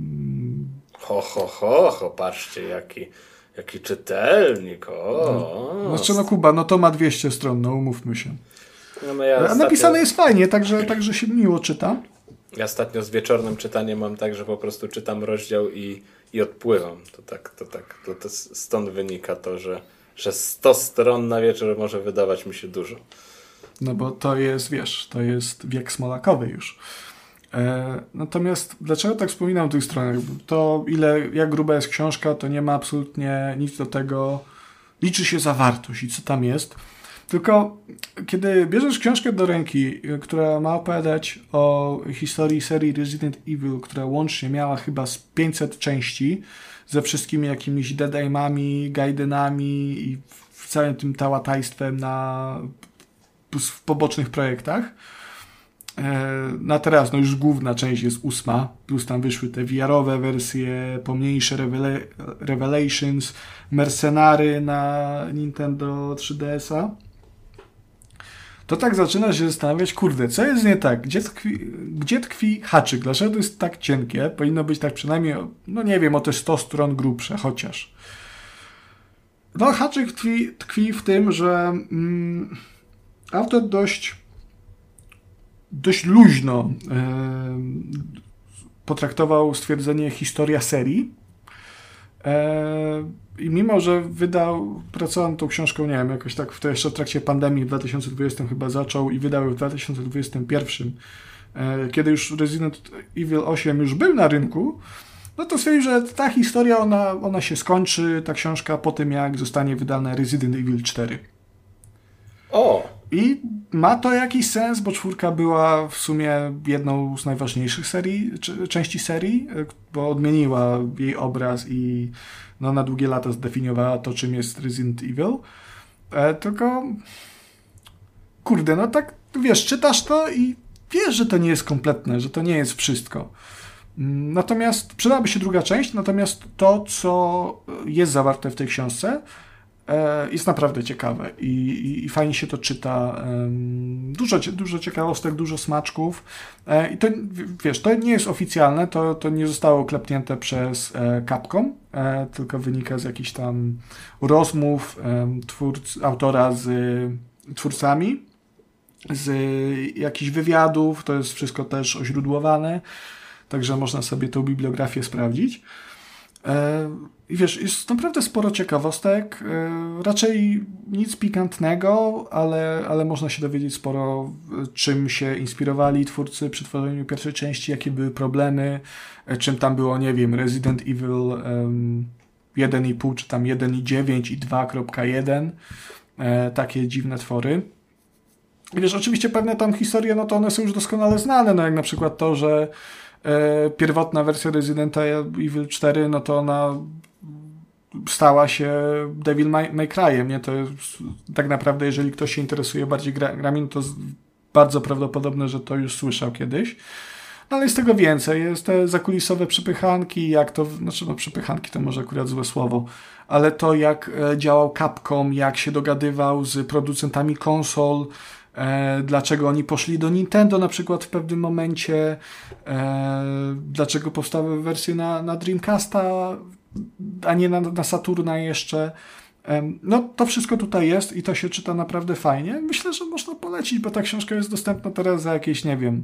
Patrzcie, jaki czytelnik. Znaczy, no Kuba, no to ma 200 stron, no umówmy się. No ja napisane jest fajnie, także się miło czyta. Ja ostatnio z wieczornym czytaniem mam tak, że po prostu czytam rozdział i odpływam. To stąd wynika to, że 100 stron na wieczór może wydawać mi się dużo. No bo to jest, wiesz, to jest wiek smolakowy już. Natomiast dlaczego tak wspominam o tych stronach? To jak gruba jest książka, to nie ma absolutnie nic do tego. Liczy się zawartość i co tam jest. Tylko kiedy bierzesz książkę do ręki, która ma opowiadać o historii serii Resident Evil, która łącznie miała chyba z 500 części, ze wszystkimi jakimiś deadimami, gaidenami i całym tym tałatajstwem w pobocznych projektach. Na teraz no już główna część jest 8, plus tam wyszły te VR-owe wersje, pomniejsze Revelations, Mercenary na Nintendo 3DS-a. To tak zaczyna się zastanawiać, kurde, co jest nie tak? Gdzie tkwi haczyk? Dlaczego to jest tak cienkie? Powinno być tak przynajmniej, no nie wiem, o te 100 stron grubsze, chociaż. No haczyk tkwi w tym, że autor dość luźno potraktował stwierdzenie historia serii. I mimo, że pracowałem tą książką, nie wiem, jakoś tak to jeszcze w trakcie pandemii w 2020 chyba zaczął i wydał ją w 2021, kiedy już Resident Evil 8 już był na rynku, no to stwierdził, że ta historia, ona się skończy, ta książka, po tym jak zostanie wydane Resident Evil 4. I ma to jakiś sens, bo 4 była w sumie jedną z najważniejszych części serii, bo odmieniła jej obraz i no, na długie lata zdefiniowała to, czym jest Resident Evil. Tylko kurde, no tak, wiesz, czytasz to i wiesz, że to nie jest kompletne, że to nie jest wszystko. Natomiast przydałaby się druga część, natomiast to, co jest zawarte w tej książce, jest naprawdę ciekawe i fajnie się to czyta. Dużo ciekawostek, dużo smaczków. I to, wiesz, to nie jest oficjalne, to nie zostało klepnięte przez Capcom, tylko wynika z jakichś tam rozmów autora z twórcami, z jakichś wywiadów, to jest wszystko też oźródłowane, także można sobie tą bibliografię sprawdzić. I wiesz, jest naprawdę sporo ciekawostek, raczej nic pikantnego, ale można się dowiedzieć sporo, czym się inspirowali twórcy przy tworzeniu pierwszej części, jakie były problemy, czym tam było, nie wiem, Resident Evil 1,5, czy tam 1,9 i 2.1, takie dziwne twory. Wiesz, oczywiście pewne tam historie, no to one są już doskonale znane, no jak na przykład to, że pierwotna wersja Residenta Evil 4, no to ona stała się Devil May Cry'em, nie? To jest tak naprawdę, jeżeli ktoś się interesuje bardziej grami, no to bardzo prawdopodobne, że to już słyszał kiedyś. No ale jest tego więcej. Jest te zakulisowe przepychanki, jak to, znaczy no przepychanki to może akurat złe słowo, ale to jak działał Capcom, jak się dogadywał z producentami konsol, dlaczego oni poszli do Nintendo na przykład w pewnym momencie, dlaczego powstały wersje na Dreamcasta, a nie na Saturna jeszcze. No to wszystko tutaj jest i to się czyta naprawdę fajnie. Myślę, że można polecić, bo ta książka jest dostępna teraz za jakieś, nie wiem,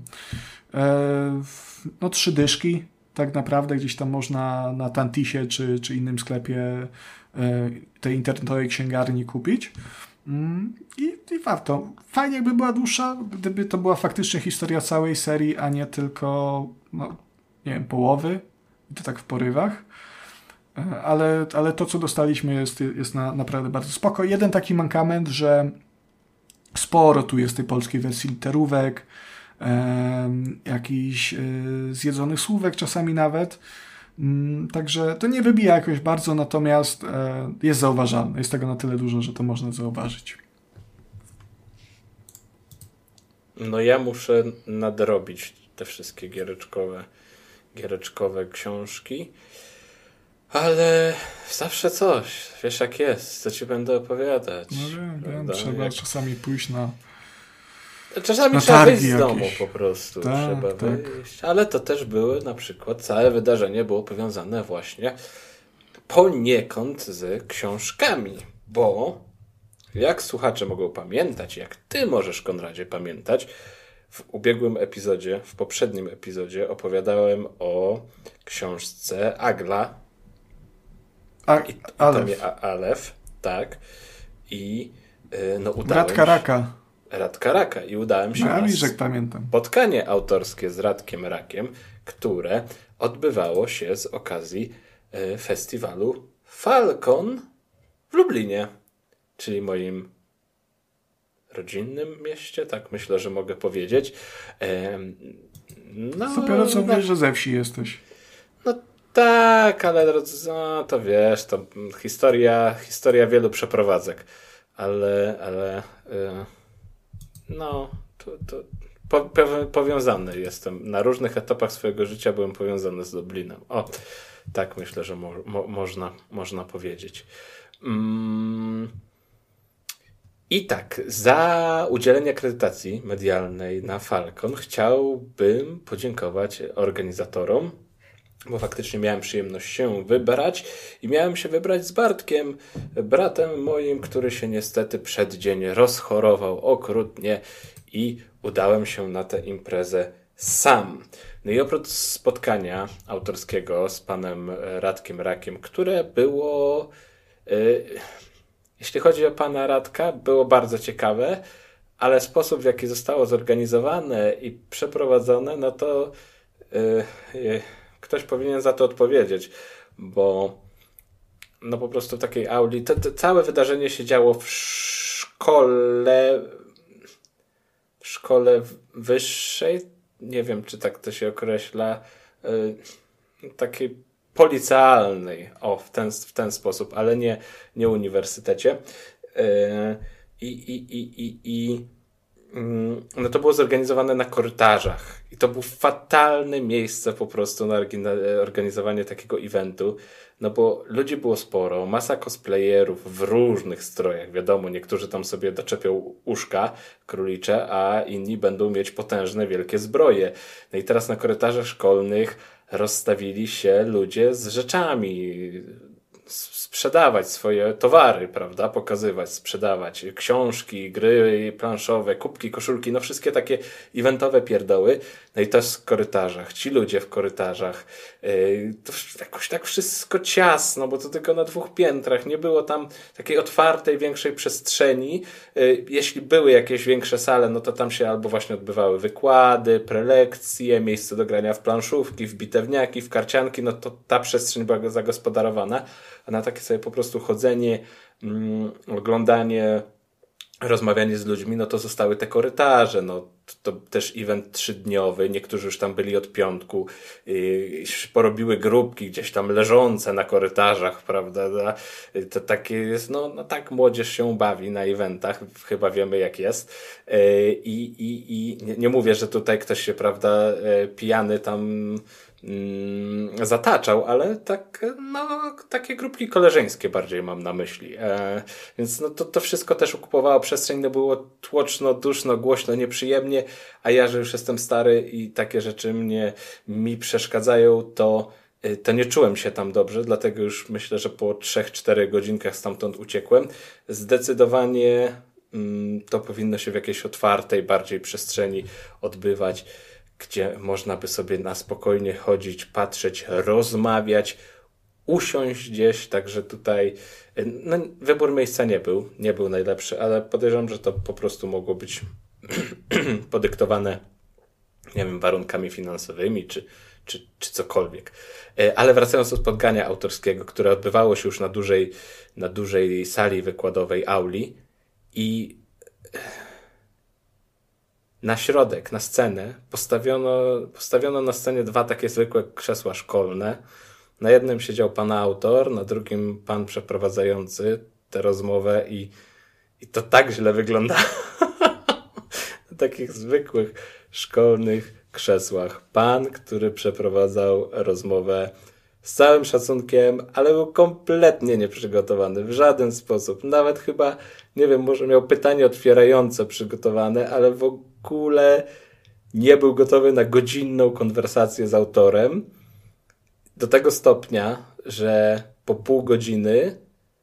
3 dyszki tak naprawdę, gdzieś tam można na Tantisie czy innym sklepie tej internetowej księgarni kupić. I warto. Fajnie jakby była dłuższa, gdyby to była faktycznie historia całej serii, a nie tylko nie wiem, połowy. I to tak w porywach. Ale to, co dostaliśmy jest naprawdę bardzo spoko. Jeden taki mankament, że sporo tu jest tej polskiej wersji literówek, jakichś zjedzonych słówek czasami nawet. Także to nie wybija jakoś bardzo, natomiast jest zauważalne. Jest tego na tyle dużo, że to można zauważyć. No ja muszę nadrobić te wszystkie giereczkowe książki, ale zawsze coś. Wiesz jak jest, co ci będę opowiadać. No wiem, trzeba czasami pójść na Czasami na trzeba targi wyjść z domu jakieś. po prostu. Tak, Trzeba tak. wyjść. Ale to też były na przykład, całe wydarzenie było powiązane właśnie poniekąd z książkami, bo jak słuchacze mogą pamiętać, jak ty możesz, Konradzie, pamiętać, w poprzednim epizodzie opowiadałem o książce Agla i tam Alef, tak. I udałem Radka Raka. I udałem się na pamiętam. spotkanie autorskie z Radkiem Rakiem, które odbywało się z okazji festiwalu Falcon w Lublinie, czyli moim rodzinnym mieście, tak myślę, że mogę powiedzieć. Dopiero co wiesz, że ze wsi jesteś. No tak, ale to wiesz, to historia wielu przeprowadzek, ale powiązany jestem. Na różnych etapach swojego życia byłem powiązany z Lublinem. O, tak myślę, że można powiedzieć. I tak, za udzielenie akredytacji medialnej na Falcon chciałbym podziękować organizatorom, bo faktycznie miałem przyjemność się wybrać i miałem się wybrać z Bartkiem, bratem moim, który się niestety przed dzień rozchorował okrutnie i udałem się na tę imprezę sam. No i oprócz spotkania autorskiego z panem Radkiem Rakiem, które było, jeśli chodzi o pana Radka, było bardzo ciekawe, ale sposób, w jaki zostało zorganizowane i przeprowadzone, no to ktoś powinien za to odpowiedzieć, bo no po prostu w takiej auli, to całe wydarzenie się działo w szkole wyższej, nie wiem, czy tak to się określa, takiej policealnej, w ten sposób, ale nie uniwersytecie. No to było zorganizowane na korytarzach i to było fatalne miejsce po prostu na organizowanie takiego eventu, no bo ludzi było sporo, masa cosplayerów w różnych strojach, wiadomo, niektórzy tam sobie doczepią uszka królicze, a inni będą mieć potężne, wielkie zbroje. No i teraz na korytarzach szkolnych rozstawili się ludzie z rzeczami, sprzedawać swoje towary, prawda, pokazywać, sprzedawać książki, gry planszowe, kubki, koszulki, no wszystkie takie eventowe pierdoły, no i to w korytarzach, ci ludzie w korytarzach, to jakoś tak wszystko ciasno, bo to tylko na 2 piętrach, nie było tam takiej otwartej, większej przestrzeni, jeśli były jakieś większe sale, no to tam się albo właśnie odbywały wykłady, prelekcje, miejsce do grania w planszówki, w bitewniaki, w karcianki, no to ta przestrzeń była zagospodarowana, a na takie sobie po prostu chodzenie, oglądanie rozmawianie z ludźmi, no to zostały te korytarze, no to też event 3-dniowy, niektórzy już tam byli od piątku, porobiły grupki gdzieś tam leżące na korytarzach, prawda, to takie jest, no tak młodzież się bawi na eventach, chyba wiemy jak jest i nie mówię, że tutaj ktoś się, prawda, pijany tam zataczał, ale tak, no, takie grupki koleżeńskie bardziej mam na myśli. Więc no to wszystko też okupowało przestrzeń, no było tłoczno, duszno, głośno, nieprzyjemnie, a ja, że już jestem stary i takie rzeczy mi przeszkadzają, to nie czułem się tam dobrze, dlatego już myślę, że po 3-4 godzinkach stamtąd uciekłem. Zdecydowanie to powinno się w jakiejś otwartej bardziej przestrzeni odbywać, gdzie można by sobie na spokojnie chodzić, patrzeć, rozmawiać, usiąść gdzieś, także tutaj no, wybór miejsca nie był najlepszy, ale podejrzewam, że to po prostu mogło być podyktowane, nie wiem, warunkami finansowymi, czy cokolwiek. Ale wracając do spotkania autorskiego, które odbywało się już na dużej sali wykładowej auli i na środek, na scenę postawiono na scenie 2 takie zwykłe krzesła szkolne. Na jednym siedział pan autor, na drugim pan przeprowadzający tę rozmowę i to tak źle wyglądało. Na takich zwykłych szkolnych krzesłach. Pan, który przeprowadzał rozmowę z całym szacunkiem, ale był kompletnie nieprzygotowany w żaden sposób. Nawet chyba, nie wiem, może miał pytanie otwierające przygotowane, ale w ogóle nie był gotowy na godzinną konwersację z autorem. Do tego stopnia, że po pół godziny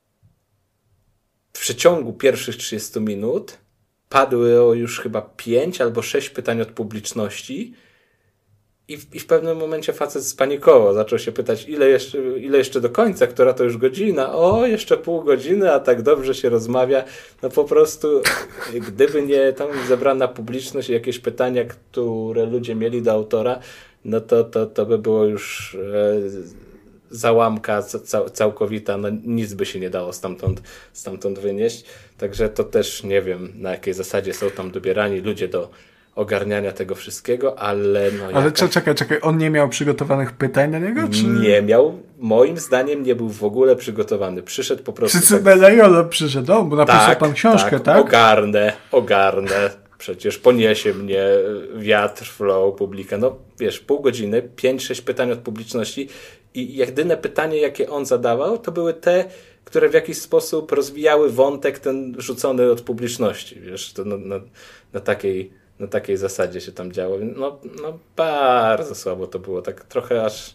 w przeciągu pierwszych 30 minut padły już chyba 5 albo 6 pytań od publiczności i w pewnym momencie facet spanikował. Zaczął się pytać, ile jeszcze do końca, która to już godzina? O, jeszcze pół godziny, a tak dobrze się rozmawia. No po prostu, gdyby nie tam zebrana publiczność i jakieś pytania, które ludzie mieli do autora, no to by było już załamka całkowita, no nic by się nie dało stamtąd wynieść. Także to też nie wiem, na jakiej zasadzie są tam dobierani ludzie do ogarniania tego wszystkiego, ale no... Ale czekaj, on nie miał przygotowanych pytań na niego? Czy... Nie miał. Moim zdaniem nie był w ogóle przygotowany. Przyszedł po prostu... Czy Belejolo przyszedł, bo napisał pan książkę, tak? Ogarnę. Przecież poniesie mnie wiatr, flow, publika. No wiesz, pół godziny, 5-6 pytań od publiczności i jedyne pytanie, jakie on zadawał, to były te, które w jakiś sposób rozwijały wątek ten rzucony od publiczności. Wiesz, to na takiej zasadzie się tam działo. No bardzo słabo to było. Tak trochę aż...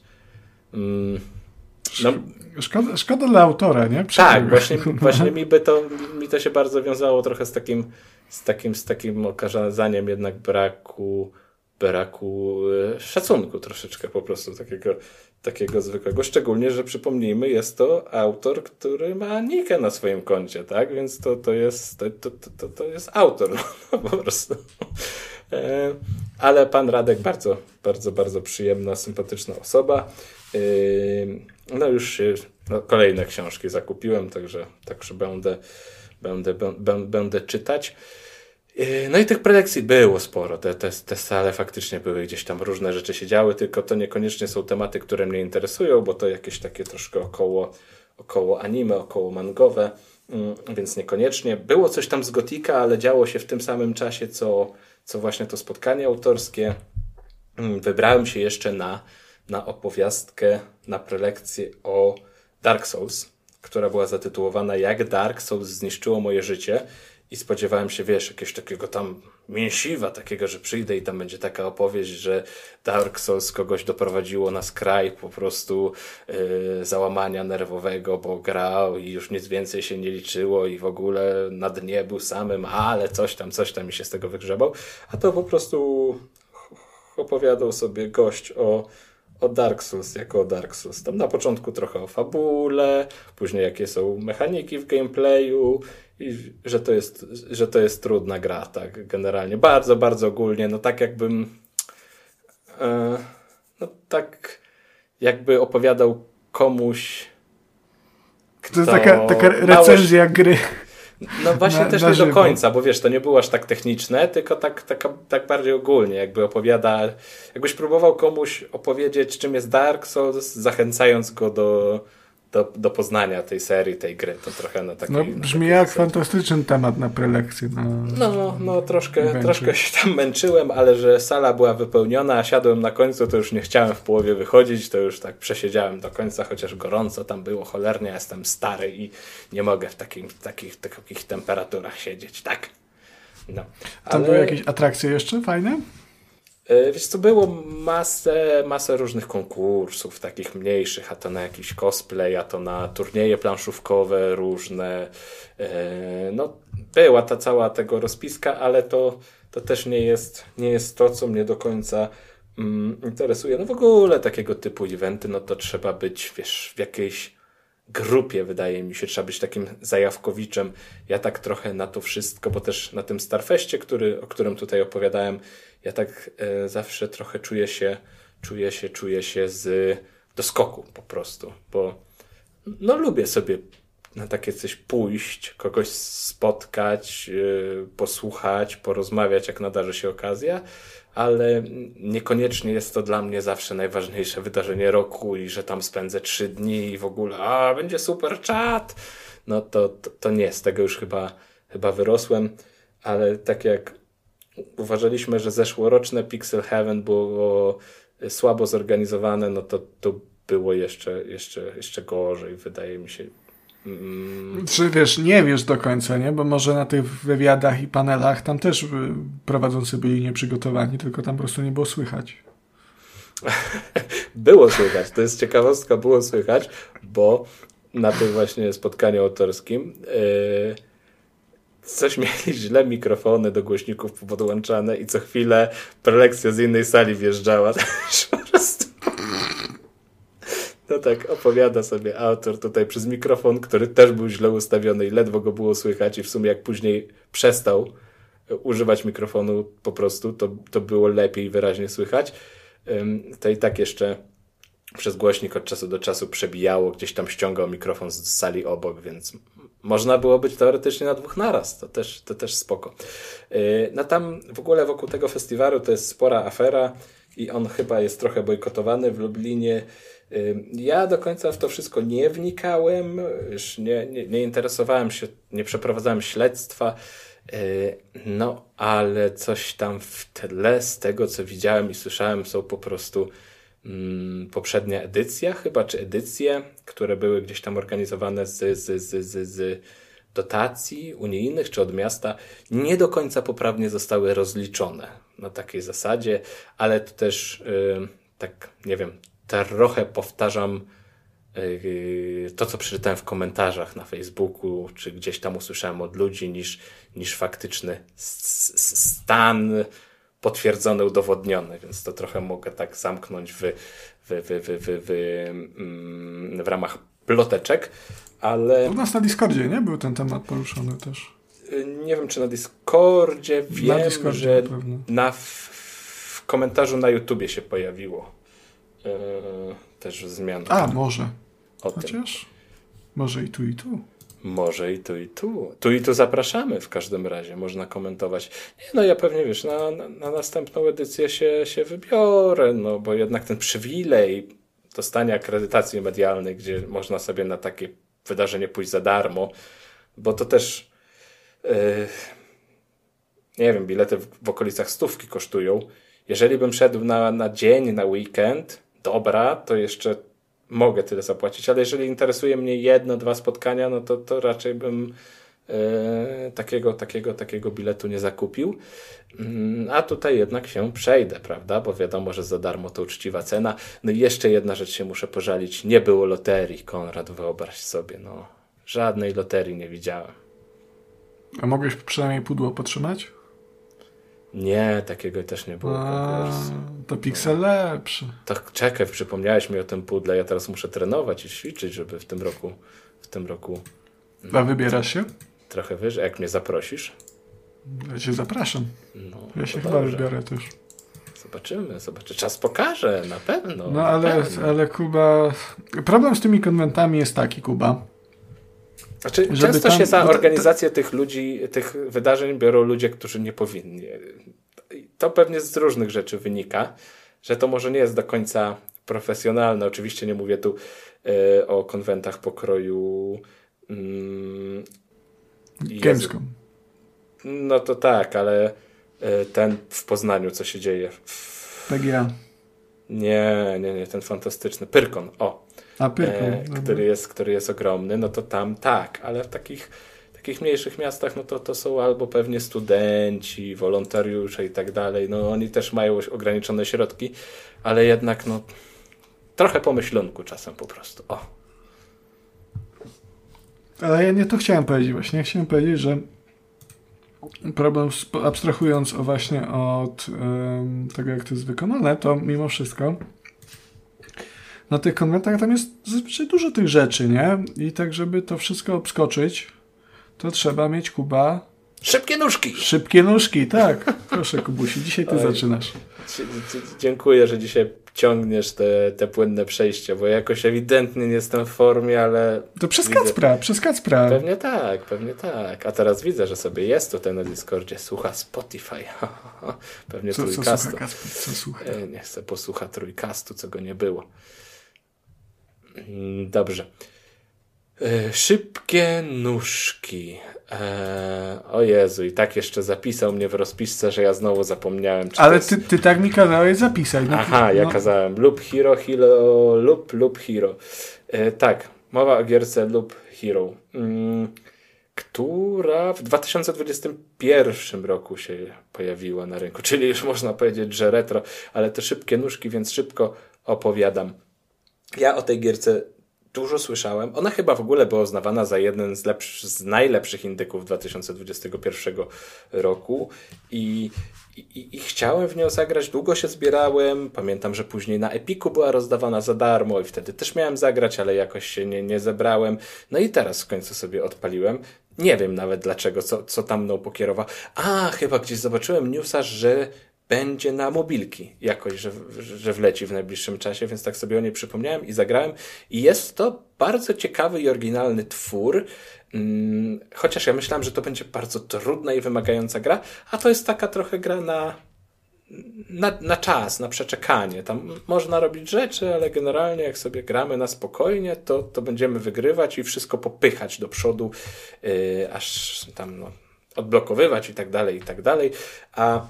Szkoda dla autora, nie? Tak, właśnie mi to się bardzo wiązało trochę z takim okazaniem jednak braku szacunku troszeczkę po prostu takiego zwykłego. Szczególnie, że przypomnijmy, jest to autor, który ma nikę na swoim koncie, tak? Więc to jest autor, no, po prostu. Ale pan Radek bardzo, bardzo, bardzo przyjemna, sympatyczna osoba. No już kolejne książki zakupiłem, także będę czytać. No i tych prelekcji było sporo. Te sale faktycznie były, gdzieś tam różne rzeczy się działy, tylko to niekoniecznie są tematy, które mnie interesują, bo to jakieś takie troszkę około anime, około mangowe, więc niekoniecznie. Było coś tam z Gotika, ale działo się w tym samym czasie, co właśnie to spotkanie autorskie. Wybrałem się jeszcze na opowiastkę, na prelekcję o Dark Souls, która była zatytułowana Jak Dark Souls zniszczyło moje życie. I spodziewałem się, wiesz, jakiegoś takiego tam mięsiwa, takiego, że przyjdę i tam będzie taka opowieść, że Dark Souls kogoś doprowadziło na skraj po prostu załamania nerwowego, bo grał i już nic więcej się nie liczyło i w ogóle na dnie był samym, ale coś tam i się z tego wygrzebał. A to po prostu opowiadał sobie gość o Dark Souls jako o Dark Souls. Tam na początku trochę o fabule, później jakie są mechaniki w gameplayu i że to jest trudna gra, tak, generalnie. Bardzo, bardzo ogólnie, no tak jakbym tak jakby opowiadał komuś, to jest taka recenzja gry. No właśnie też na nie do żywo. końca, bo wiesz, to nie było aż tak techniczne, tylko tak bardziej ogólnie, jakby jakbyś próbował komuś opowiedzieć, czym jest Dark Souls, zachęcając go do poznania tej serii, tej gry, to trochę na takiej... No brzmi jak fantastyczny temat na prelekcję. No troszkę się tam męczyłem, ale że sala była wypełniona, a siadłem na końcu, to już nie chciałem w połowie wychodzić, to już tak przesiedziałem do końca, chociaż gorąco tam było cholernie, ja jestem stary i nie mogę w takich temperaturach siedzieć, tak? No. Tam były jakieś atrakcje jeszcze fajne? Wiesz co, było masę różnych konkursów, takich mniejszych, a to na jakiś cosplay, a to na turnieje planszówkowe różne. No, była ta cała tego rozpiska, ale to też nie jest to, co mnie do końca interesuje. No w ogóle takiego typu eventy, no to trzeba być, wiesz, w jakiejś grupie, wydaje mi się, trzeba być takim zajawkowiczem. Ja tak trochę na to wszystko, bo też na tym Starfeście, o którym tutaj opowiadałem, ja tak zawsze trochę czuję się z doskoku po prostu, bo no lubię sobie na takie coś pójść, kogoś spotkać, posłuchać, porozmawiać, jak nadarzy się okazja, ale niekoniecznie jest to dla mnie zawsze najważniejsze wydarzenie roku i że tam spędzę 3 dni i w ogóle będzie super czat. No to nie, z tego już chyba wyrosłem, ale tak jak uważaliśmy, że zeszłoroczne Pixel Heaven było słabo zorganizowane, no to było jeszcze gorzej, wydaje mi się. Czy wiesz, nie wiesz do końca, nie? Bo może na tych wywiadach i panelach tam też prowadzący byli nieprzygotowani, tylko tam po prostu nie było słychać. Było słychać, to jest ciekawostka, było słychać, bo na tym właśnie spotkaniu autorskim coś mieli źle mikrofony do głośników podłączane i co chwilę prelekcja z innej sali wjeżdżała. Po prostu. No tak, opowiada sobie autor tutaj przez mikrofon, który też był źle ustawiony i ledwo go było słychać i w sumie jak później przestał używać mikrofonu po prostu, to było lepiej wyraźnie słychać. To i tak jeszcze przez głośnik od czasu do czasu przebijało, gdzieś tam ściągał mikrofon z sali obok, więc można było być teoretycznie na 2 naraz, to też spoko. No tam w ogóle wokół tego festiwalu to jest spora afera i on chyba jest trochę bojkotowany w Lublinie. Ja do końca w to wszystko nie wnikałem, już nie interesowałem się, nie przeprowadzałem śledztwa, no ale coś tam w tle z tego, co widziałem i słyszałem, są po prostu poprzednia edycja chyba, czy edycje, które były gdzieś tam organizowane z dotacji unijnych, czy od miasta, nie do końca poprawnie zostały rozliczone na takiej zasadzie, ale to też tak, nie wiem, trochę powtarzam to, co przeczytałem w komentarzach na Facebooku, czy gdzieś tam usłyszałem od ludzi, niż faktyczny stan potwierdzony, udowodniony, więc to trochę mogę tak zamknąć w ramach ploteczek, ale... U nas na Discordzie, nie? Był ten temat poruszony też. Nie wiem, czy na Discordzie. Wiem, na Discordzie że w komentarzu na YouTubie się pojawiło też zmiana. A, może. Chociaż? Tym. Może i tu, i tu. Może i tu, i tu. Tu i tu zapraszamy w każdym razie. Można komentować. Nie, no ja pewnie, wiesz, na następną edycję się wybiorę, no bo jednak ten przywilej dostania akredytacji medialnej, gdzie można sobie na takie wydarzenie pójść za darmo, bo to też nie wiem, bilety w okolicach 100 kosztują. Jeżeli bym szedł na dzień, na weekend, dobra, to jeszcze mogę tyle zapłacić, ale jeżeli interesuje mnie 1-2 spotkania, no to raczej bym takiego biletu nie zakupił. A tutaj jednak się przejdę, prawda? Bo wiadomo, że za darmo to uczciwa cena. No i jeszcze jedna rzecz się muszę pożalić. Nie było loterii, Konrad, wyobraź sobie. No, żadnej loterii nie widziałem. A mogłeś przynajmniej pudło potrzymać? Nie, takiego też nie było konkursu. To Pixel lepszy. Tak, czekaj, przypomniałeś mi o tym pudle. Ja teraz muszę trenować i ćwiczyć, żeby w tym roku A wybierasz się? trochę wyżej. Jak mnie zaprosisz? Ja cię zapraszam. No, Ja się to chyba dobrze. wybiorę też. Zobaczymy. Czas pokaże, na pewno. No ale Kuba... Problem z tymi konwentami jest taki, Kuba, Znaczy, żeby często tam, się za organizację tych ludzi, tych wydarzeń biorą ludzie, którzy nie powinni. To pewnie z różnych rzeczy wynika, że to może nie jest do końca profesjonalne. Oczywiście nie mówię tu o konwentach pokroju Gamescom. No to tak, ale ten w Poznaniu, co się dzieje. PGA. Nie, ten fantastyczny. Pyrkon, Pyrkon. Który jest ogromny, no to tam tak, ale w takich mniejszych miastach, no to są albo pewnie studenci, wolontariusze i tak dalej, no oni też mają ograniczone środki, ale jednak no trochę pomyślunku czasem po prostu, Ale ja nie to chciałem powiedzieć właśnie. Ja chciałem powiedzieć, że problem, abstrahując właśnie od tego, jak to jest wykonane, to mimo wszystko na tych konwentach tam jest zazwyczaj dużo tych rzeczy, nie? I tak, żeby to wszystko obskoczyć, to trzeba mieć, Kuba... Szybkie nóżki! Szybkie nóżki, tak. Proszę, Kubusi, dzisiaj ty zaczynasz. Dziękuję, że dzisiaj ciągniesz te płynne przejścia, bo jakoś ewidentnie nie jestem w formie, ale... To przez Kacpra. Pewnie tak. A teraz widzę, że sobie jest tutaj na Discordzie, słucha Spotify. Pewnie Trójkastu. Co słucha? Nie chcę posłucha Trójkastu, co go nie było. Dobrze. Szybkie nóżki. O Jezu, i tak jeszcze zapisał mnie w rozpisce, że ja znowu zapomniałem. Ale ty tak mi kazałeś zapisać. No, Aha, ja kazałem. Loop Hero, Loop Hero. Tak, mowa o gierce Loop Hero, która w 2021 roku się pojawiła na rynku, czyli już można powiedzieć, że retro, ale to szybkie nóżki, więc szybko opowiadam. Ja o tej gierce dużo słyszałem. Ona chyba w ogóle była uznawana za jeden z najlepszych indyków 2021 roku i chciałem w nią zagrać. Długo się zbierałem. Pamiętam, że później na Epiku była rozdawana za darmo i wtedy też miałem zagrać, ale jakoś się nie zebrałem. No i teraz w końcu sobie odpaliłem. Nie wiem nawet dlaczego, co tam mną pokierowało. Chyba gdzieś zobaczyłem newsa, że będzie na mobilki jakoś, że wleci w najbliższym czasie, więc tak sobie o niej przypomniałem i zagrałem. I jest to bardzo ciekawy i oryginalny twór, chociaż ja myślałem, że to będzie bardzo trudna i wymagająca gra, a to jest taka trochę gra na czas, na przeczekanie. Tam można robić rzeczy, ale generalnie jak sobie gramy na spokojnie, to będziemy wygrywać i wszystko popychać do przodu, aż tam odblokowywać i tak dalej. A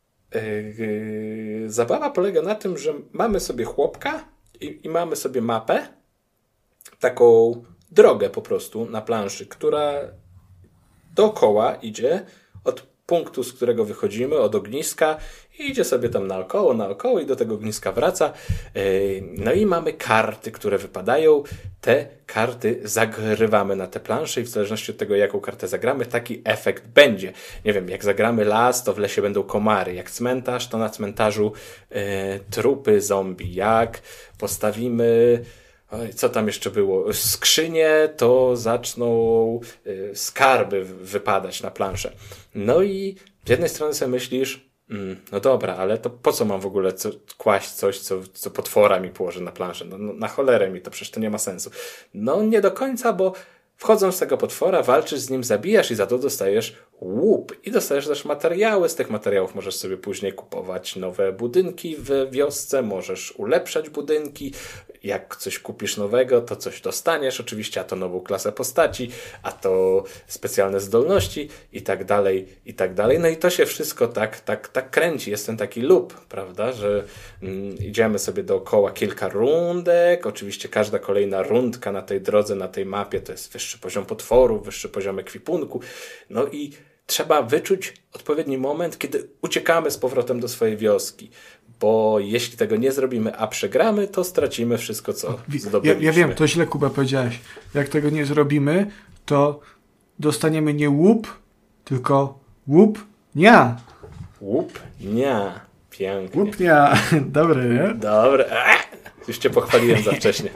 zabawa polega na tym, że mamy sobie chłopka i mamy sobie mapę, taką drogę po prostu na planszy, która dookoła idzie od punktu, z którego wychodzimy, od ogniska i idzie sobie tam naokoło i do tego ogniska wraca. No i mamy karty, które wypadają. Te karty zagrywamy na te plansze i w zależności od tego, jaką kartę zagramy, taki efekt będzie. Nie wiem, jak zagramy las, to w lesie będą komary. Jak cmentarz, to na cmentarzu trupy zombie. Jak postawimy... Co tam jeszcze było? Skrzynie, to zaczną skarby wypadać na planszę. No i z jednej strony sobie myślisz, no dobra, ale to po co mam w ogóle kłaść coś, co potwora mi położy na planszę? No, na cholerę mi to, przecież to nie ma sensu. No nie do końca, bo wchodząc z tego potwora, walczysz z nim, zabijasz i za to dostajesz łup. I dostajesz też materiały. Z tych materiałów możesz sobie później kupować nowe budynki w wiosce, możesz ulepszać budynki. Jak coś kupisz nowego, to coś dostaniesz. Oczywiście, a to nową klasę postaci, a to specjalne zdolności i tak dalej. No i to się wszystko tak kręci. Jest ten taki loop, prawda, że idziemy sobie dookoła kilka rundek. Oczywiście każda kolejna rundka na tej drodze, na tej mapie to jest wyższy poziom potworów, wyższy poziom ekwipunku. No i trzeba wyczuć odpowiedni moment, kiedy uciekamy z powrotem do swojej wioski. Bo jeśli tego nie zrobimy, a przegramy, to stracimy wszystko, co zdobyliśmy. Ja wiem, to źle, Kuba, powiedziałeś. Jak tego nie zrobimy, to dostaniemy nie łup, tylko łupnia. Łupnia. Pięknie. Łupnia. Dobre, nie? Dobre. Już cię pochwaliłem za wcześnie.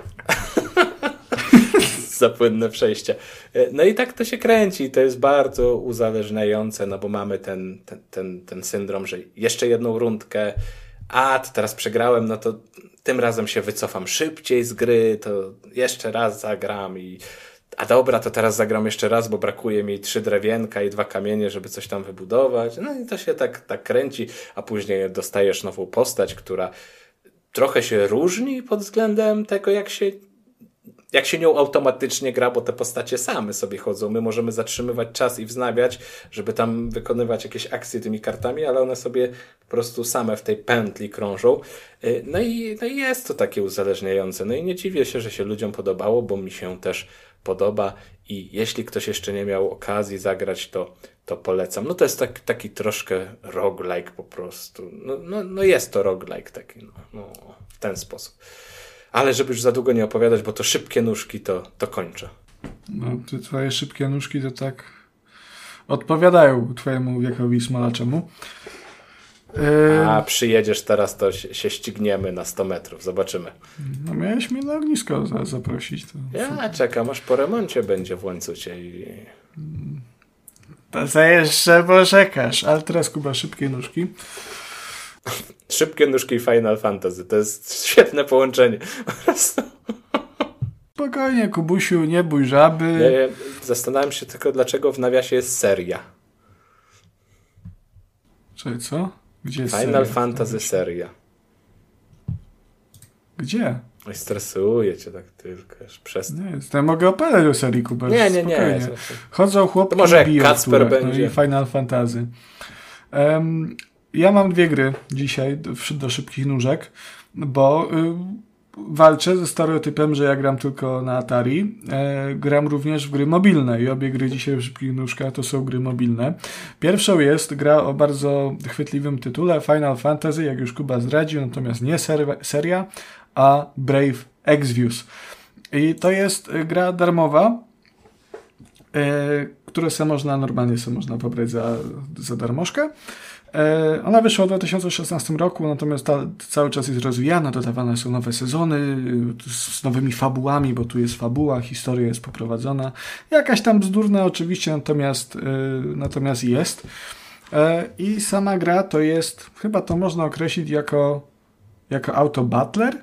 Za płynne przejście. No i tak to się kręci. To jest bardzo uzależniające, no bo mamy ten syndrom, że jeszcze jedną rundkę, to teraz przegrałem, no to tym razem się wycofam szybciej z gry, to jeszcze raz zagram i a dobra, to teraz zagram jeszcze raz, bo brakuje mi 3 drewienka i 2 kamienie, żeby coś tam wybudować. No i to się tak kręci, a później dostajesz nową postać, która trochę się różni pod względem tego, jak się nią automatycznie gra, bo te postacie same sobie chodzą. My możemy zatrzymywać czas i wznawiać, żeby tam wykonywać jakieś akcje tymi kartami, ale one sobie po prostu same w tej pętli krążą. No i jest to takie uzależniające. No i nie dziwię się, że się ludziom podobało, bo mi się też podoba i jeśli ktoś jeszcze nie miał okazji zagrać, to polecam. No to jest taki troszkę roguelike po prostu. No jest to roguelike taki, w ten sposób. Ale żeby już za długo nie opowiadać, bo to szybkie nóżki, to kończę. No, te twoje szybkie nóżki to tak odpowiadają twojemu wiekowi smolaczemu. A przyjedziesz teraz, to się ścigniemy na 100 metrów. Zobaczymy. No miałeś mnie na ognisko zaprosić. To ja czekam, aż po remoncie będzie w łańcucie. To za jeszcze poczekasz. Ale teraz, Kuba, szybkie nóżki. Szybkie nóżki i Final Fantasy. To jest świetne połączenie. Spokojnie, Kubusiu, nie bój żaby. Ja zastanawiam się tylko, dlaczego w nawiasie jest seria. Czyli co? Gdzie jest Final Fantasy seria. Gdzie? Oj, stresuje cię tak tylko. Nie, ja mogę opowiadać o serii, Kuba. Nie. Chodzą chłopki, to może jak biją Kacper turek, będzie. No i Final Fantasy. Ja mam 2 gry dzisiaj do szybkich nóżek, bo walczę ze stereotypem, że ja gram tylko na Atari. Gram również w gry mobilne i obie gry dzisiaj w szybkich nóżkach to są gry mobilne. Pierwszą jest gra o bardzo chwytliwym tytule Final Fantasy, jak już Kuba zdradził, natomiast nie seria, a Brave Exvius. I to jest gra darmowa, którą normalnie można pobrać za darmożkę. Ona wyszła w 2016 roku, natomiast cały czas jest rozwijana, dodawane są nowe sezony z nowymi fabułami, bo tu jest fabuła, historia jest poprowadzona. Jakaś tam bzdurna oczywiście, natomiast jest. I sama gra to jest, chyba to można określić jako auto-battler.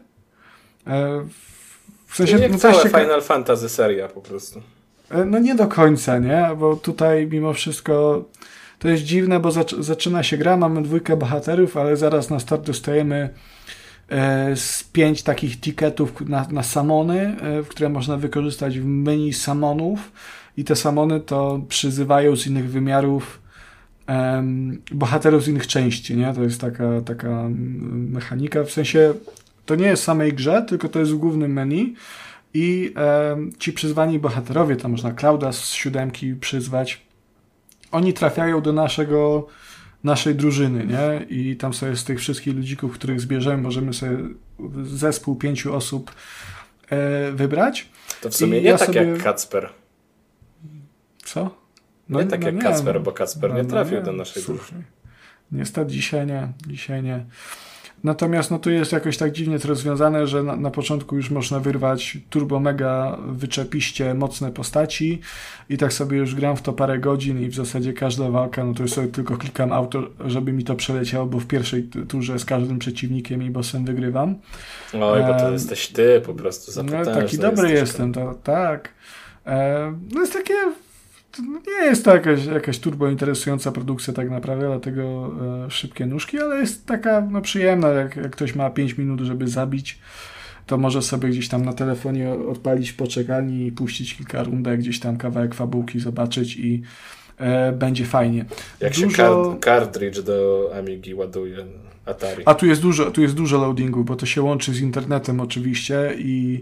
W sensie, jak całe Final Fantasy seria po prostu. No nie do końca, nie? Bo tutaj mimo wszystko to jest dziwne, bo zaczyna się gra, mamy 2 bohaterów, ale zaraz na start dostajemy z 5 takich ticketów na samony, które można wykorzystać w menu samonów i te samony to przyzywają z innych wymiarów bohaterów z innych części, nie? To jest taka mechanika, w sensie to nie jest w samej grze, tylko to jest w głównym menu i ci przyzwani bohaterowie, tam można Clouda z 7 przyzwać, oni trafiają do naszej drużyny, nie? I tam sobie z tych wszystkich ludzików, których zbierzemy, możemy sobie zespół 5 osób wybrać. To w sumie nie tak jak Kacper. Co? Nie tak jak Kacper, bo Kacper nie trafił do naszej drużyny. Niestety dzisiaj nie. Natomiast tu jest jakoś tak dziwnie to rozwiązane, że na początku już można wyrwać turbo mega wyczepiście mocne postaci i tak sobie już gram w to parę godzin i w zasadzie każda walka, to już sobie tylko klikam auto, żeby mi to przeleciało, bo w pierwszej turze z każdym przeciwnikiem i bossem wygrywam. Oj, bo to jesteś ty po prostu za potężny. Taki dobry jestem, tak. Jest takie... Nie jest to jakaś turbo interesująca produkcja tak naprawdę, dlatego szybkie nóżki, ale jest taka przyjemna, jak ktoś ma 5 minut, żeby zabić, to może sobie gdzieś tam na telefonie odpalić poczekalni i puścić kilka rundek, gdzieś tam kawałek fabułki zobaczyć i będzie fajnie. Jak się cartridge do Amigi ładuje Atari. A tu jest dużo loadingu, bo to się łączy z internetem oczywiście i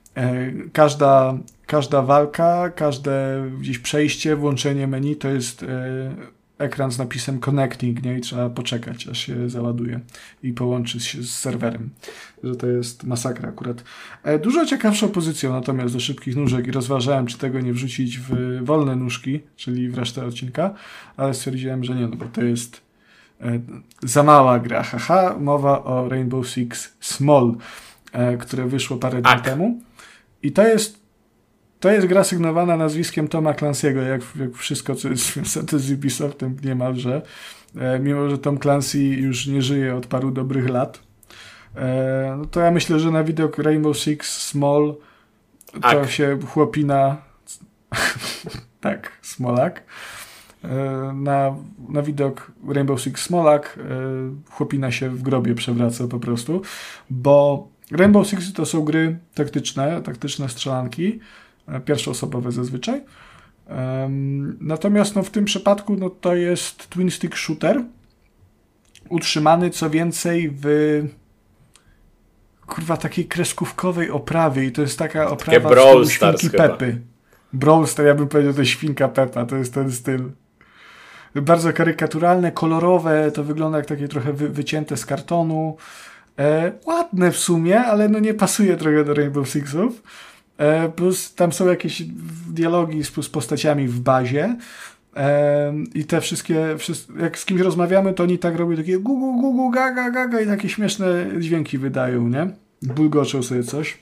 każda walka, każde gdzieś przejście, włączenie menu to jest ekran z napisem connecting, nie? I trzeba poczekać, aż się załaduje i połączy się z serwerem. Że to jest masakra akurat. Dużo ciekawszą pozycją natomiast do szybkich nóżek i rozważałem, czy tego nie wrzucić w wolne nóżki, czyli w resztę odcinka, ale stwierdziłem, że nie, bo to jest za mała gra. Mowa o Rainbow Six Small, które wyszło parę dni temu. I to jest gra sygnowana nazwiskiem Toma Clancy'ego, jak wszystko, co jest związane z Ubisoftem niemalże. Mimo, że Tom Clancy już nie żyje od paru dobrych lat. To ja myślę, że na widok Rainbow Six Small to się chłopina Tak, Smolak. Na widok Rainbow Six Smolak chłopina się w grobie przewraca po prostu, bo Rainbow Six to są gry taktyczne strzelanki, pierwszoosobowe zazwyczaj. Natomiast w tym przypadku to jest twin stick shooter, utrzymany co więcej w takiej kreskówkowej oprawie i to jest taka oprawa Brawl w stylu świnki Stars Pepy. Brawl Stars, ja bym powiedział, to jest świnka Peppa, to jest ten styl. Bardzo karykaturalne, kolorowe, to wygląda jak takie trochę wycięte z kartonu. Ładne w sumie, ale nie pasuje trochę do Rainbow Sixów. Plus tam są jakieś dialogi z postaciami w bazie. I te wszystkie, jak z kimś rozmawiamy, to oni tak robią takie gugu, gugu, gaga, gaga i takie śmieszne dźwięki wydają, nie? Bulgoczą sobie coś.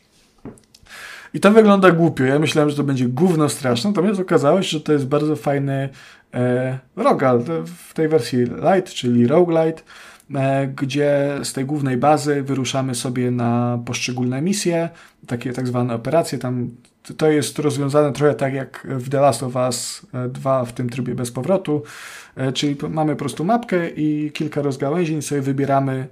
I to wygląda głupio. Ja myślałem, że to będzie gówno straszne, natomiast okazało się, że to jest bardzo fajny rogal w tej wersji light, czyli roguelite, gdzie z tej głównej bazy wyruszamy sobie na poszczególne misje, takie tak zwane operacje. Tam to jest rozwiązane trochę tak jak w The Last of Us 2 w tym trybie bez powrotu, czyli mamy po prostu mapkę i kilka rozgałęzień, sobie wybieramy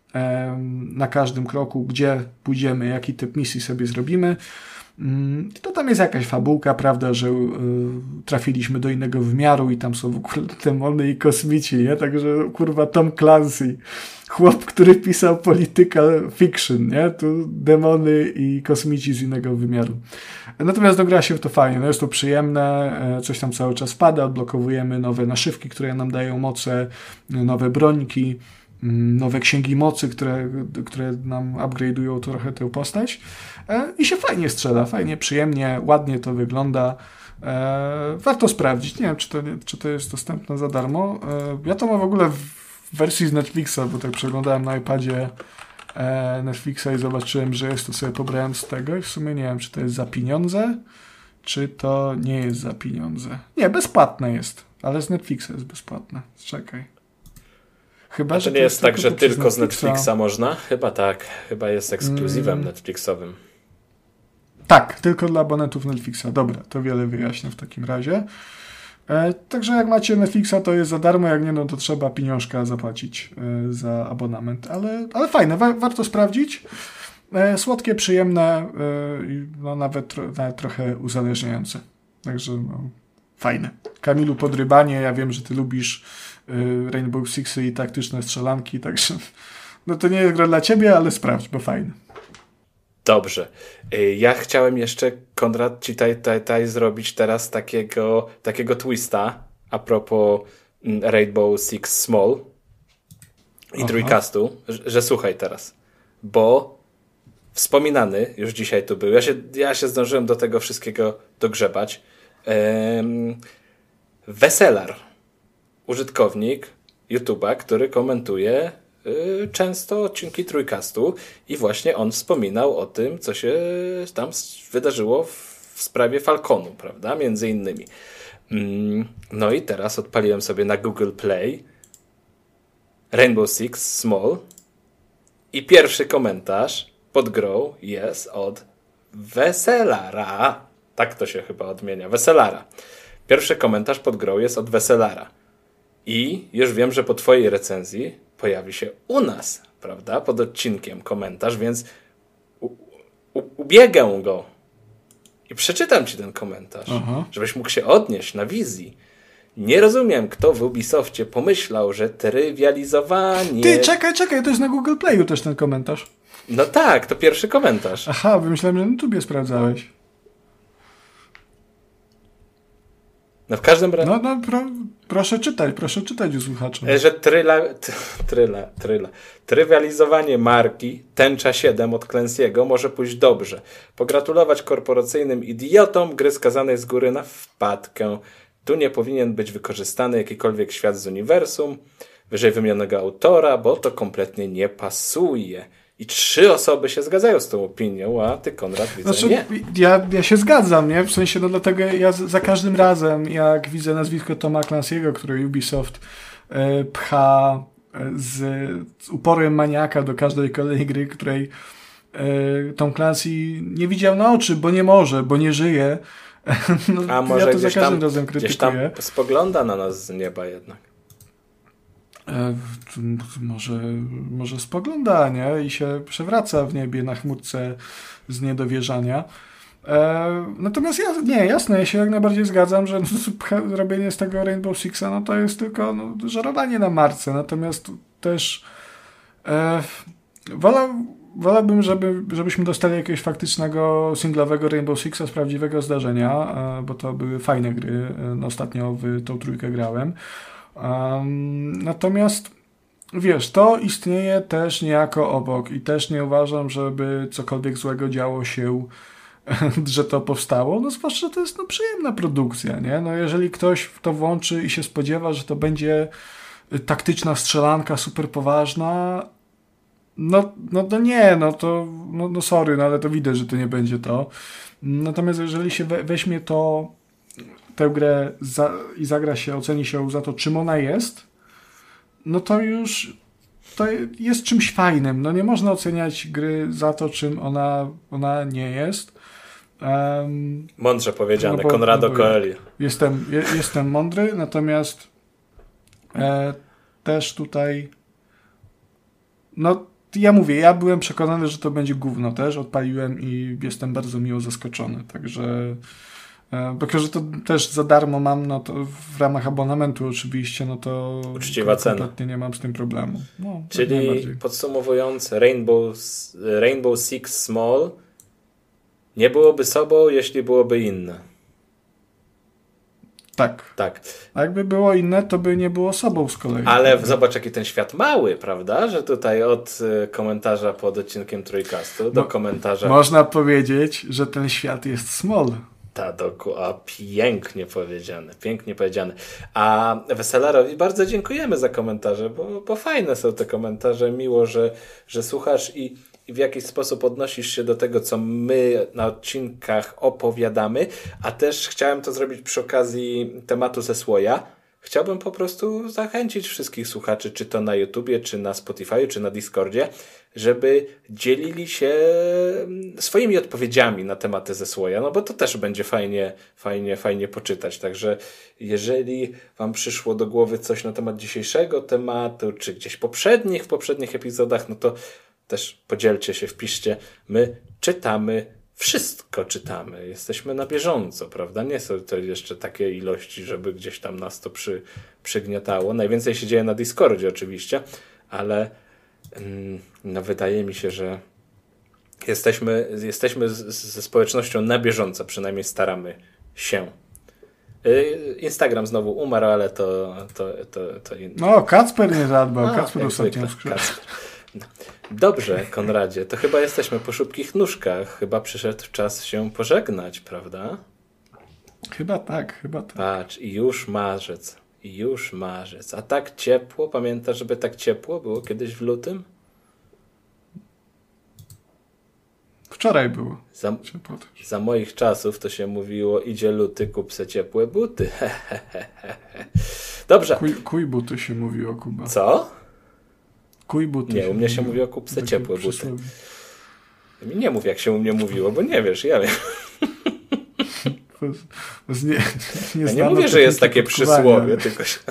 na każdym kroku, gdzie pójdziemy, jaki typ misji sobie zrobimy. To tam jest jakaś fabułka, prawda, że trafiliśmy do innego wymiaru i tam są w ogóle demony i kosmici, nie? Także Tom Clancy, chłop, który pisał political fiction, nie? Tu demony i kosmici z innego wymiaru. Natomiast gra się w to fajnie, jest to przyjemne, coś tam cały czas pada, odblokowujemy nowe naszywki, które nam dają moce, nowe brońki, nowe księgi mocy, które nam upgrade'ują trochę tę postać i się fajnie strzela, fajnie, przyjemnie, ładnie to wygląda. Warto sprawdzić. Nie wiem, czy to jest dostępne za darmo. Ja to mam w ogóle w wersji z Netflixa, bo tak przeglądałem na iPadzie Netflixa i zobaczyłem, że jest, to sobie pobrałem z tego i w sumie nie wiem, czy to jest za pieniądze, czy to nie jest za pieniądze. Nie, bezpłatne jest, ale z Netflixa jest bezpłatne. Czekaj. Chyba, a to że nie jest tak, że tylko z Netflixa można? Chyba tak. Chyba jest ekskluzywem Netflixowym. Tak, tylko dla abonentów Netflixa. Dobra, to wiele wyjaśnia w takim razie. Także jak macie Netflixa, to jest za darmo, jak nie, to trzeba pieniążka zapłacić za abonament. Ale fajne, warto sprawdzić. Słodkie, przyjemne i nawet trochę uzależniające. Także fajne. Kamilu, podrybanie, ja wiem, że ty lubisz Rainbow Sixy i taktyczne strzelanki, także to nie jest gra dla ciebie, ale sprawdź, bo fajne. Dobrze. Ja chciałem jeszcze, Konrad, ci tutaj zrobić teraz takiego twista a propos Rainbow Six Small i trójkastu, że słuchaj teraz, bo wspominany już dzisiaj tu był, ja się zdążyłem do tego wszystkiego dogrzebać, Weselar, użytkownik YouTube'a, który komentuje często odcinki trójkastu i właśnie on wspominał o tym, co się tam wydarzyło w sprawie Falconu, prawda? Między innymi. No i teraz odpaliłem sobie na Google Play Rainbow Six Small i pierwszy komentarz pod grą jest od Weselara. Tak to się chyba odmienia. Weselara. Pierwszy komentarz pod grą jest od Weselara. I już wiem, że po twojej recenzji pojawi się u nas, prawda, pod odcinkiem komentarz, więc ubiegę go i przeczytam ci ten komentarz, żebyś mógł się odnieść na wizji. Nie rozumiem, kto w Ubisoftie pomyślał, że trywializowanie... Ty, czekaj, to jest na Google Playu też ten komentarz. No tak, to pierwszy komentarz. Aha, myślałem, że na YouTubie sprawdzałeś. No w każdym razie... Proszę czytać u słuchaczy. Że trywializowanie marki Tęcza 7 od Clancy'ego może pójść dobrze. Pogratulować korporacyjnym idiotom gry skazanej z góry na wpadkę. Tu nie powinien być wykorzystany jakikolwiek świat z uniwersum wyżej wymienionego autora, bo to kompletnie nie pasuje. I 3 osoby się zgadzają z tą opinią, a ty, Konrad, widzę, nie. Ja się zgadzam, nie? W sensie, dlatego ja za każdym razem, jak widzę nazwisko Toma Clancy'ego, który Ubisoft pcha z uporem maniaka do każdej kolejnej gry, której Tom Clancy nie widział na oczy, bo nie może, bo nie żyje, No, A może ja to gdzieś za każdym tam, razem gdzieś tam krytykuję. spogląda na nas z nieba jednak. Może spogląda, nie? I się przewraca w niebie na chmurce z niedowierzania. Natomiast jasne, ja się jak najbardziej zgadzam, że robienie z tego Rainbow Sixa, no to jest tylko żerowanie na marce. Natomiast też wolałbym, żebyśmy dostali jakiegoś faktycznego singlowego Rainbow Sixa z prawdziwego zdarzenia, bo to były fajne gry. Ostatnio w tą trójkę grałem. Natomiast wiesz, to istnieje też niejako obok i też nie uważam, żeby cokolwiek złego działo się, że to powstało, no zwłaszcza, że to jest przyjemna produkcja, nie? No jeżeli ktoś w to włączy i się spodziewa, że to będzie taktyczna strzelanka super poważna, no to nie, no sorry, no ale to widać, że to nie będzie to. Natomiast jeżeli się weźmie tę grę i zagra się, oceni się za to, czym ona jest, no to już to jest czymś fajnym. No nie można oceniać gry za to, czym ona nie jest. Mądrze powiedziane, Conrado Coelho. Jestem mądry, natomiast też tutaj ja byłem przekonany, że to będzie gówno też, odpaliłem i jestem bardzo miło zaskoczony, także tylko, że to też za darmo mam, no to w ramach abonamentu oczywiście, no to uczciwa cena. Kompletnie nie mam z tym problemu. No, czyli podsumowując, Rainbow Six Small nie byłoby sobą, jeśli byłoby inne. Tak. A jakby było inne, to by nie było sobą z kolei. Ale zobacz, jaki ten świat mały, prawda? Że tutaj od komentarza pod odcinkiem Trójkastu do komentarza... Można powiedzieć, że ten świat jest small. Pięknie powiedziane. A Weselarowi bardzo dziękujemy za komentarze, bo fajne są te komentarze. Miło, że słuchasz i w jakiś sposób odnosisz się do tego, co my na odcinkach opowiadamy, a też chciałem to zrobić przy okazji tematu ze Słoja. Chciałbym po prostu zachęcić wszystkich słuchaczy, czy to na YouTubie, czy na Spotify, czy na Discordzie, żeby dzielili się swoimi odpowiedziami na tematy ze Słoja, no bo to też będzie fajnie poczytać. Także jeżeli wam przyszło do głowy coś na temat dzisiejszego tematu, czy gdzieś w poprzednich epizodach, no to też podzielcie się, wpiszcie. My wszystko czytamy. Jesteśmy na bieżąco, prawda? Nie są to jeszcze takie ilości, żeby gdzieś tam nas to przygniatało. Najwięcej się dzieje na Discordzie oczywiście, ale wydaje mi się, że jesteśmy ze społecznością na bieżąco, przynajmniej staramy się. Instagram znowu umarł, ale to inne. No, Kacper nie zadbał. Kacper ostatnio skrzydł. Dobrze, Konradzie, to chyba jesteśmy po szybkich nóżkach. Chyba przyszedł czas się pożegnać, prawda? Chyba tak. Patrz, i już marzec. A tak ciepło, pamiętasz, żeby tak ciepło było kiedyś w lutym? Wczoraj było. Za moich czasów to się mówiło, idzie luty, kup se ciepłe buty. Dobrze. Kuj buty się mówiło, Kuba. Co? Kuj buty. Nie, u mnie się mówiło, kup se ciepłe buty. Nie mów, jak się u mnie mówiło, bo nie wiesz, ja wiem. Ja nie mówię, że jest takie przysłowie, tylko się...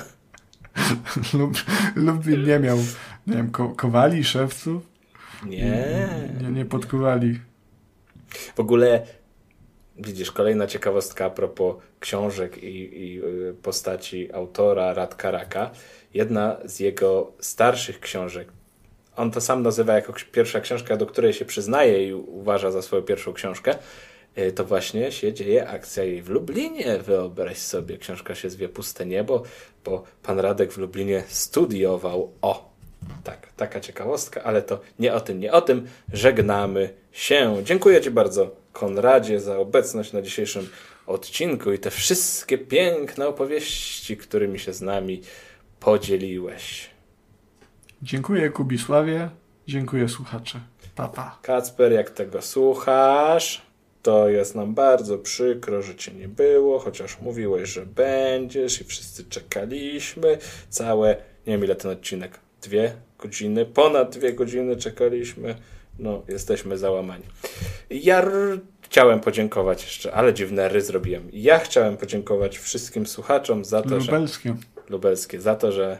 Lublin nie miał, nie wiem, kowali, szewców? Nie podkuwali. W ogóle widzisz, kolejna ciekawostka a propos książek i postaci autora Radka Raka. Jedna z jego starszych książek, on to sam nazywa jako pierwsza książka, do której się przyznaje i uważa za swoją pierwszą książkę, to właśnie się dzieje akcja jej w Lublinie. Wyobraź sobie, książka się zwie Puste Niebo, bo pan Radek w Lublinie studiował. Tak, taka ciekawostka, ale to nie o tym. Żegnamy się. Dziękuję ci bardzo, Konradzie, za obecność na dzisiejszym odcinku i te wszystkie piękne opowieści, którymi się z nami podzieliłeś. Dziękuję, Kubisławie. Dziękuję, słuchacze. Pa. Kacper, jak tego słuchasz, to jest nam bardzo przykro, że cię nie było, chociaż mówiłeś, że będziesz i wszyscy czekaliśmy. Nie wiem ile ten odcinek, 2 godziny, ponad 2 godziny czekaliśmy no jesteśmy załamani. Chciałem podziękować jeszcze, ale dziwne ry zrobiłem. Ja chciałem podziękować wszystkim słuchaczom za to, Lubelskie, za to, że...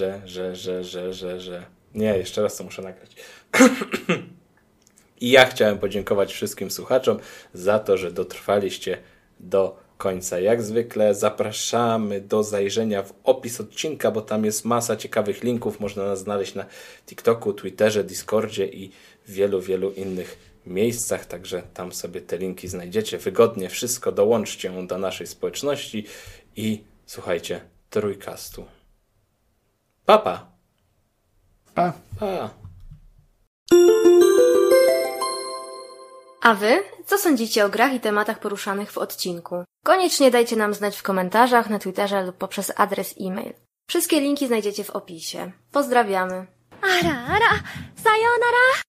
Nie, jeszcze raz to muszę nagrać. I ja chciałem podziękować wszystkim słuchaczom za to, że dotrwaliście do końca. Jak zwykle zapraszamy do zajrzenia w opis odcinka, bo tam jest masa ciekawych linków. Można nas znaleźć na TikToku, Twitterze, Discordzie i wielu, wielu innych miejscach. Także tam sobie te linki znajdziecie. Wygodnie wszystko dołączcie do naszej społeczności i słuchajcie Trójkastu. Pa, pa. Pa. Pa. A wy? Co sądzicie o grach i tematach poruszanych w odcinku? Koniecznie dajcie nam znać w komentarzach, na Twitterze lub poprzez adres e-mail. Wszystkie linki znajdziecie w opisie. Pozdrawiamy. Ara, ara, sayonara!